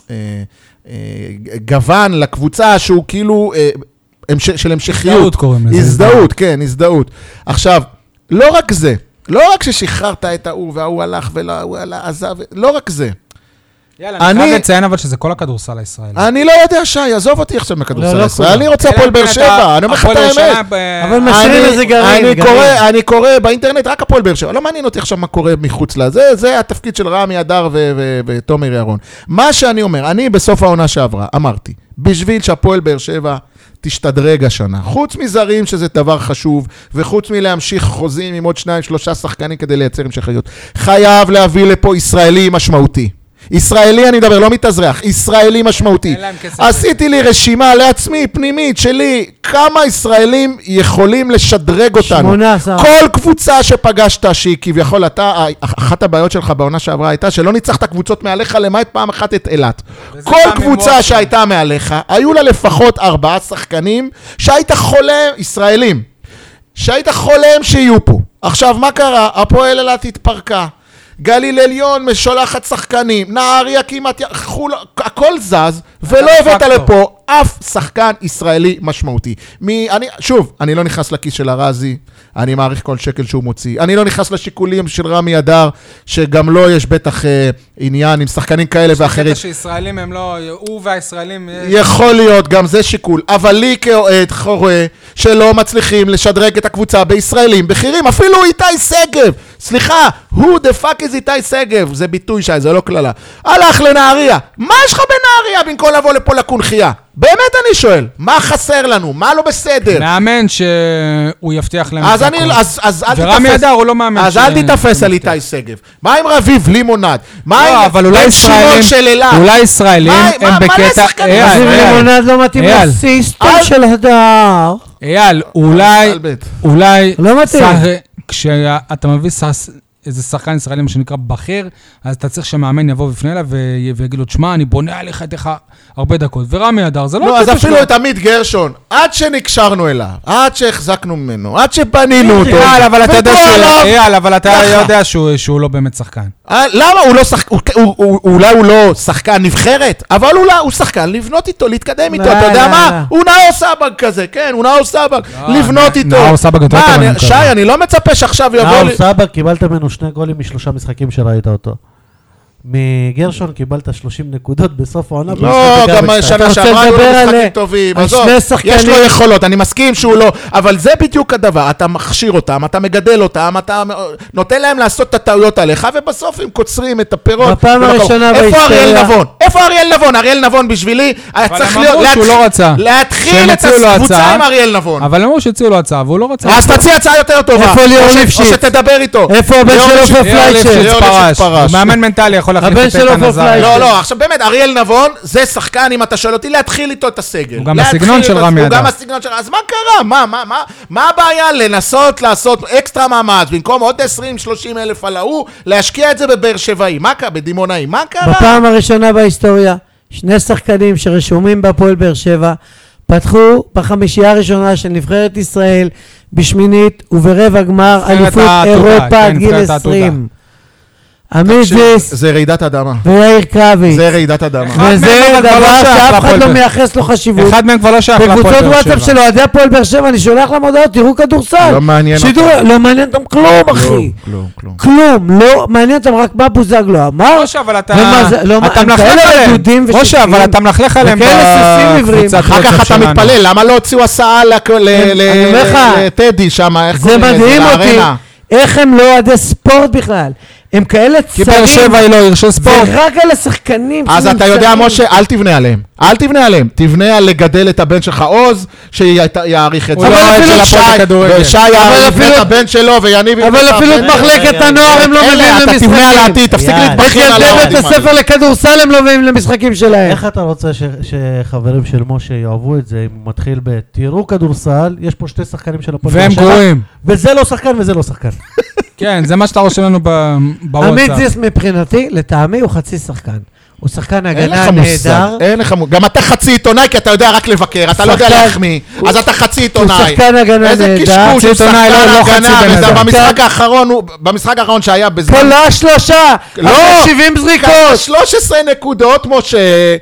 גוון לקבוצה שהוא כאילו... של המשכיות. הזדהות קוראים לזה. הזדהות, כן, הזדהות. עכשיו, לא רק זה, לא רק ששחררת את ההוא וההוא הלך והוא עזב, לא רק זה. יאללה, אני חייב לציין אבל שזה כל הכדורסל הישראלי. אני לא יודע שי, עזוב אותי עכשיו מכדורסל הישראלי, אני רוצה הפועל באר שבע, אני אומר לך את האמת. אבל משאירים איזה גרעין. אני קורא באינטרנט רק הפועל באר שבע, לא מעניין אותי עכשיו מה קורה מחוץ לזה, זה התפקיד של רמי אדר ותומר ירון. מה שאני אומר, אני בסוף העונה שעברה, אמרתי, בשביל שהפועל באר שבע תשתדרג השנה. חוץ מזרים שזה דבר חשוב, וחוץ מלהמשיך חוזים עם עוד 2-3 שחקנים כדי לייצר המשכיות. חייב להביא לפה ישראלי משמעותי. ישראלי, אני מדבר, לא מתאזרח, ישראלי משמעותי. עשיתי לי רשימה לעצמי, פנימית, שלי, כמה ישראלים יכולים לשדרג אותנו. 18. כל קבוצה שפגשת, שהיא כביכול, אחת הבעיות שלך בעונה שעברה הייתה, שלא ניצחת קבוצות מעליך, למעט פעם אחת את אילת. כל קבוצה שהייתה מעליך, היו לה לפחות 4 שחקנים, שהיית חולם, ישראלים, שהיית חולם שיהיו פה. עכשיו, מה קרה? הפועל אילת התפרקה. גליל עליון שולחת שחקנים, נהריה כמעט, הכל זז, ולא הבאת לפה אף שחקן ישראלי משמעותי. שוב, אני לא נכנס לכיס של הרזי, אני מעריך כל שקל שהוא מוציא, אני לא נכנס לשיקולים של רמי אדר, שגם לא יש בטח עניין עם שחקנים כאלה ואחרים. יש שישראלים הם לא, הוא והישראלים... יכול להיות, גם זה שיקול, אבל לי כאוהד חורה שלא מצליחים לשדרג את הקבוצה בישראלים בכירים, אפילו איתי סגב, סליחה, who the fuck is איתי סגב, זה ביטוי שי, זה לא כללה, הלך לנהריה, מה יש לך בנהריה במקום לבוא לפה לקונחייה? באמת אני שואל, מה חסר לנו? מה לא בסדר? מאמן שהוא יבטיח להם... אז אל תתפס. ורמי אדר הוא לא מאמן אז אל תתפס על איתי סגב. מה עם רביב לימונד? מה לא, עם אבל אולי ישראלים הם בקטע... רביב לימונד לא מתאים לסיסטם של הדר. אייל, אולי... לא מתאים. כשאתה מביא איזה שחקן ישראלי, מה שנקרא בכיר, אז אתה צריך שהמאמן יבוא בפני אליו ויגיד לו, תשמע, אני בונה עליך איתך הרבה דקות. ורמי אדר, זה לא... לא, אז אפילו את עמית גרשון, עד שנקשרנו אליו, עד שהחזקנו ממנו, עד שפנינו אותו. אייל, אבל אתה יודע שהוא לא באמת שחקן. למה? אולי הוא לא שחקן נבחרת, אבל אולי הוא שחקן לבנות איתו, להתקדם איתו. אתה יודע מה? הוא נאור סבג כזה, כן, הוא נאור סבג, לבנות איתו. נאור סבג יותר טוב ממנו. שי, אני לא מצפה שעכשיו יבוא לי... נאור סבג, קיבלת ממנו 2 גולים מ3 משחקים שראית אותו. מגרשון קיבלת 30 נקודות בסוף העונה. לא, גם שנה שעברה היו לו משחקים טובים. יש לו יכולות, אני מסכים שהוא לא, אבל זה בדיוק הדבר, אתה מכשיר אותם, אתה מגדל אותם, אתה נותן להם לעשות את הטעויות עליך, ובסוף הם קוצרים את הפירות. בפעם הראשונה בהיסטוריה. איפה אריאל נבון? אריאל נבון בשבילי, היה צריך להתחיל את הקבוצה עם אריאל נבון. אבל אמרו שהציעו לו הצעה, והוא לא רצה. אז תציע הצעה יותר טובה. או שתדבר איתו. איפה הבן שלו פלייצ'ר? מאמן מנטלי יכול הבן שלו פלייצ'ר. לא, עכשיו באמת, אריאל נבון זה שחקן, אם אתה שואל אותי, להתחיל איתו את הסגל. הוא גם הסגנון של רמי אדר. אז מה קרה? מה הבעיה לנסות לעשות אקסטרה מאמץ, במקום עוד 20-30 אלף על ההוא, להשקיע את זה בבאר שבעי? מה קרה? בדימונאי? מה קרה? בפעם הראשונה בהיסטוריה, 2 שחקנים שרשומים בהפועל באר שבע, פתחו בחמישייה הראשונה של נבחרת ישראל, בשמינית וברבע גמר אליפות אירופה עד גיל 20. עמית זיס, זה רעידת אדמה. ויאיר קרבי. זה רעידת אדמה. וזה דבר שאף אחד לא מייחס לו חשיבות. אחד מהם כבר לא שייך להפועל באר שבע. בקבוצות וואטסאפ שלו, עדי הפועל באר שבע, אני שולח להם הודעות, תראו כדורסל. לא מעניין אותם. לא מעניין אותם כלום, אחי. כלום. לא מעניין אותם רק מה בוזגלו אמר. משה, אבל אתה מלכלך עליהם. משה, אבל אתה מלכלך עליהם בקבוצת. אחר כך אתה מתפלל, למה לא הוציאו הסעה לטדי שם? זה מדהים אותי. איך הם לא עדי ספורט בכלל? הם כאלה צרים. כי באר שבע היא לא עיר של ספורט. זה רק על השחקנים. אז אתה יודע, משה, אל תבנה עליהם. אל תבנה עליהם. תבנה על לגדל את הבן שלך עוז, שיעריך את זה. אבל אפילו ושי יעריך את הבן שלו, ויניב... אבל אפילו את מחלקת הנוער הם לא מביאים למשחקים. אתה תבנה על העתיד, תפסיק להתבחין על העתיד. את ילדי בית הספר לכדורסל הם לא מביאים למשחקים שלהם. איך אתה רוצה שחברים של משה יאהבו את זה, אם הוא מתחיל תראו כדורסל, יש פה 2 שחקנים של הפועל והם גרועים. וזה לא שחקן וזה לא שחקן. כן, זה מה שאתה רושם לנו בוואטסאפ. עמית זיס מבחינתי, לטעמי הוא חצי שחקן. הוא שחקן הגנה נהדר. אין לך מושג. גם אתה חצי עיתונאי, כי אתה יודע רק לבקר, אתה לא יודע להחמיא, אז אתה חצי עיתונאי. הוא שחקן הגנה נהדר. איזה קשקוש, הוא שחקן הגנה. במשחק האחרון שהיה בזמן... קולה 3! לא! 70 זריקות! 13 נקודות, משה.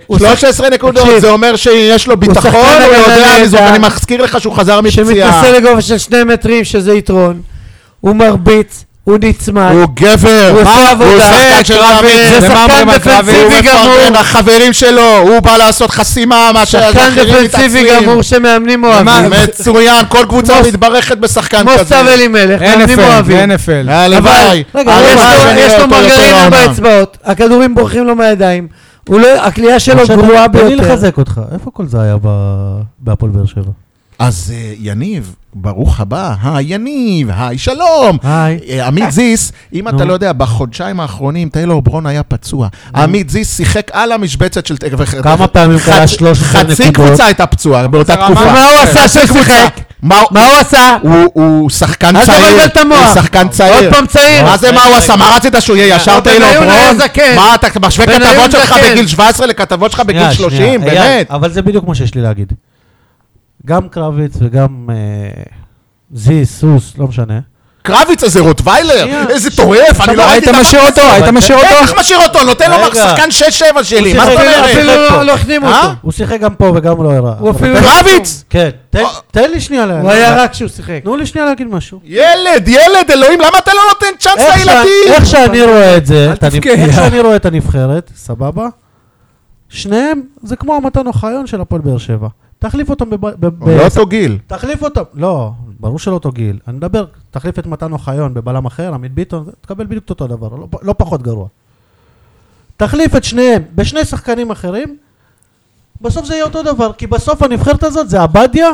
13 נקודות, זה אומר שיש לו ביטחון, הוא יודע, אני מזכיר לך שהוא חזר מפציעה. שמתנסה לגובה של 2 מטרים, שזה יתרון. הוא מרביץ. הוא נצמד. הוא גבר. הוא עושה עבודה. זה שחקן דפנסיבי גמור. החברים שלו, הוא בא לעשות חסימה, מה שחקן דפנסיבי גמור שמאמנים אוהבים. מצוין, כל קבוצה מתברכת בשחקן כזה. מוסטב אלימלך, מאמנים אוהבים. NFL. הלוואי. יש לו מרגרינה באצבעות, הכדורים בורחים לו מהידיים. הקליעה שלו גרועה ביותר. תן לי לחזק אותך, איפה כל זה היה בהפועל באר שבע? אז יניב, ברוך הבא, יניב, שלום. עמית זיס, אם אתה לא יודע, בחודשיים האחרונים, טיילור ברון היה פצוע. עמית זיס שיחק על המשבצת של... כמה פעמים קרה 13 נקודות? חצי קבוצה הייתה פצועה באותה תקופה. מה הוא עשה ששיחק? מה הוא עשה? הוא שחקן צעיר. הוא שחקן צעיר. עוד פעם צעיר. מה זה מה הוא עשה? מה רצית שהוא יהיה ישר טיילור ברון? מה אתה משווה כתבות שלך בגיל 17 לכתבות שלך בגיל 30? באמת. אבל זה בדיוק מה שיש לי להגיד. גם קרביץ וגם זיס, סוס, לא משנה. קרביץ, איזה רוטוויילר, איזה טורף, אני לא ראיתי היית משאיר אותו, היית משאיר אותו? איך משאיר אותו? נותן לו שחקן 6-7 שלי, מה זאת אומרת? אפילו לא החתימו אותו. הוא שיחק גם פה וגם לא הראה. הוא אפילו... קרביץ! כן, תן לי שנייה הוא היה רק כשהוא שיחק. תנו לי שנייה להגיד משהו. ילד, אלוהים, למה אתה לא נותן צ'אנס לילדים? איך שאני רואה את זה, תבכה. איך שאני רואה את הנבחרת, סבבה? שניהם זה כמו המתן אוחיון של הפועל באר שבע. תחליף אותם לא אותו גיל. תחליף אותם, לא, ברור שלא אותו גיל. אני מדבר, תחליף את מתן אוחיון בבלם אחר, עמית ביטון, תקבל בדיוק אותו דבר, לא פחות גרוע. תחליף את שניהם בשני שחקנים אחרים, בסוף זה יהיה אותו דבר, כי בסוף הנבחרת הזאת זה עבדיה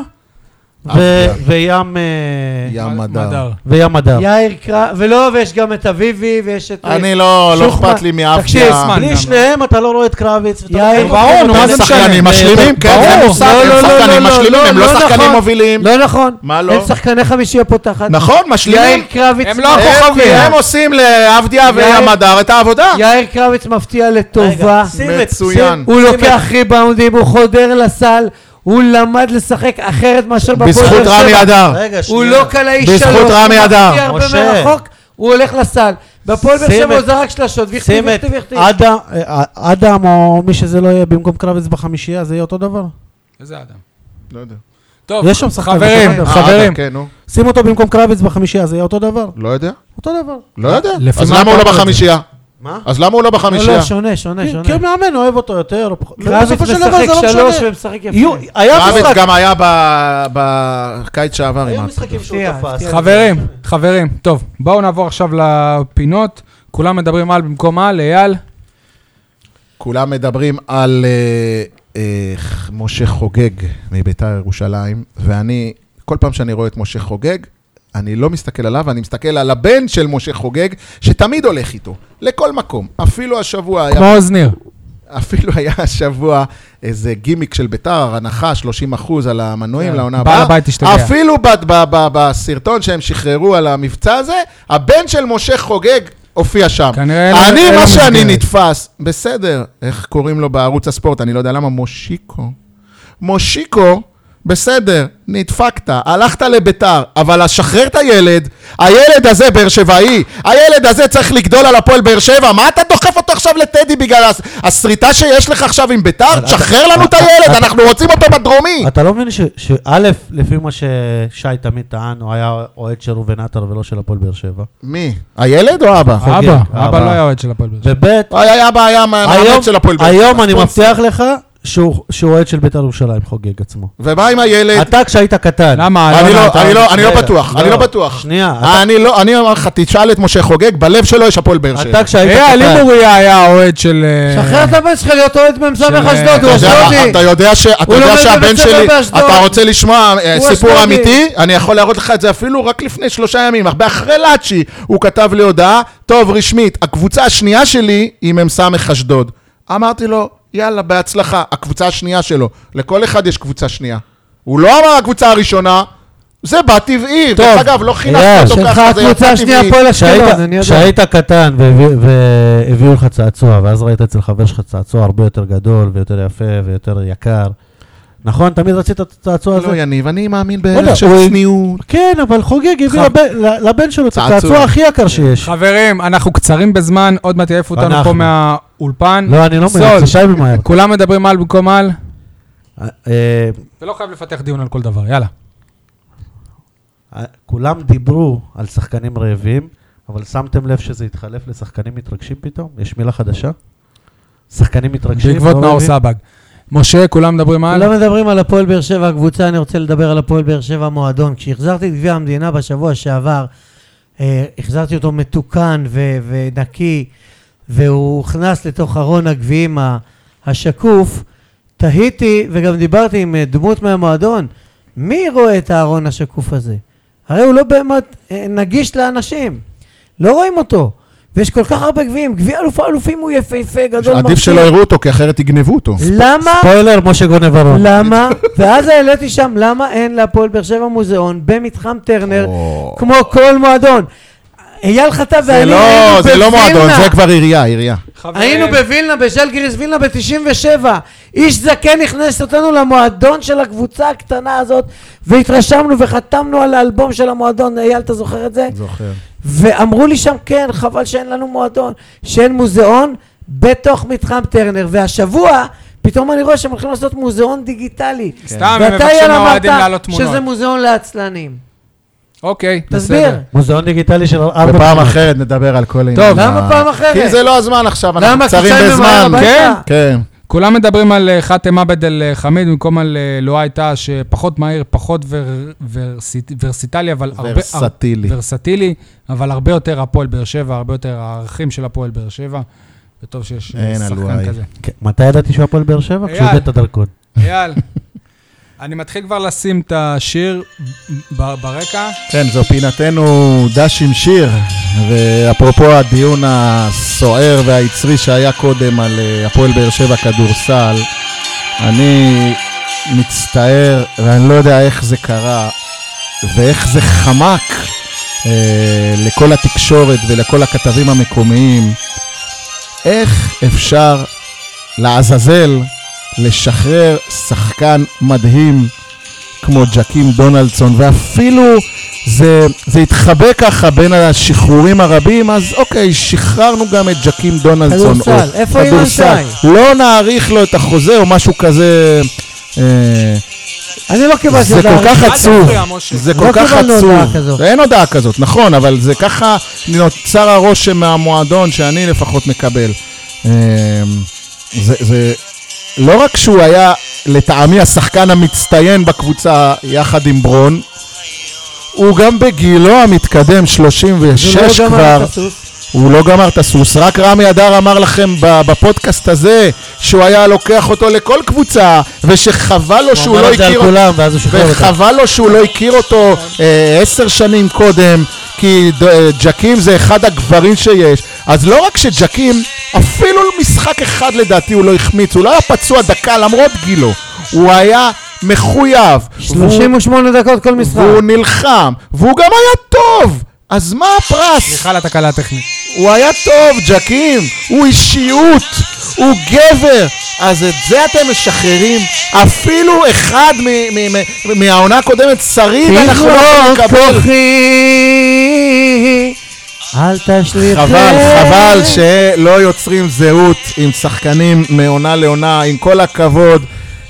וים מדר. וים מדר. יאיר ולא, ויש גם את אביבי, ויש את... אני לא אכפת לי מאף תקשיב, בלי שניהם אתה לא רואה את קרביץ. יאיר, ברור, נו, מה זה משנה? שחקנים משלימים, כן, הם שחקנים משלימים, הם לא שחקנים מובילים. לא נכון. מה לא? הם שחקני חמישי הפותחת. נכון, יאיר משלימים. קרביץ... הם לא הכוכבים. הם עושים לעבדיה והמדר את העבודה. יאיר קרביץ מפתיע לטובה. מצוין. הוא לוקח ריבאונדים, הוא חודר לסל. הוא למד לשחק אחרת מאשר בפועל באר שבע. בזכות רמי אדר. הוא לא קלעי שלוש. בזכות רמי אדר. הוא מפתיע הרבה מרחוק, הוא הולך לסל. בפועל באר שבע הוא זרק שלשות, והכתיב. אדם או מי שזה לא יהיה במקום קרביץ בחמישייה, זה יהיה אותו דבר? איזה אדם? לא יודע. טוב, יש שם שחקן. חברים. כן, נו. שים אותו במקום קרביץ בחמישייה, זה יהיה אותו דבר? לא יודע. אותו דבר. לא יודע. לפי אז מה למה הוא אתה לא אומר את בחמישייה? מה? אז למה הוא לא בחמישייה? לא, שונה. כי המאמן אוהב אותו יותר או פחות. קרביץ משחק שלוש ומשחק יפה. היה קרביץ משחק. גם היה בקיץ שעבר. היה עם משחקים שהוא תפס. חברים, טוב, בואו נעבור עכשיו לפינות. כולם מדברים על במקום על, אייל. כולם מדברים על משה חוגג מביתר ירושלים, ואני, כל פעם שאני רואה את משה חוגג, אני לא מסתכל עליו, אני מסתכל על הבן של משה חוגג, שתמיד הולך איתו, לכל מקום. אפילו השבוע היה... כמו אוזניר. אפילו היה השבוע איזה גימיק של ביתר, הנחה 30% על המנועים לעונה הבאה. בעל הבית השתגע. אפילו בסרטון שהם שחררו על המבצע הזה, הבן של משה חוגג הופיע שם. אני, מה שאני נתפס, בסדר, איך קוראים לו בערוץ הספורט, אני לא יודע למה, מושיקו, בסדר, נדפקת, הלכת לביתר, אבל השחרר את הילד הזה באר שבעי, הילד הזה צריך לגדול על הפועל באר שבע, מה אתה דוחף אותו עכשיו לטדי בגלל הסריטה שיש לך עכשיו עם ביתר? תשחרר לנו את הילד, אנחנו רוצים אותו בדרומי. אתה לא מבין שא', לפי מה ששי תמיד טען, הוא היה אוהד של ראובן עטר ולא של הפועל באר שבע. מי? הילד או אבא? אבא לא היה אוהד של הפועל באר שבע. וב', היה מאמן של הפועל באר שבע. היום אני מבטיח לך שהוא אוהד של בית"ר ירושלים, חוגג עצמו. ומה עם הילד? אתה כשהיית קטן. למה? אני לא בטוח. שנייה. אני אומר לך, תשאל את משה חוגג, בלב שלו יש הפועל באר שבע. אתה כשהיית קטן. אייל, אם אוריה היה אוהד של... שחרר את הבן שלך להיות אוהד במסמך אשדוד, הוא אשדודי. אתה יודע שהבן שלי, אתה רוצה לשמוע סיפור אמיתי? אני יכול להראות לך את זה אפילו רק לפני 3 ימים, אחרי לאצ'י, הוא כתב לי הודעה, טוב, רשמית, הקבוצה השנייה שלי היא ממסמך אשדוד. אמרתי לו, יאללה, בהצלחה, הקבוצה השנייה שלו. לכל אחד יש קבוצה שנייה. הוא לא אמר הקבוצה הראשונה, זה בא טבעי. טוב, אגב, לא חינכת אותו שלך ככה, זה הקבוצה יצא השנייה טבעי. פה לאשקלון, אני יודע. כשהיית קטן והביאו לך צעצוע, ואז ראית אצל חבר שלך צעצוע הרבה יותר גדול ויותר יפה ויותר יקר. נכון? תמיד רצית את הצעצוע הזה? לא, יניב, אני מאמין בערך של צניעות. כן, אבל חוגג הביא לבן שלו את הצעצוע הכי יקר שיש. חברים, אנחנו קצרים בזמן, עוד מעט יעיפו אותנו פה מהאולפן. לא, אני לא אומר, זה שי ממהר. כולם מדברים על במקום על? ולא חייב לפתח דיון על כל דבר, יאללה. כולם דיברו על שחקנים רעבים, אבל שמתם לב שזה התחלף לשחקנים מתרגשים פתאום? יש מילה חדשה? שחקנים מתרגשים? בעקבות נאור סבג. משה, כולם מדברים על? כולם מדברים על הפועל באר שבע הקבוצה, אני רוצה לדבר על הפועל באר שבע המועדון. כשהחזרתי את גביע המדינה בשבוע שעבר, החזרתי אותו מתוקן ונקי, והוא הוכנס לתוך ארון הגביעים השקוף. תהיתי וגם דיברתי עם דמות מהמועדון, מי רואה את הארון השקוף הזה? הרי הוא לא באמת נגיש לאנשים, לא רואים אותו. ויש כל כך הרבה גביעים, גביע אלופים הוא יפהפה, גדול עדיף שלא יראו אותו, כי אחרת יגנבו אותו. למה? ספוילר, משה גונב ארון. למה? ואז העליתי שם, למה אין להפועל באר שבע מוזיאון במתחם טרנר, כמו כל מועדון? אייל חטא ואני זה לא מועדון, זה כבר עירייה. היינו בווילנה, בז'לגיריס וילנה ב-97. איש זקן הכנס אותנו למועדון של הקבוצה הקטנה הזאת, והתרשמנו וחתמנו על האלבום של המועדון. אייל, אתה זוכר את זה? זוכר. ואמרו לי שם, כן, חבל שאין לנו מועדון, שאין מוזיאון בתוך מתחם טרנר. והשבוע, פתאום אני רואה שהם הולכים לעשות מוזיאון דיגיטלי. סתם, הם מבקשים מהאוהדים לעלות תמונות. שזה מוזיאון לעצלנים. אוקיי, תסביר. בסדר. מוזיאון דיגיטלי של 4 בפעם אחרת נדבר על כל העניין. טוב, למה פעם אחרת? כי זה לא הזמן עכשיו, אנחנו למה? קצרים כי בזמן. ממהר כן? הביתה? כן. כולם מדברים על חאתם עבד אל חמיד, במקום על לואי טאה, שפחות מהיר, פחות ורסיטלי, אבל ורסטילי. ורסטילי, אבל הרבה יותר הפועל באר שבע, הרבה יותר הערכים של הפועל באר שבע, וטוב שיש אין שחקן אלוהי. כזה. מתי ידעתי שהוא הפועל באר שבע? כשהוא איבד את הדרכון. אייל, אני מתחיל כבר לשים את השיר ברקע. כן, זו פינתנו דש עם שיר, ואפרופו הדיון הסוער והיצרי שהיה קודם על הפועל באר שבע כדורסל, אני מצטער, ואני לא יודע איך זה קרה, ואיך זה חמק לכל התקשורת ולכל הכתבים המקומיים, איך אפשר לעזאזל לשחרר שחקן מדהים כמו ג'קים דונלדסון, ואפילו זה התחבא ככה בין השחרורים הרבים, אז אוקיי, שחררנו גם את ג'קים דונלדסון. כדורסל, איפה אימן שי? לא נאריך לו את החוזה או משהו כזה. אני לא קיבלתי זה כל כך עצוב, זה כל כך עצוב, אין הודעה כזאת, נכון, אבל זה ככה נוצר הרושם מהמועדון שאני לפחות מקבל. זה לא רק שהוא היה לטעמי השחקן המצטיין בקבוצה יחד עם ברון, הוא גם בגילו המתקדם 36 כבר, הוא לא גמר את הסוס, רק רמי אדר אמר לכם בפודקאסט הזה שהוא היה לוקח אותו לכל קבוצה ושחבל לו שהוא לא הכיר אותו, וחבל לו שהוא לא הכיר אותו 10 שנים קודם, כי ג'קים זה אחד הגברים שיש. אז לא רק שג'קים, אפילו משחק אחד לדעתי הוא לא החמיץ, הוא לא היה פצוע דקה למרות גילו, הוא היה מחויב 38 דקות כל משחק, והוא נלחם, והוא גם היה טוב. אז מה הפרס? סליחה לתקלה הטכנית. הוא היה טוב, ג'קים, הוא אישיות, הוא גבר. אז את זה אתם משחררים? אפילו אחד מהעונה הקודמת שריד אנחנו לא נקבל. אל תשליך. חבל שלא יוצרים זהות עם שחקנים מעונה לעונה, עם כל הכבוד.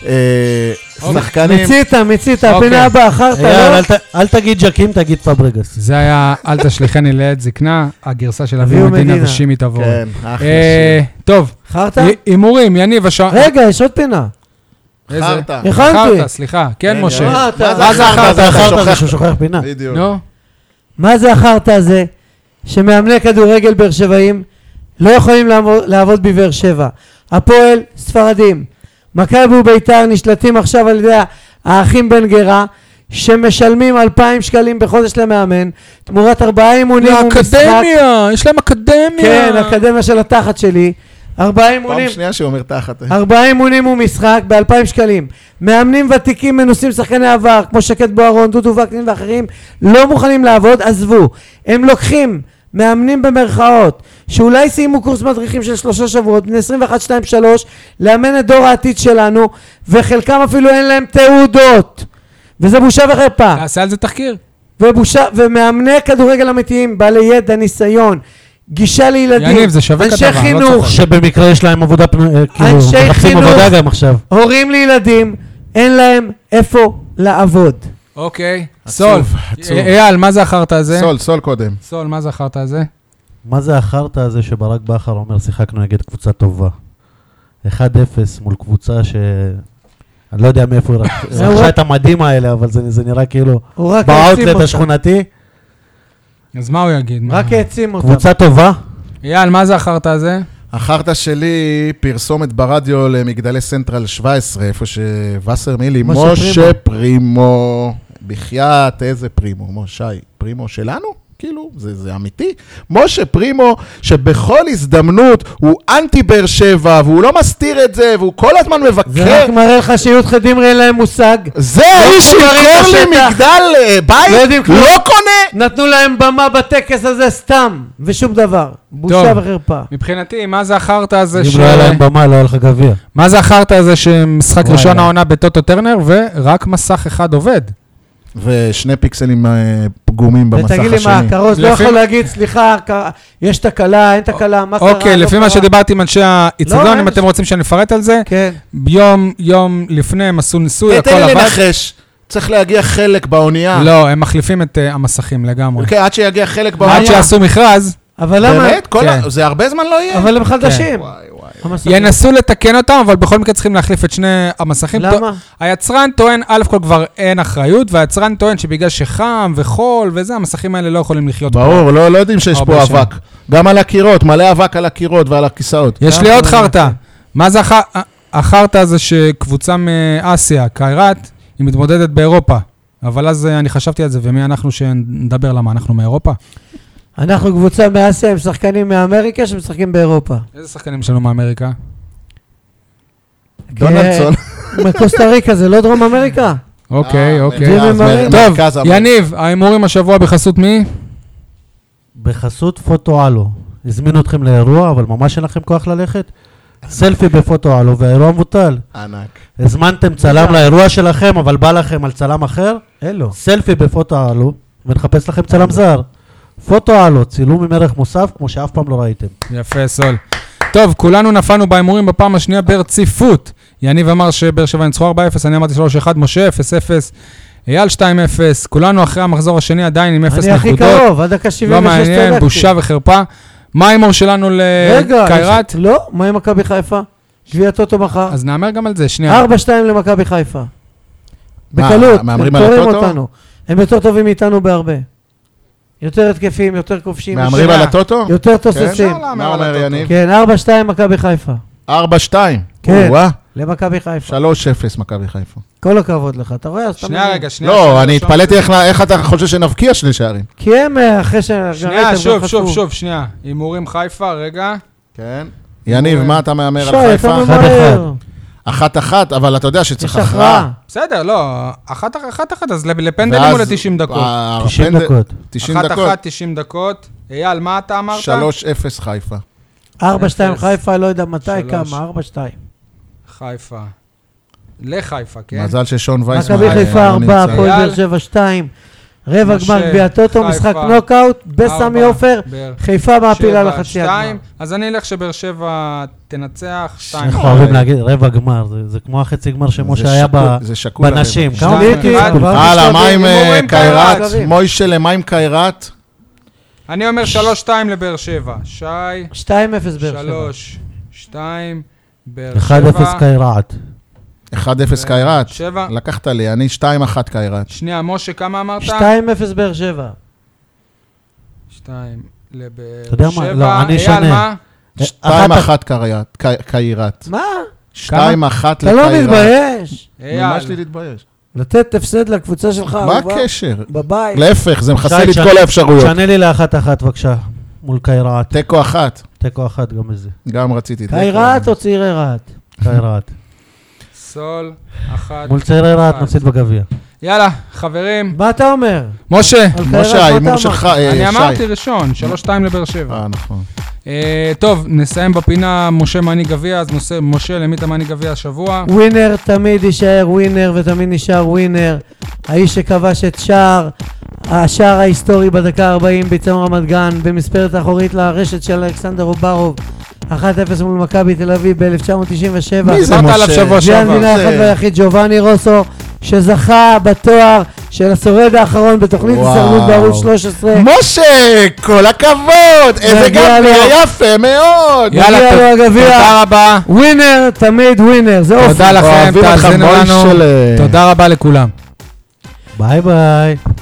שחקנים. מצית, הפינה הבאה, אחרת לא? אל תגיד ג'קים, תגיד פאברגס. זה היה אל תשליכני לעת זקנה, הגרסה של אביהו מדינה ושימי תבור. כן, אחלה שיר. טוב, חרטה? הימורים, יניב השעה. רגע, יש עוד פינה. חרטה. הכנתי. סליחה, כן משה. מה זה אתה החרטה? זה שהוא שוכח פינה. בדיוק. נו, מה זה החרטא הזה שמאמני כדורגל באר שבעים לא יכולים לעבוד בבאר שבע? הפועל ספרדים, מכבי וביתר נשלטים עכשיו על ידי האחים בן גרה, שמשלמים 2,000 שקלים בחודש למאמן, תמורת 4 אימונים ומשחק. לאקדמיה, יש להם אקדמיה. כן, אקדמיה של התחת שלי. 4 אימונים. פעם שנייה שהוא אומר תחת. 4 אימונים ומשחק ב2,000 שקלים. מאמנים ותיקים מנוסים שחקני עבר, כמו שקט בוארון, דודו וקנין ואחרים, לא מוכנים לעבוד, עזבו. הם לוקחים מאמנים במרכאות, שאולי סיימו קורס מדריכים של 3 שבועות, בני 21, 2, 3, לאמן את דור העתיד שלנו, וחלקם אפילו אין להם תעודות. וזה בושה וחרפה. תעשה על זה תחקיר. ומאמני כדורגל אמיתיים, בעלי ידע, ניסיון, גישה לילדים, יניב, זה שווה אנשי כתבה, חינוך, לא צוחק. שבמקרה יש להם עבודה, כאילו, אנשי מחפשים חינוך, עבודה גם עכשיו. הורים לילדים, אין להם איפה לעבוד. אוקיי, עצוב, סול. עצוב. אייל, מה זה החרטא הזה? סול קודם. סול, מה זה החרטא הזה? מה זה החרטא הזה שברק בכר אומר, שיחקנו נגד קבוצה טובה. 1-0 מול קבוצה ש... אני לא יודע מאיפה הוא רכשה את המדים האלה, אבל זה נראה כאילו... הוא רק העצים באוטלט אותם. השכונתי. אז מה הוא יגיד? רק העצים אותם. קבוצה טובה. אייל, מה זה החרטא הזה? החרטא שלי פרסומת ברדיו למגדלי סנטרל 17, איפה שווסר מילי, משה פרימו. בחייאת, איזה פרימו? שי, פרימו שלנו? כאילו, זה אמיתי. משה פרימו, שבכל הזדמנות הוא אנטי באר שבע, והוא לא מסתיר את זה, והוא כל הזמן מבקר. זה רק מראה לך שי"ח דמרי אין להם מושג. זה האיש שימכור לי מגדל בית, לא קונה. נתנו להם במה בטקס הזה סתם, ושום דבר. בושה וחרפה. מבחינתי, מה זה החרטא הזה אם לא היה להם במה, לא היה לך גביע. מה זה החרטא הזה שמשחק ראשון העונה בטוטו טרנר, ורק מסך אחד עובד? ושני פיקסלים פגומים במסך השני. ותגיד לי מה, כרוז לא יכול להגיד, סליחה, יש תקלה, אין תקלה, מה קרה? אוקיי, לפי מה שדיברתי עם אנשי האיצטדיון, אם אתם רוצים שאני אפרט על זה, יום לפני הם עשו ניסוי, הכל תן לי עבד. לנחש, צריך להגיע חלק באונייה. לא, הם מחליפים את המסכים לגמרי. אוקיי, עד שיגיע חלק באונייה. עד שיעשו מכרז. אבל למה? באמת? זה הרבה זמן לא יהיה? אבל הם חדשים. ינסו לתקן אותם, אבל בכל מקרה צריכים להחליף את שני המסכים. למה? היצרן טוען, א' כל כבר אין אחריות, והיצרן טוען שבגלל שחם וחול וזה, המסכים האלה לא יכולים לחיות. ברור, לא יודעים שיש פה אבק. גם על הקירות, מלא אבק על הקירות ועל הכיסאות. יש לי עוד חרטא. מה זה החרטא הזה שקבוצה מאסיה, קיירת, היא מתמודדת באירופה. אבל אז אני חשבתי על זה, ומי אנחנו שנדבר למה אנחנו מאירופה? אנחנו קבוצה מאסיה, הם שחקנים מאמריקה שמשחקים באירופה. איזה שחקנים שלנו מאמריקה? דונלדסון. מקוסטה ריקה, זה לא דרום אמריקה? אוקיי. טוב, יניב, ההימורים השבוע בחסות מי? בחסות פוטו-אלו. הזמינו אתכם לאירוע, אבל ממש אין לכם כוח ללכת. סלפי בפוטו-אלו, והאירוע מבוטל. ענק. הזמנתם צלם לאירוע שלכם, אבל בא לכם על צלם אחר? אלו. סלפי בפוטו-אלו, ונחפש לכם צלם זר. פוטו-אלו, צילום עם ערך מוסף, כמו שאף פעם לא ראיתם. יפה, סול. טוב, כולנו נפלנו בהימורים בפעם השנייה ברציפות. יניב אמר שבאר שבע ניצחו 4-0, אני אמרתי 3-1, משה 0-0, אייל 2-0, כולנו אחרי המחזור השני עדיין עם 0 נקודות. אני הכי קרוב, עד דקה 76 לא מעניין, בושה וחרפה. מה ההימור שלנו לקיירת? לא, מה עם מכבי חיפה? גביע טוטו מחר. אז נאמר גם על זה, שנייה. 4-2 למכבי חיפה. בקלות, הם קוראים אותנו. הם יותר טובים מאיתנו בהרבה. יותר התקפים, יותר כובשים. מאמרים על הטוטו? יותר תוססים. מה אומר יניב? כן, 4-2 מכבי חיפה. 4-2. כן, למכבי חיפה. 3-0 מכבי חיפה. כל הכבוד לך, אתה רואה? שנייה רגע. לא, אני התפלאתי איך אתה חושב שנבקיע 2 שערים. כי הם אחרי שנייה, שוב, שנייה. הימורים חיפה, רגע. כן. יניב, מה אתה מאמר על שי, חיפה? אתה ממהר. 1-1, אבל אתה יודע שצריך יש הכרעה. בסדר, לא, 1-1, אז לפנדלים הוא ל-90 דקות. 90 דקות. 90 דקות. 1-1, 90 דקות. אייל, מה אתה אמרת? 3-0 חיפה. 4-2 חיפה, לא יודע מתי, כמה, 4-2. חיפה. לחיפה, כן? מזל ששון וייסמן מכבי חיפה 4, הפועל באר שבע 2. רבע גמר גביע טוטו, משחק נוקאוט, בסמי עופר, חיפה מעפילה לחצי הגמר. אז אני אלך שבאר שבע תנצח 2. אנחנו אוהבים להגיד רבע גמר, זה כמו החצי גמר שמשה היה בנשים. הלאה, מה עם קיירת? מוישלה, מה עם קיירת? אני אומר 3-2 לבאר שבע. שי? 2-0 באר שבע. 3-2 באר שבע. 1-0 קיירת. 1-0 קיירת. 7. לקחת לי, אני 2-1 קיירת. שנייה, משה, כמה אמרת? 2-0 באר שבע. 2 לבאר אתה יודע מה? שבע. לא, אני אייל, מה? 2-1 קיירת. מה? 2-1 לקיירת. אתה לא מתבייש. אייל. ממש לי להתבייש. לתת הפסד לקבוצה שלך. מה הקשר? בבית. להפך, זה מחסל את כל האפשרויות. שנה לי ל1-1 בבקשה, מול קיירת. תיקו 1. תיקו 1 גם בזה. גם רציתי. קיירת או צעירי רעת? קיירת. סול, 1. מול צעירי רעת נפסיד בגביע. יאללה, חברים. מה אתה אומר? משה. משה, ההימור שלך, אני אמרתי ראשון, 3-2 לבאר שבע. נכון. טוב, נסיים בפינה משה מעני גביע, אז משה, למי אתה מעני גביע השבוע? ווינר תמיד יישאר ווינר ותמיד נשאר ווינר. האיש שכבש את השער ההיסטורי בדקה 40 ביצם רמת גן, במספרת האחורית לרשת של אלכסנדר אוברוב. 1-0 מול מכבי תל אביב ב-1997. מי זה משה? זה המדינה האחד והיחיד ג'ובאני רוסו, שזכה בתואר של השורד האחרון בתוכנית הישרדות בערוץ 13. משה, כל הכבוד! איזה גביע יפה מאוד! יאללה, תודה רבה. ווינר, תמיד ווינר, זה אופי. תודה לכם, תאזינו לנו. תודה רבה לכולם. ביי ביי.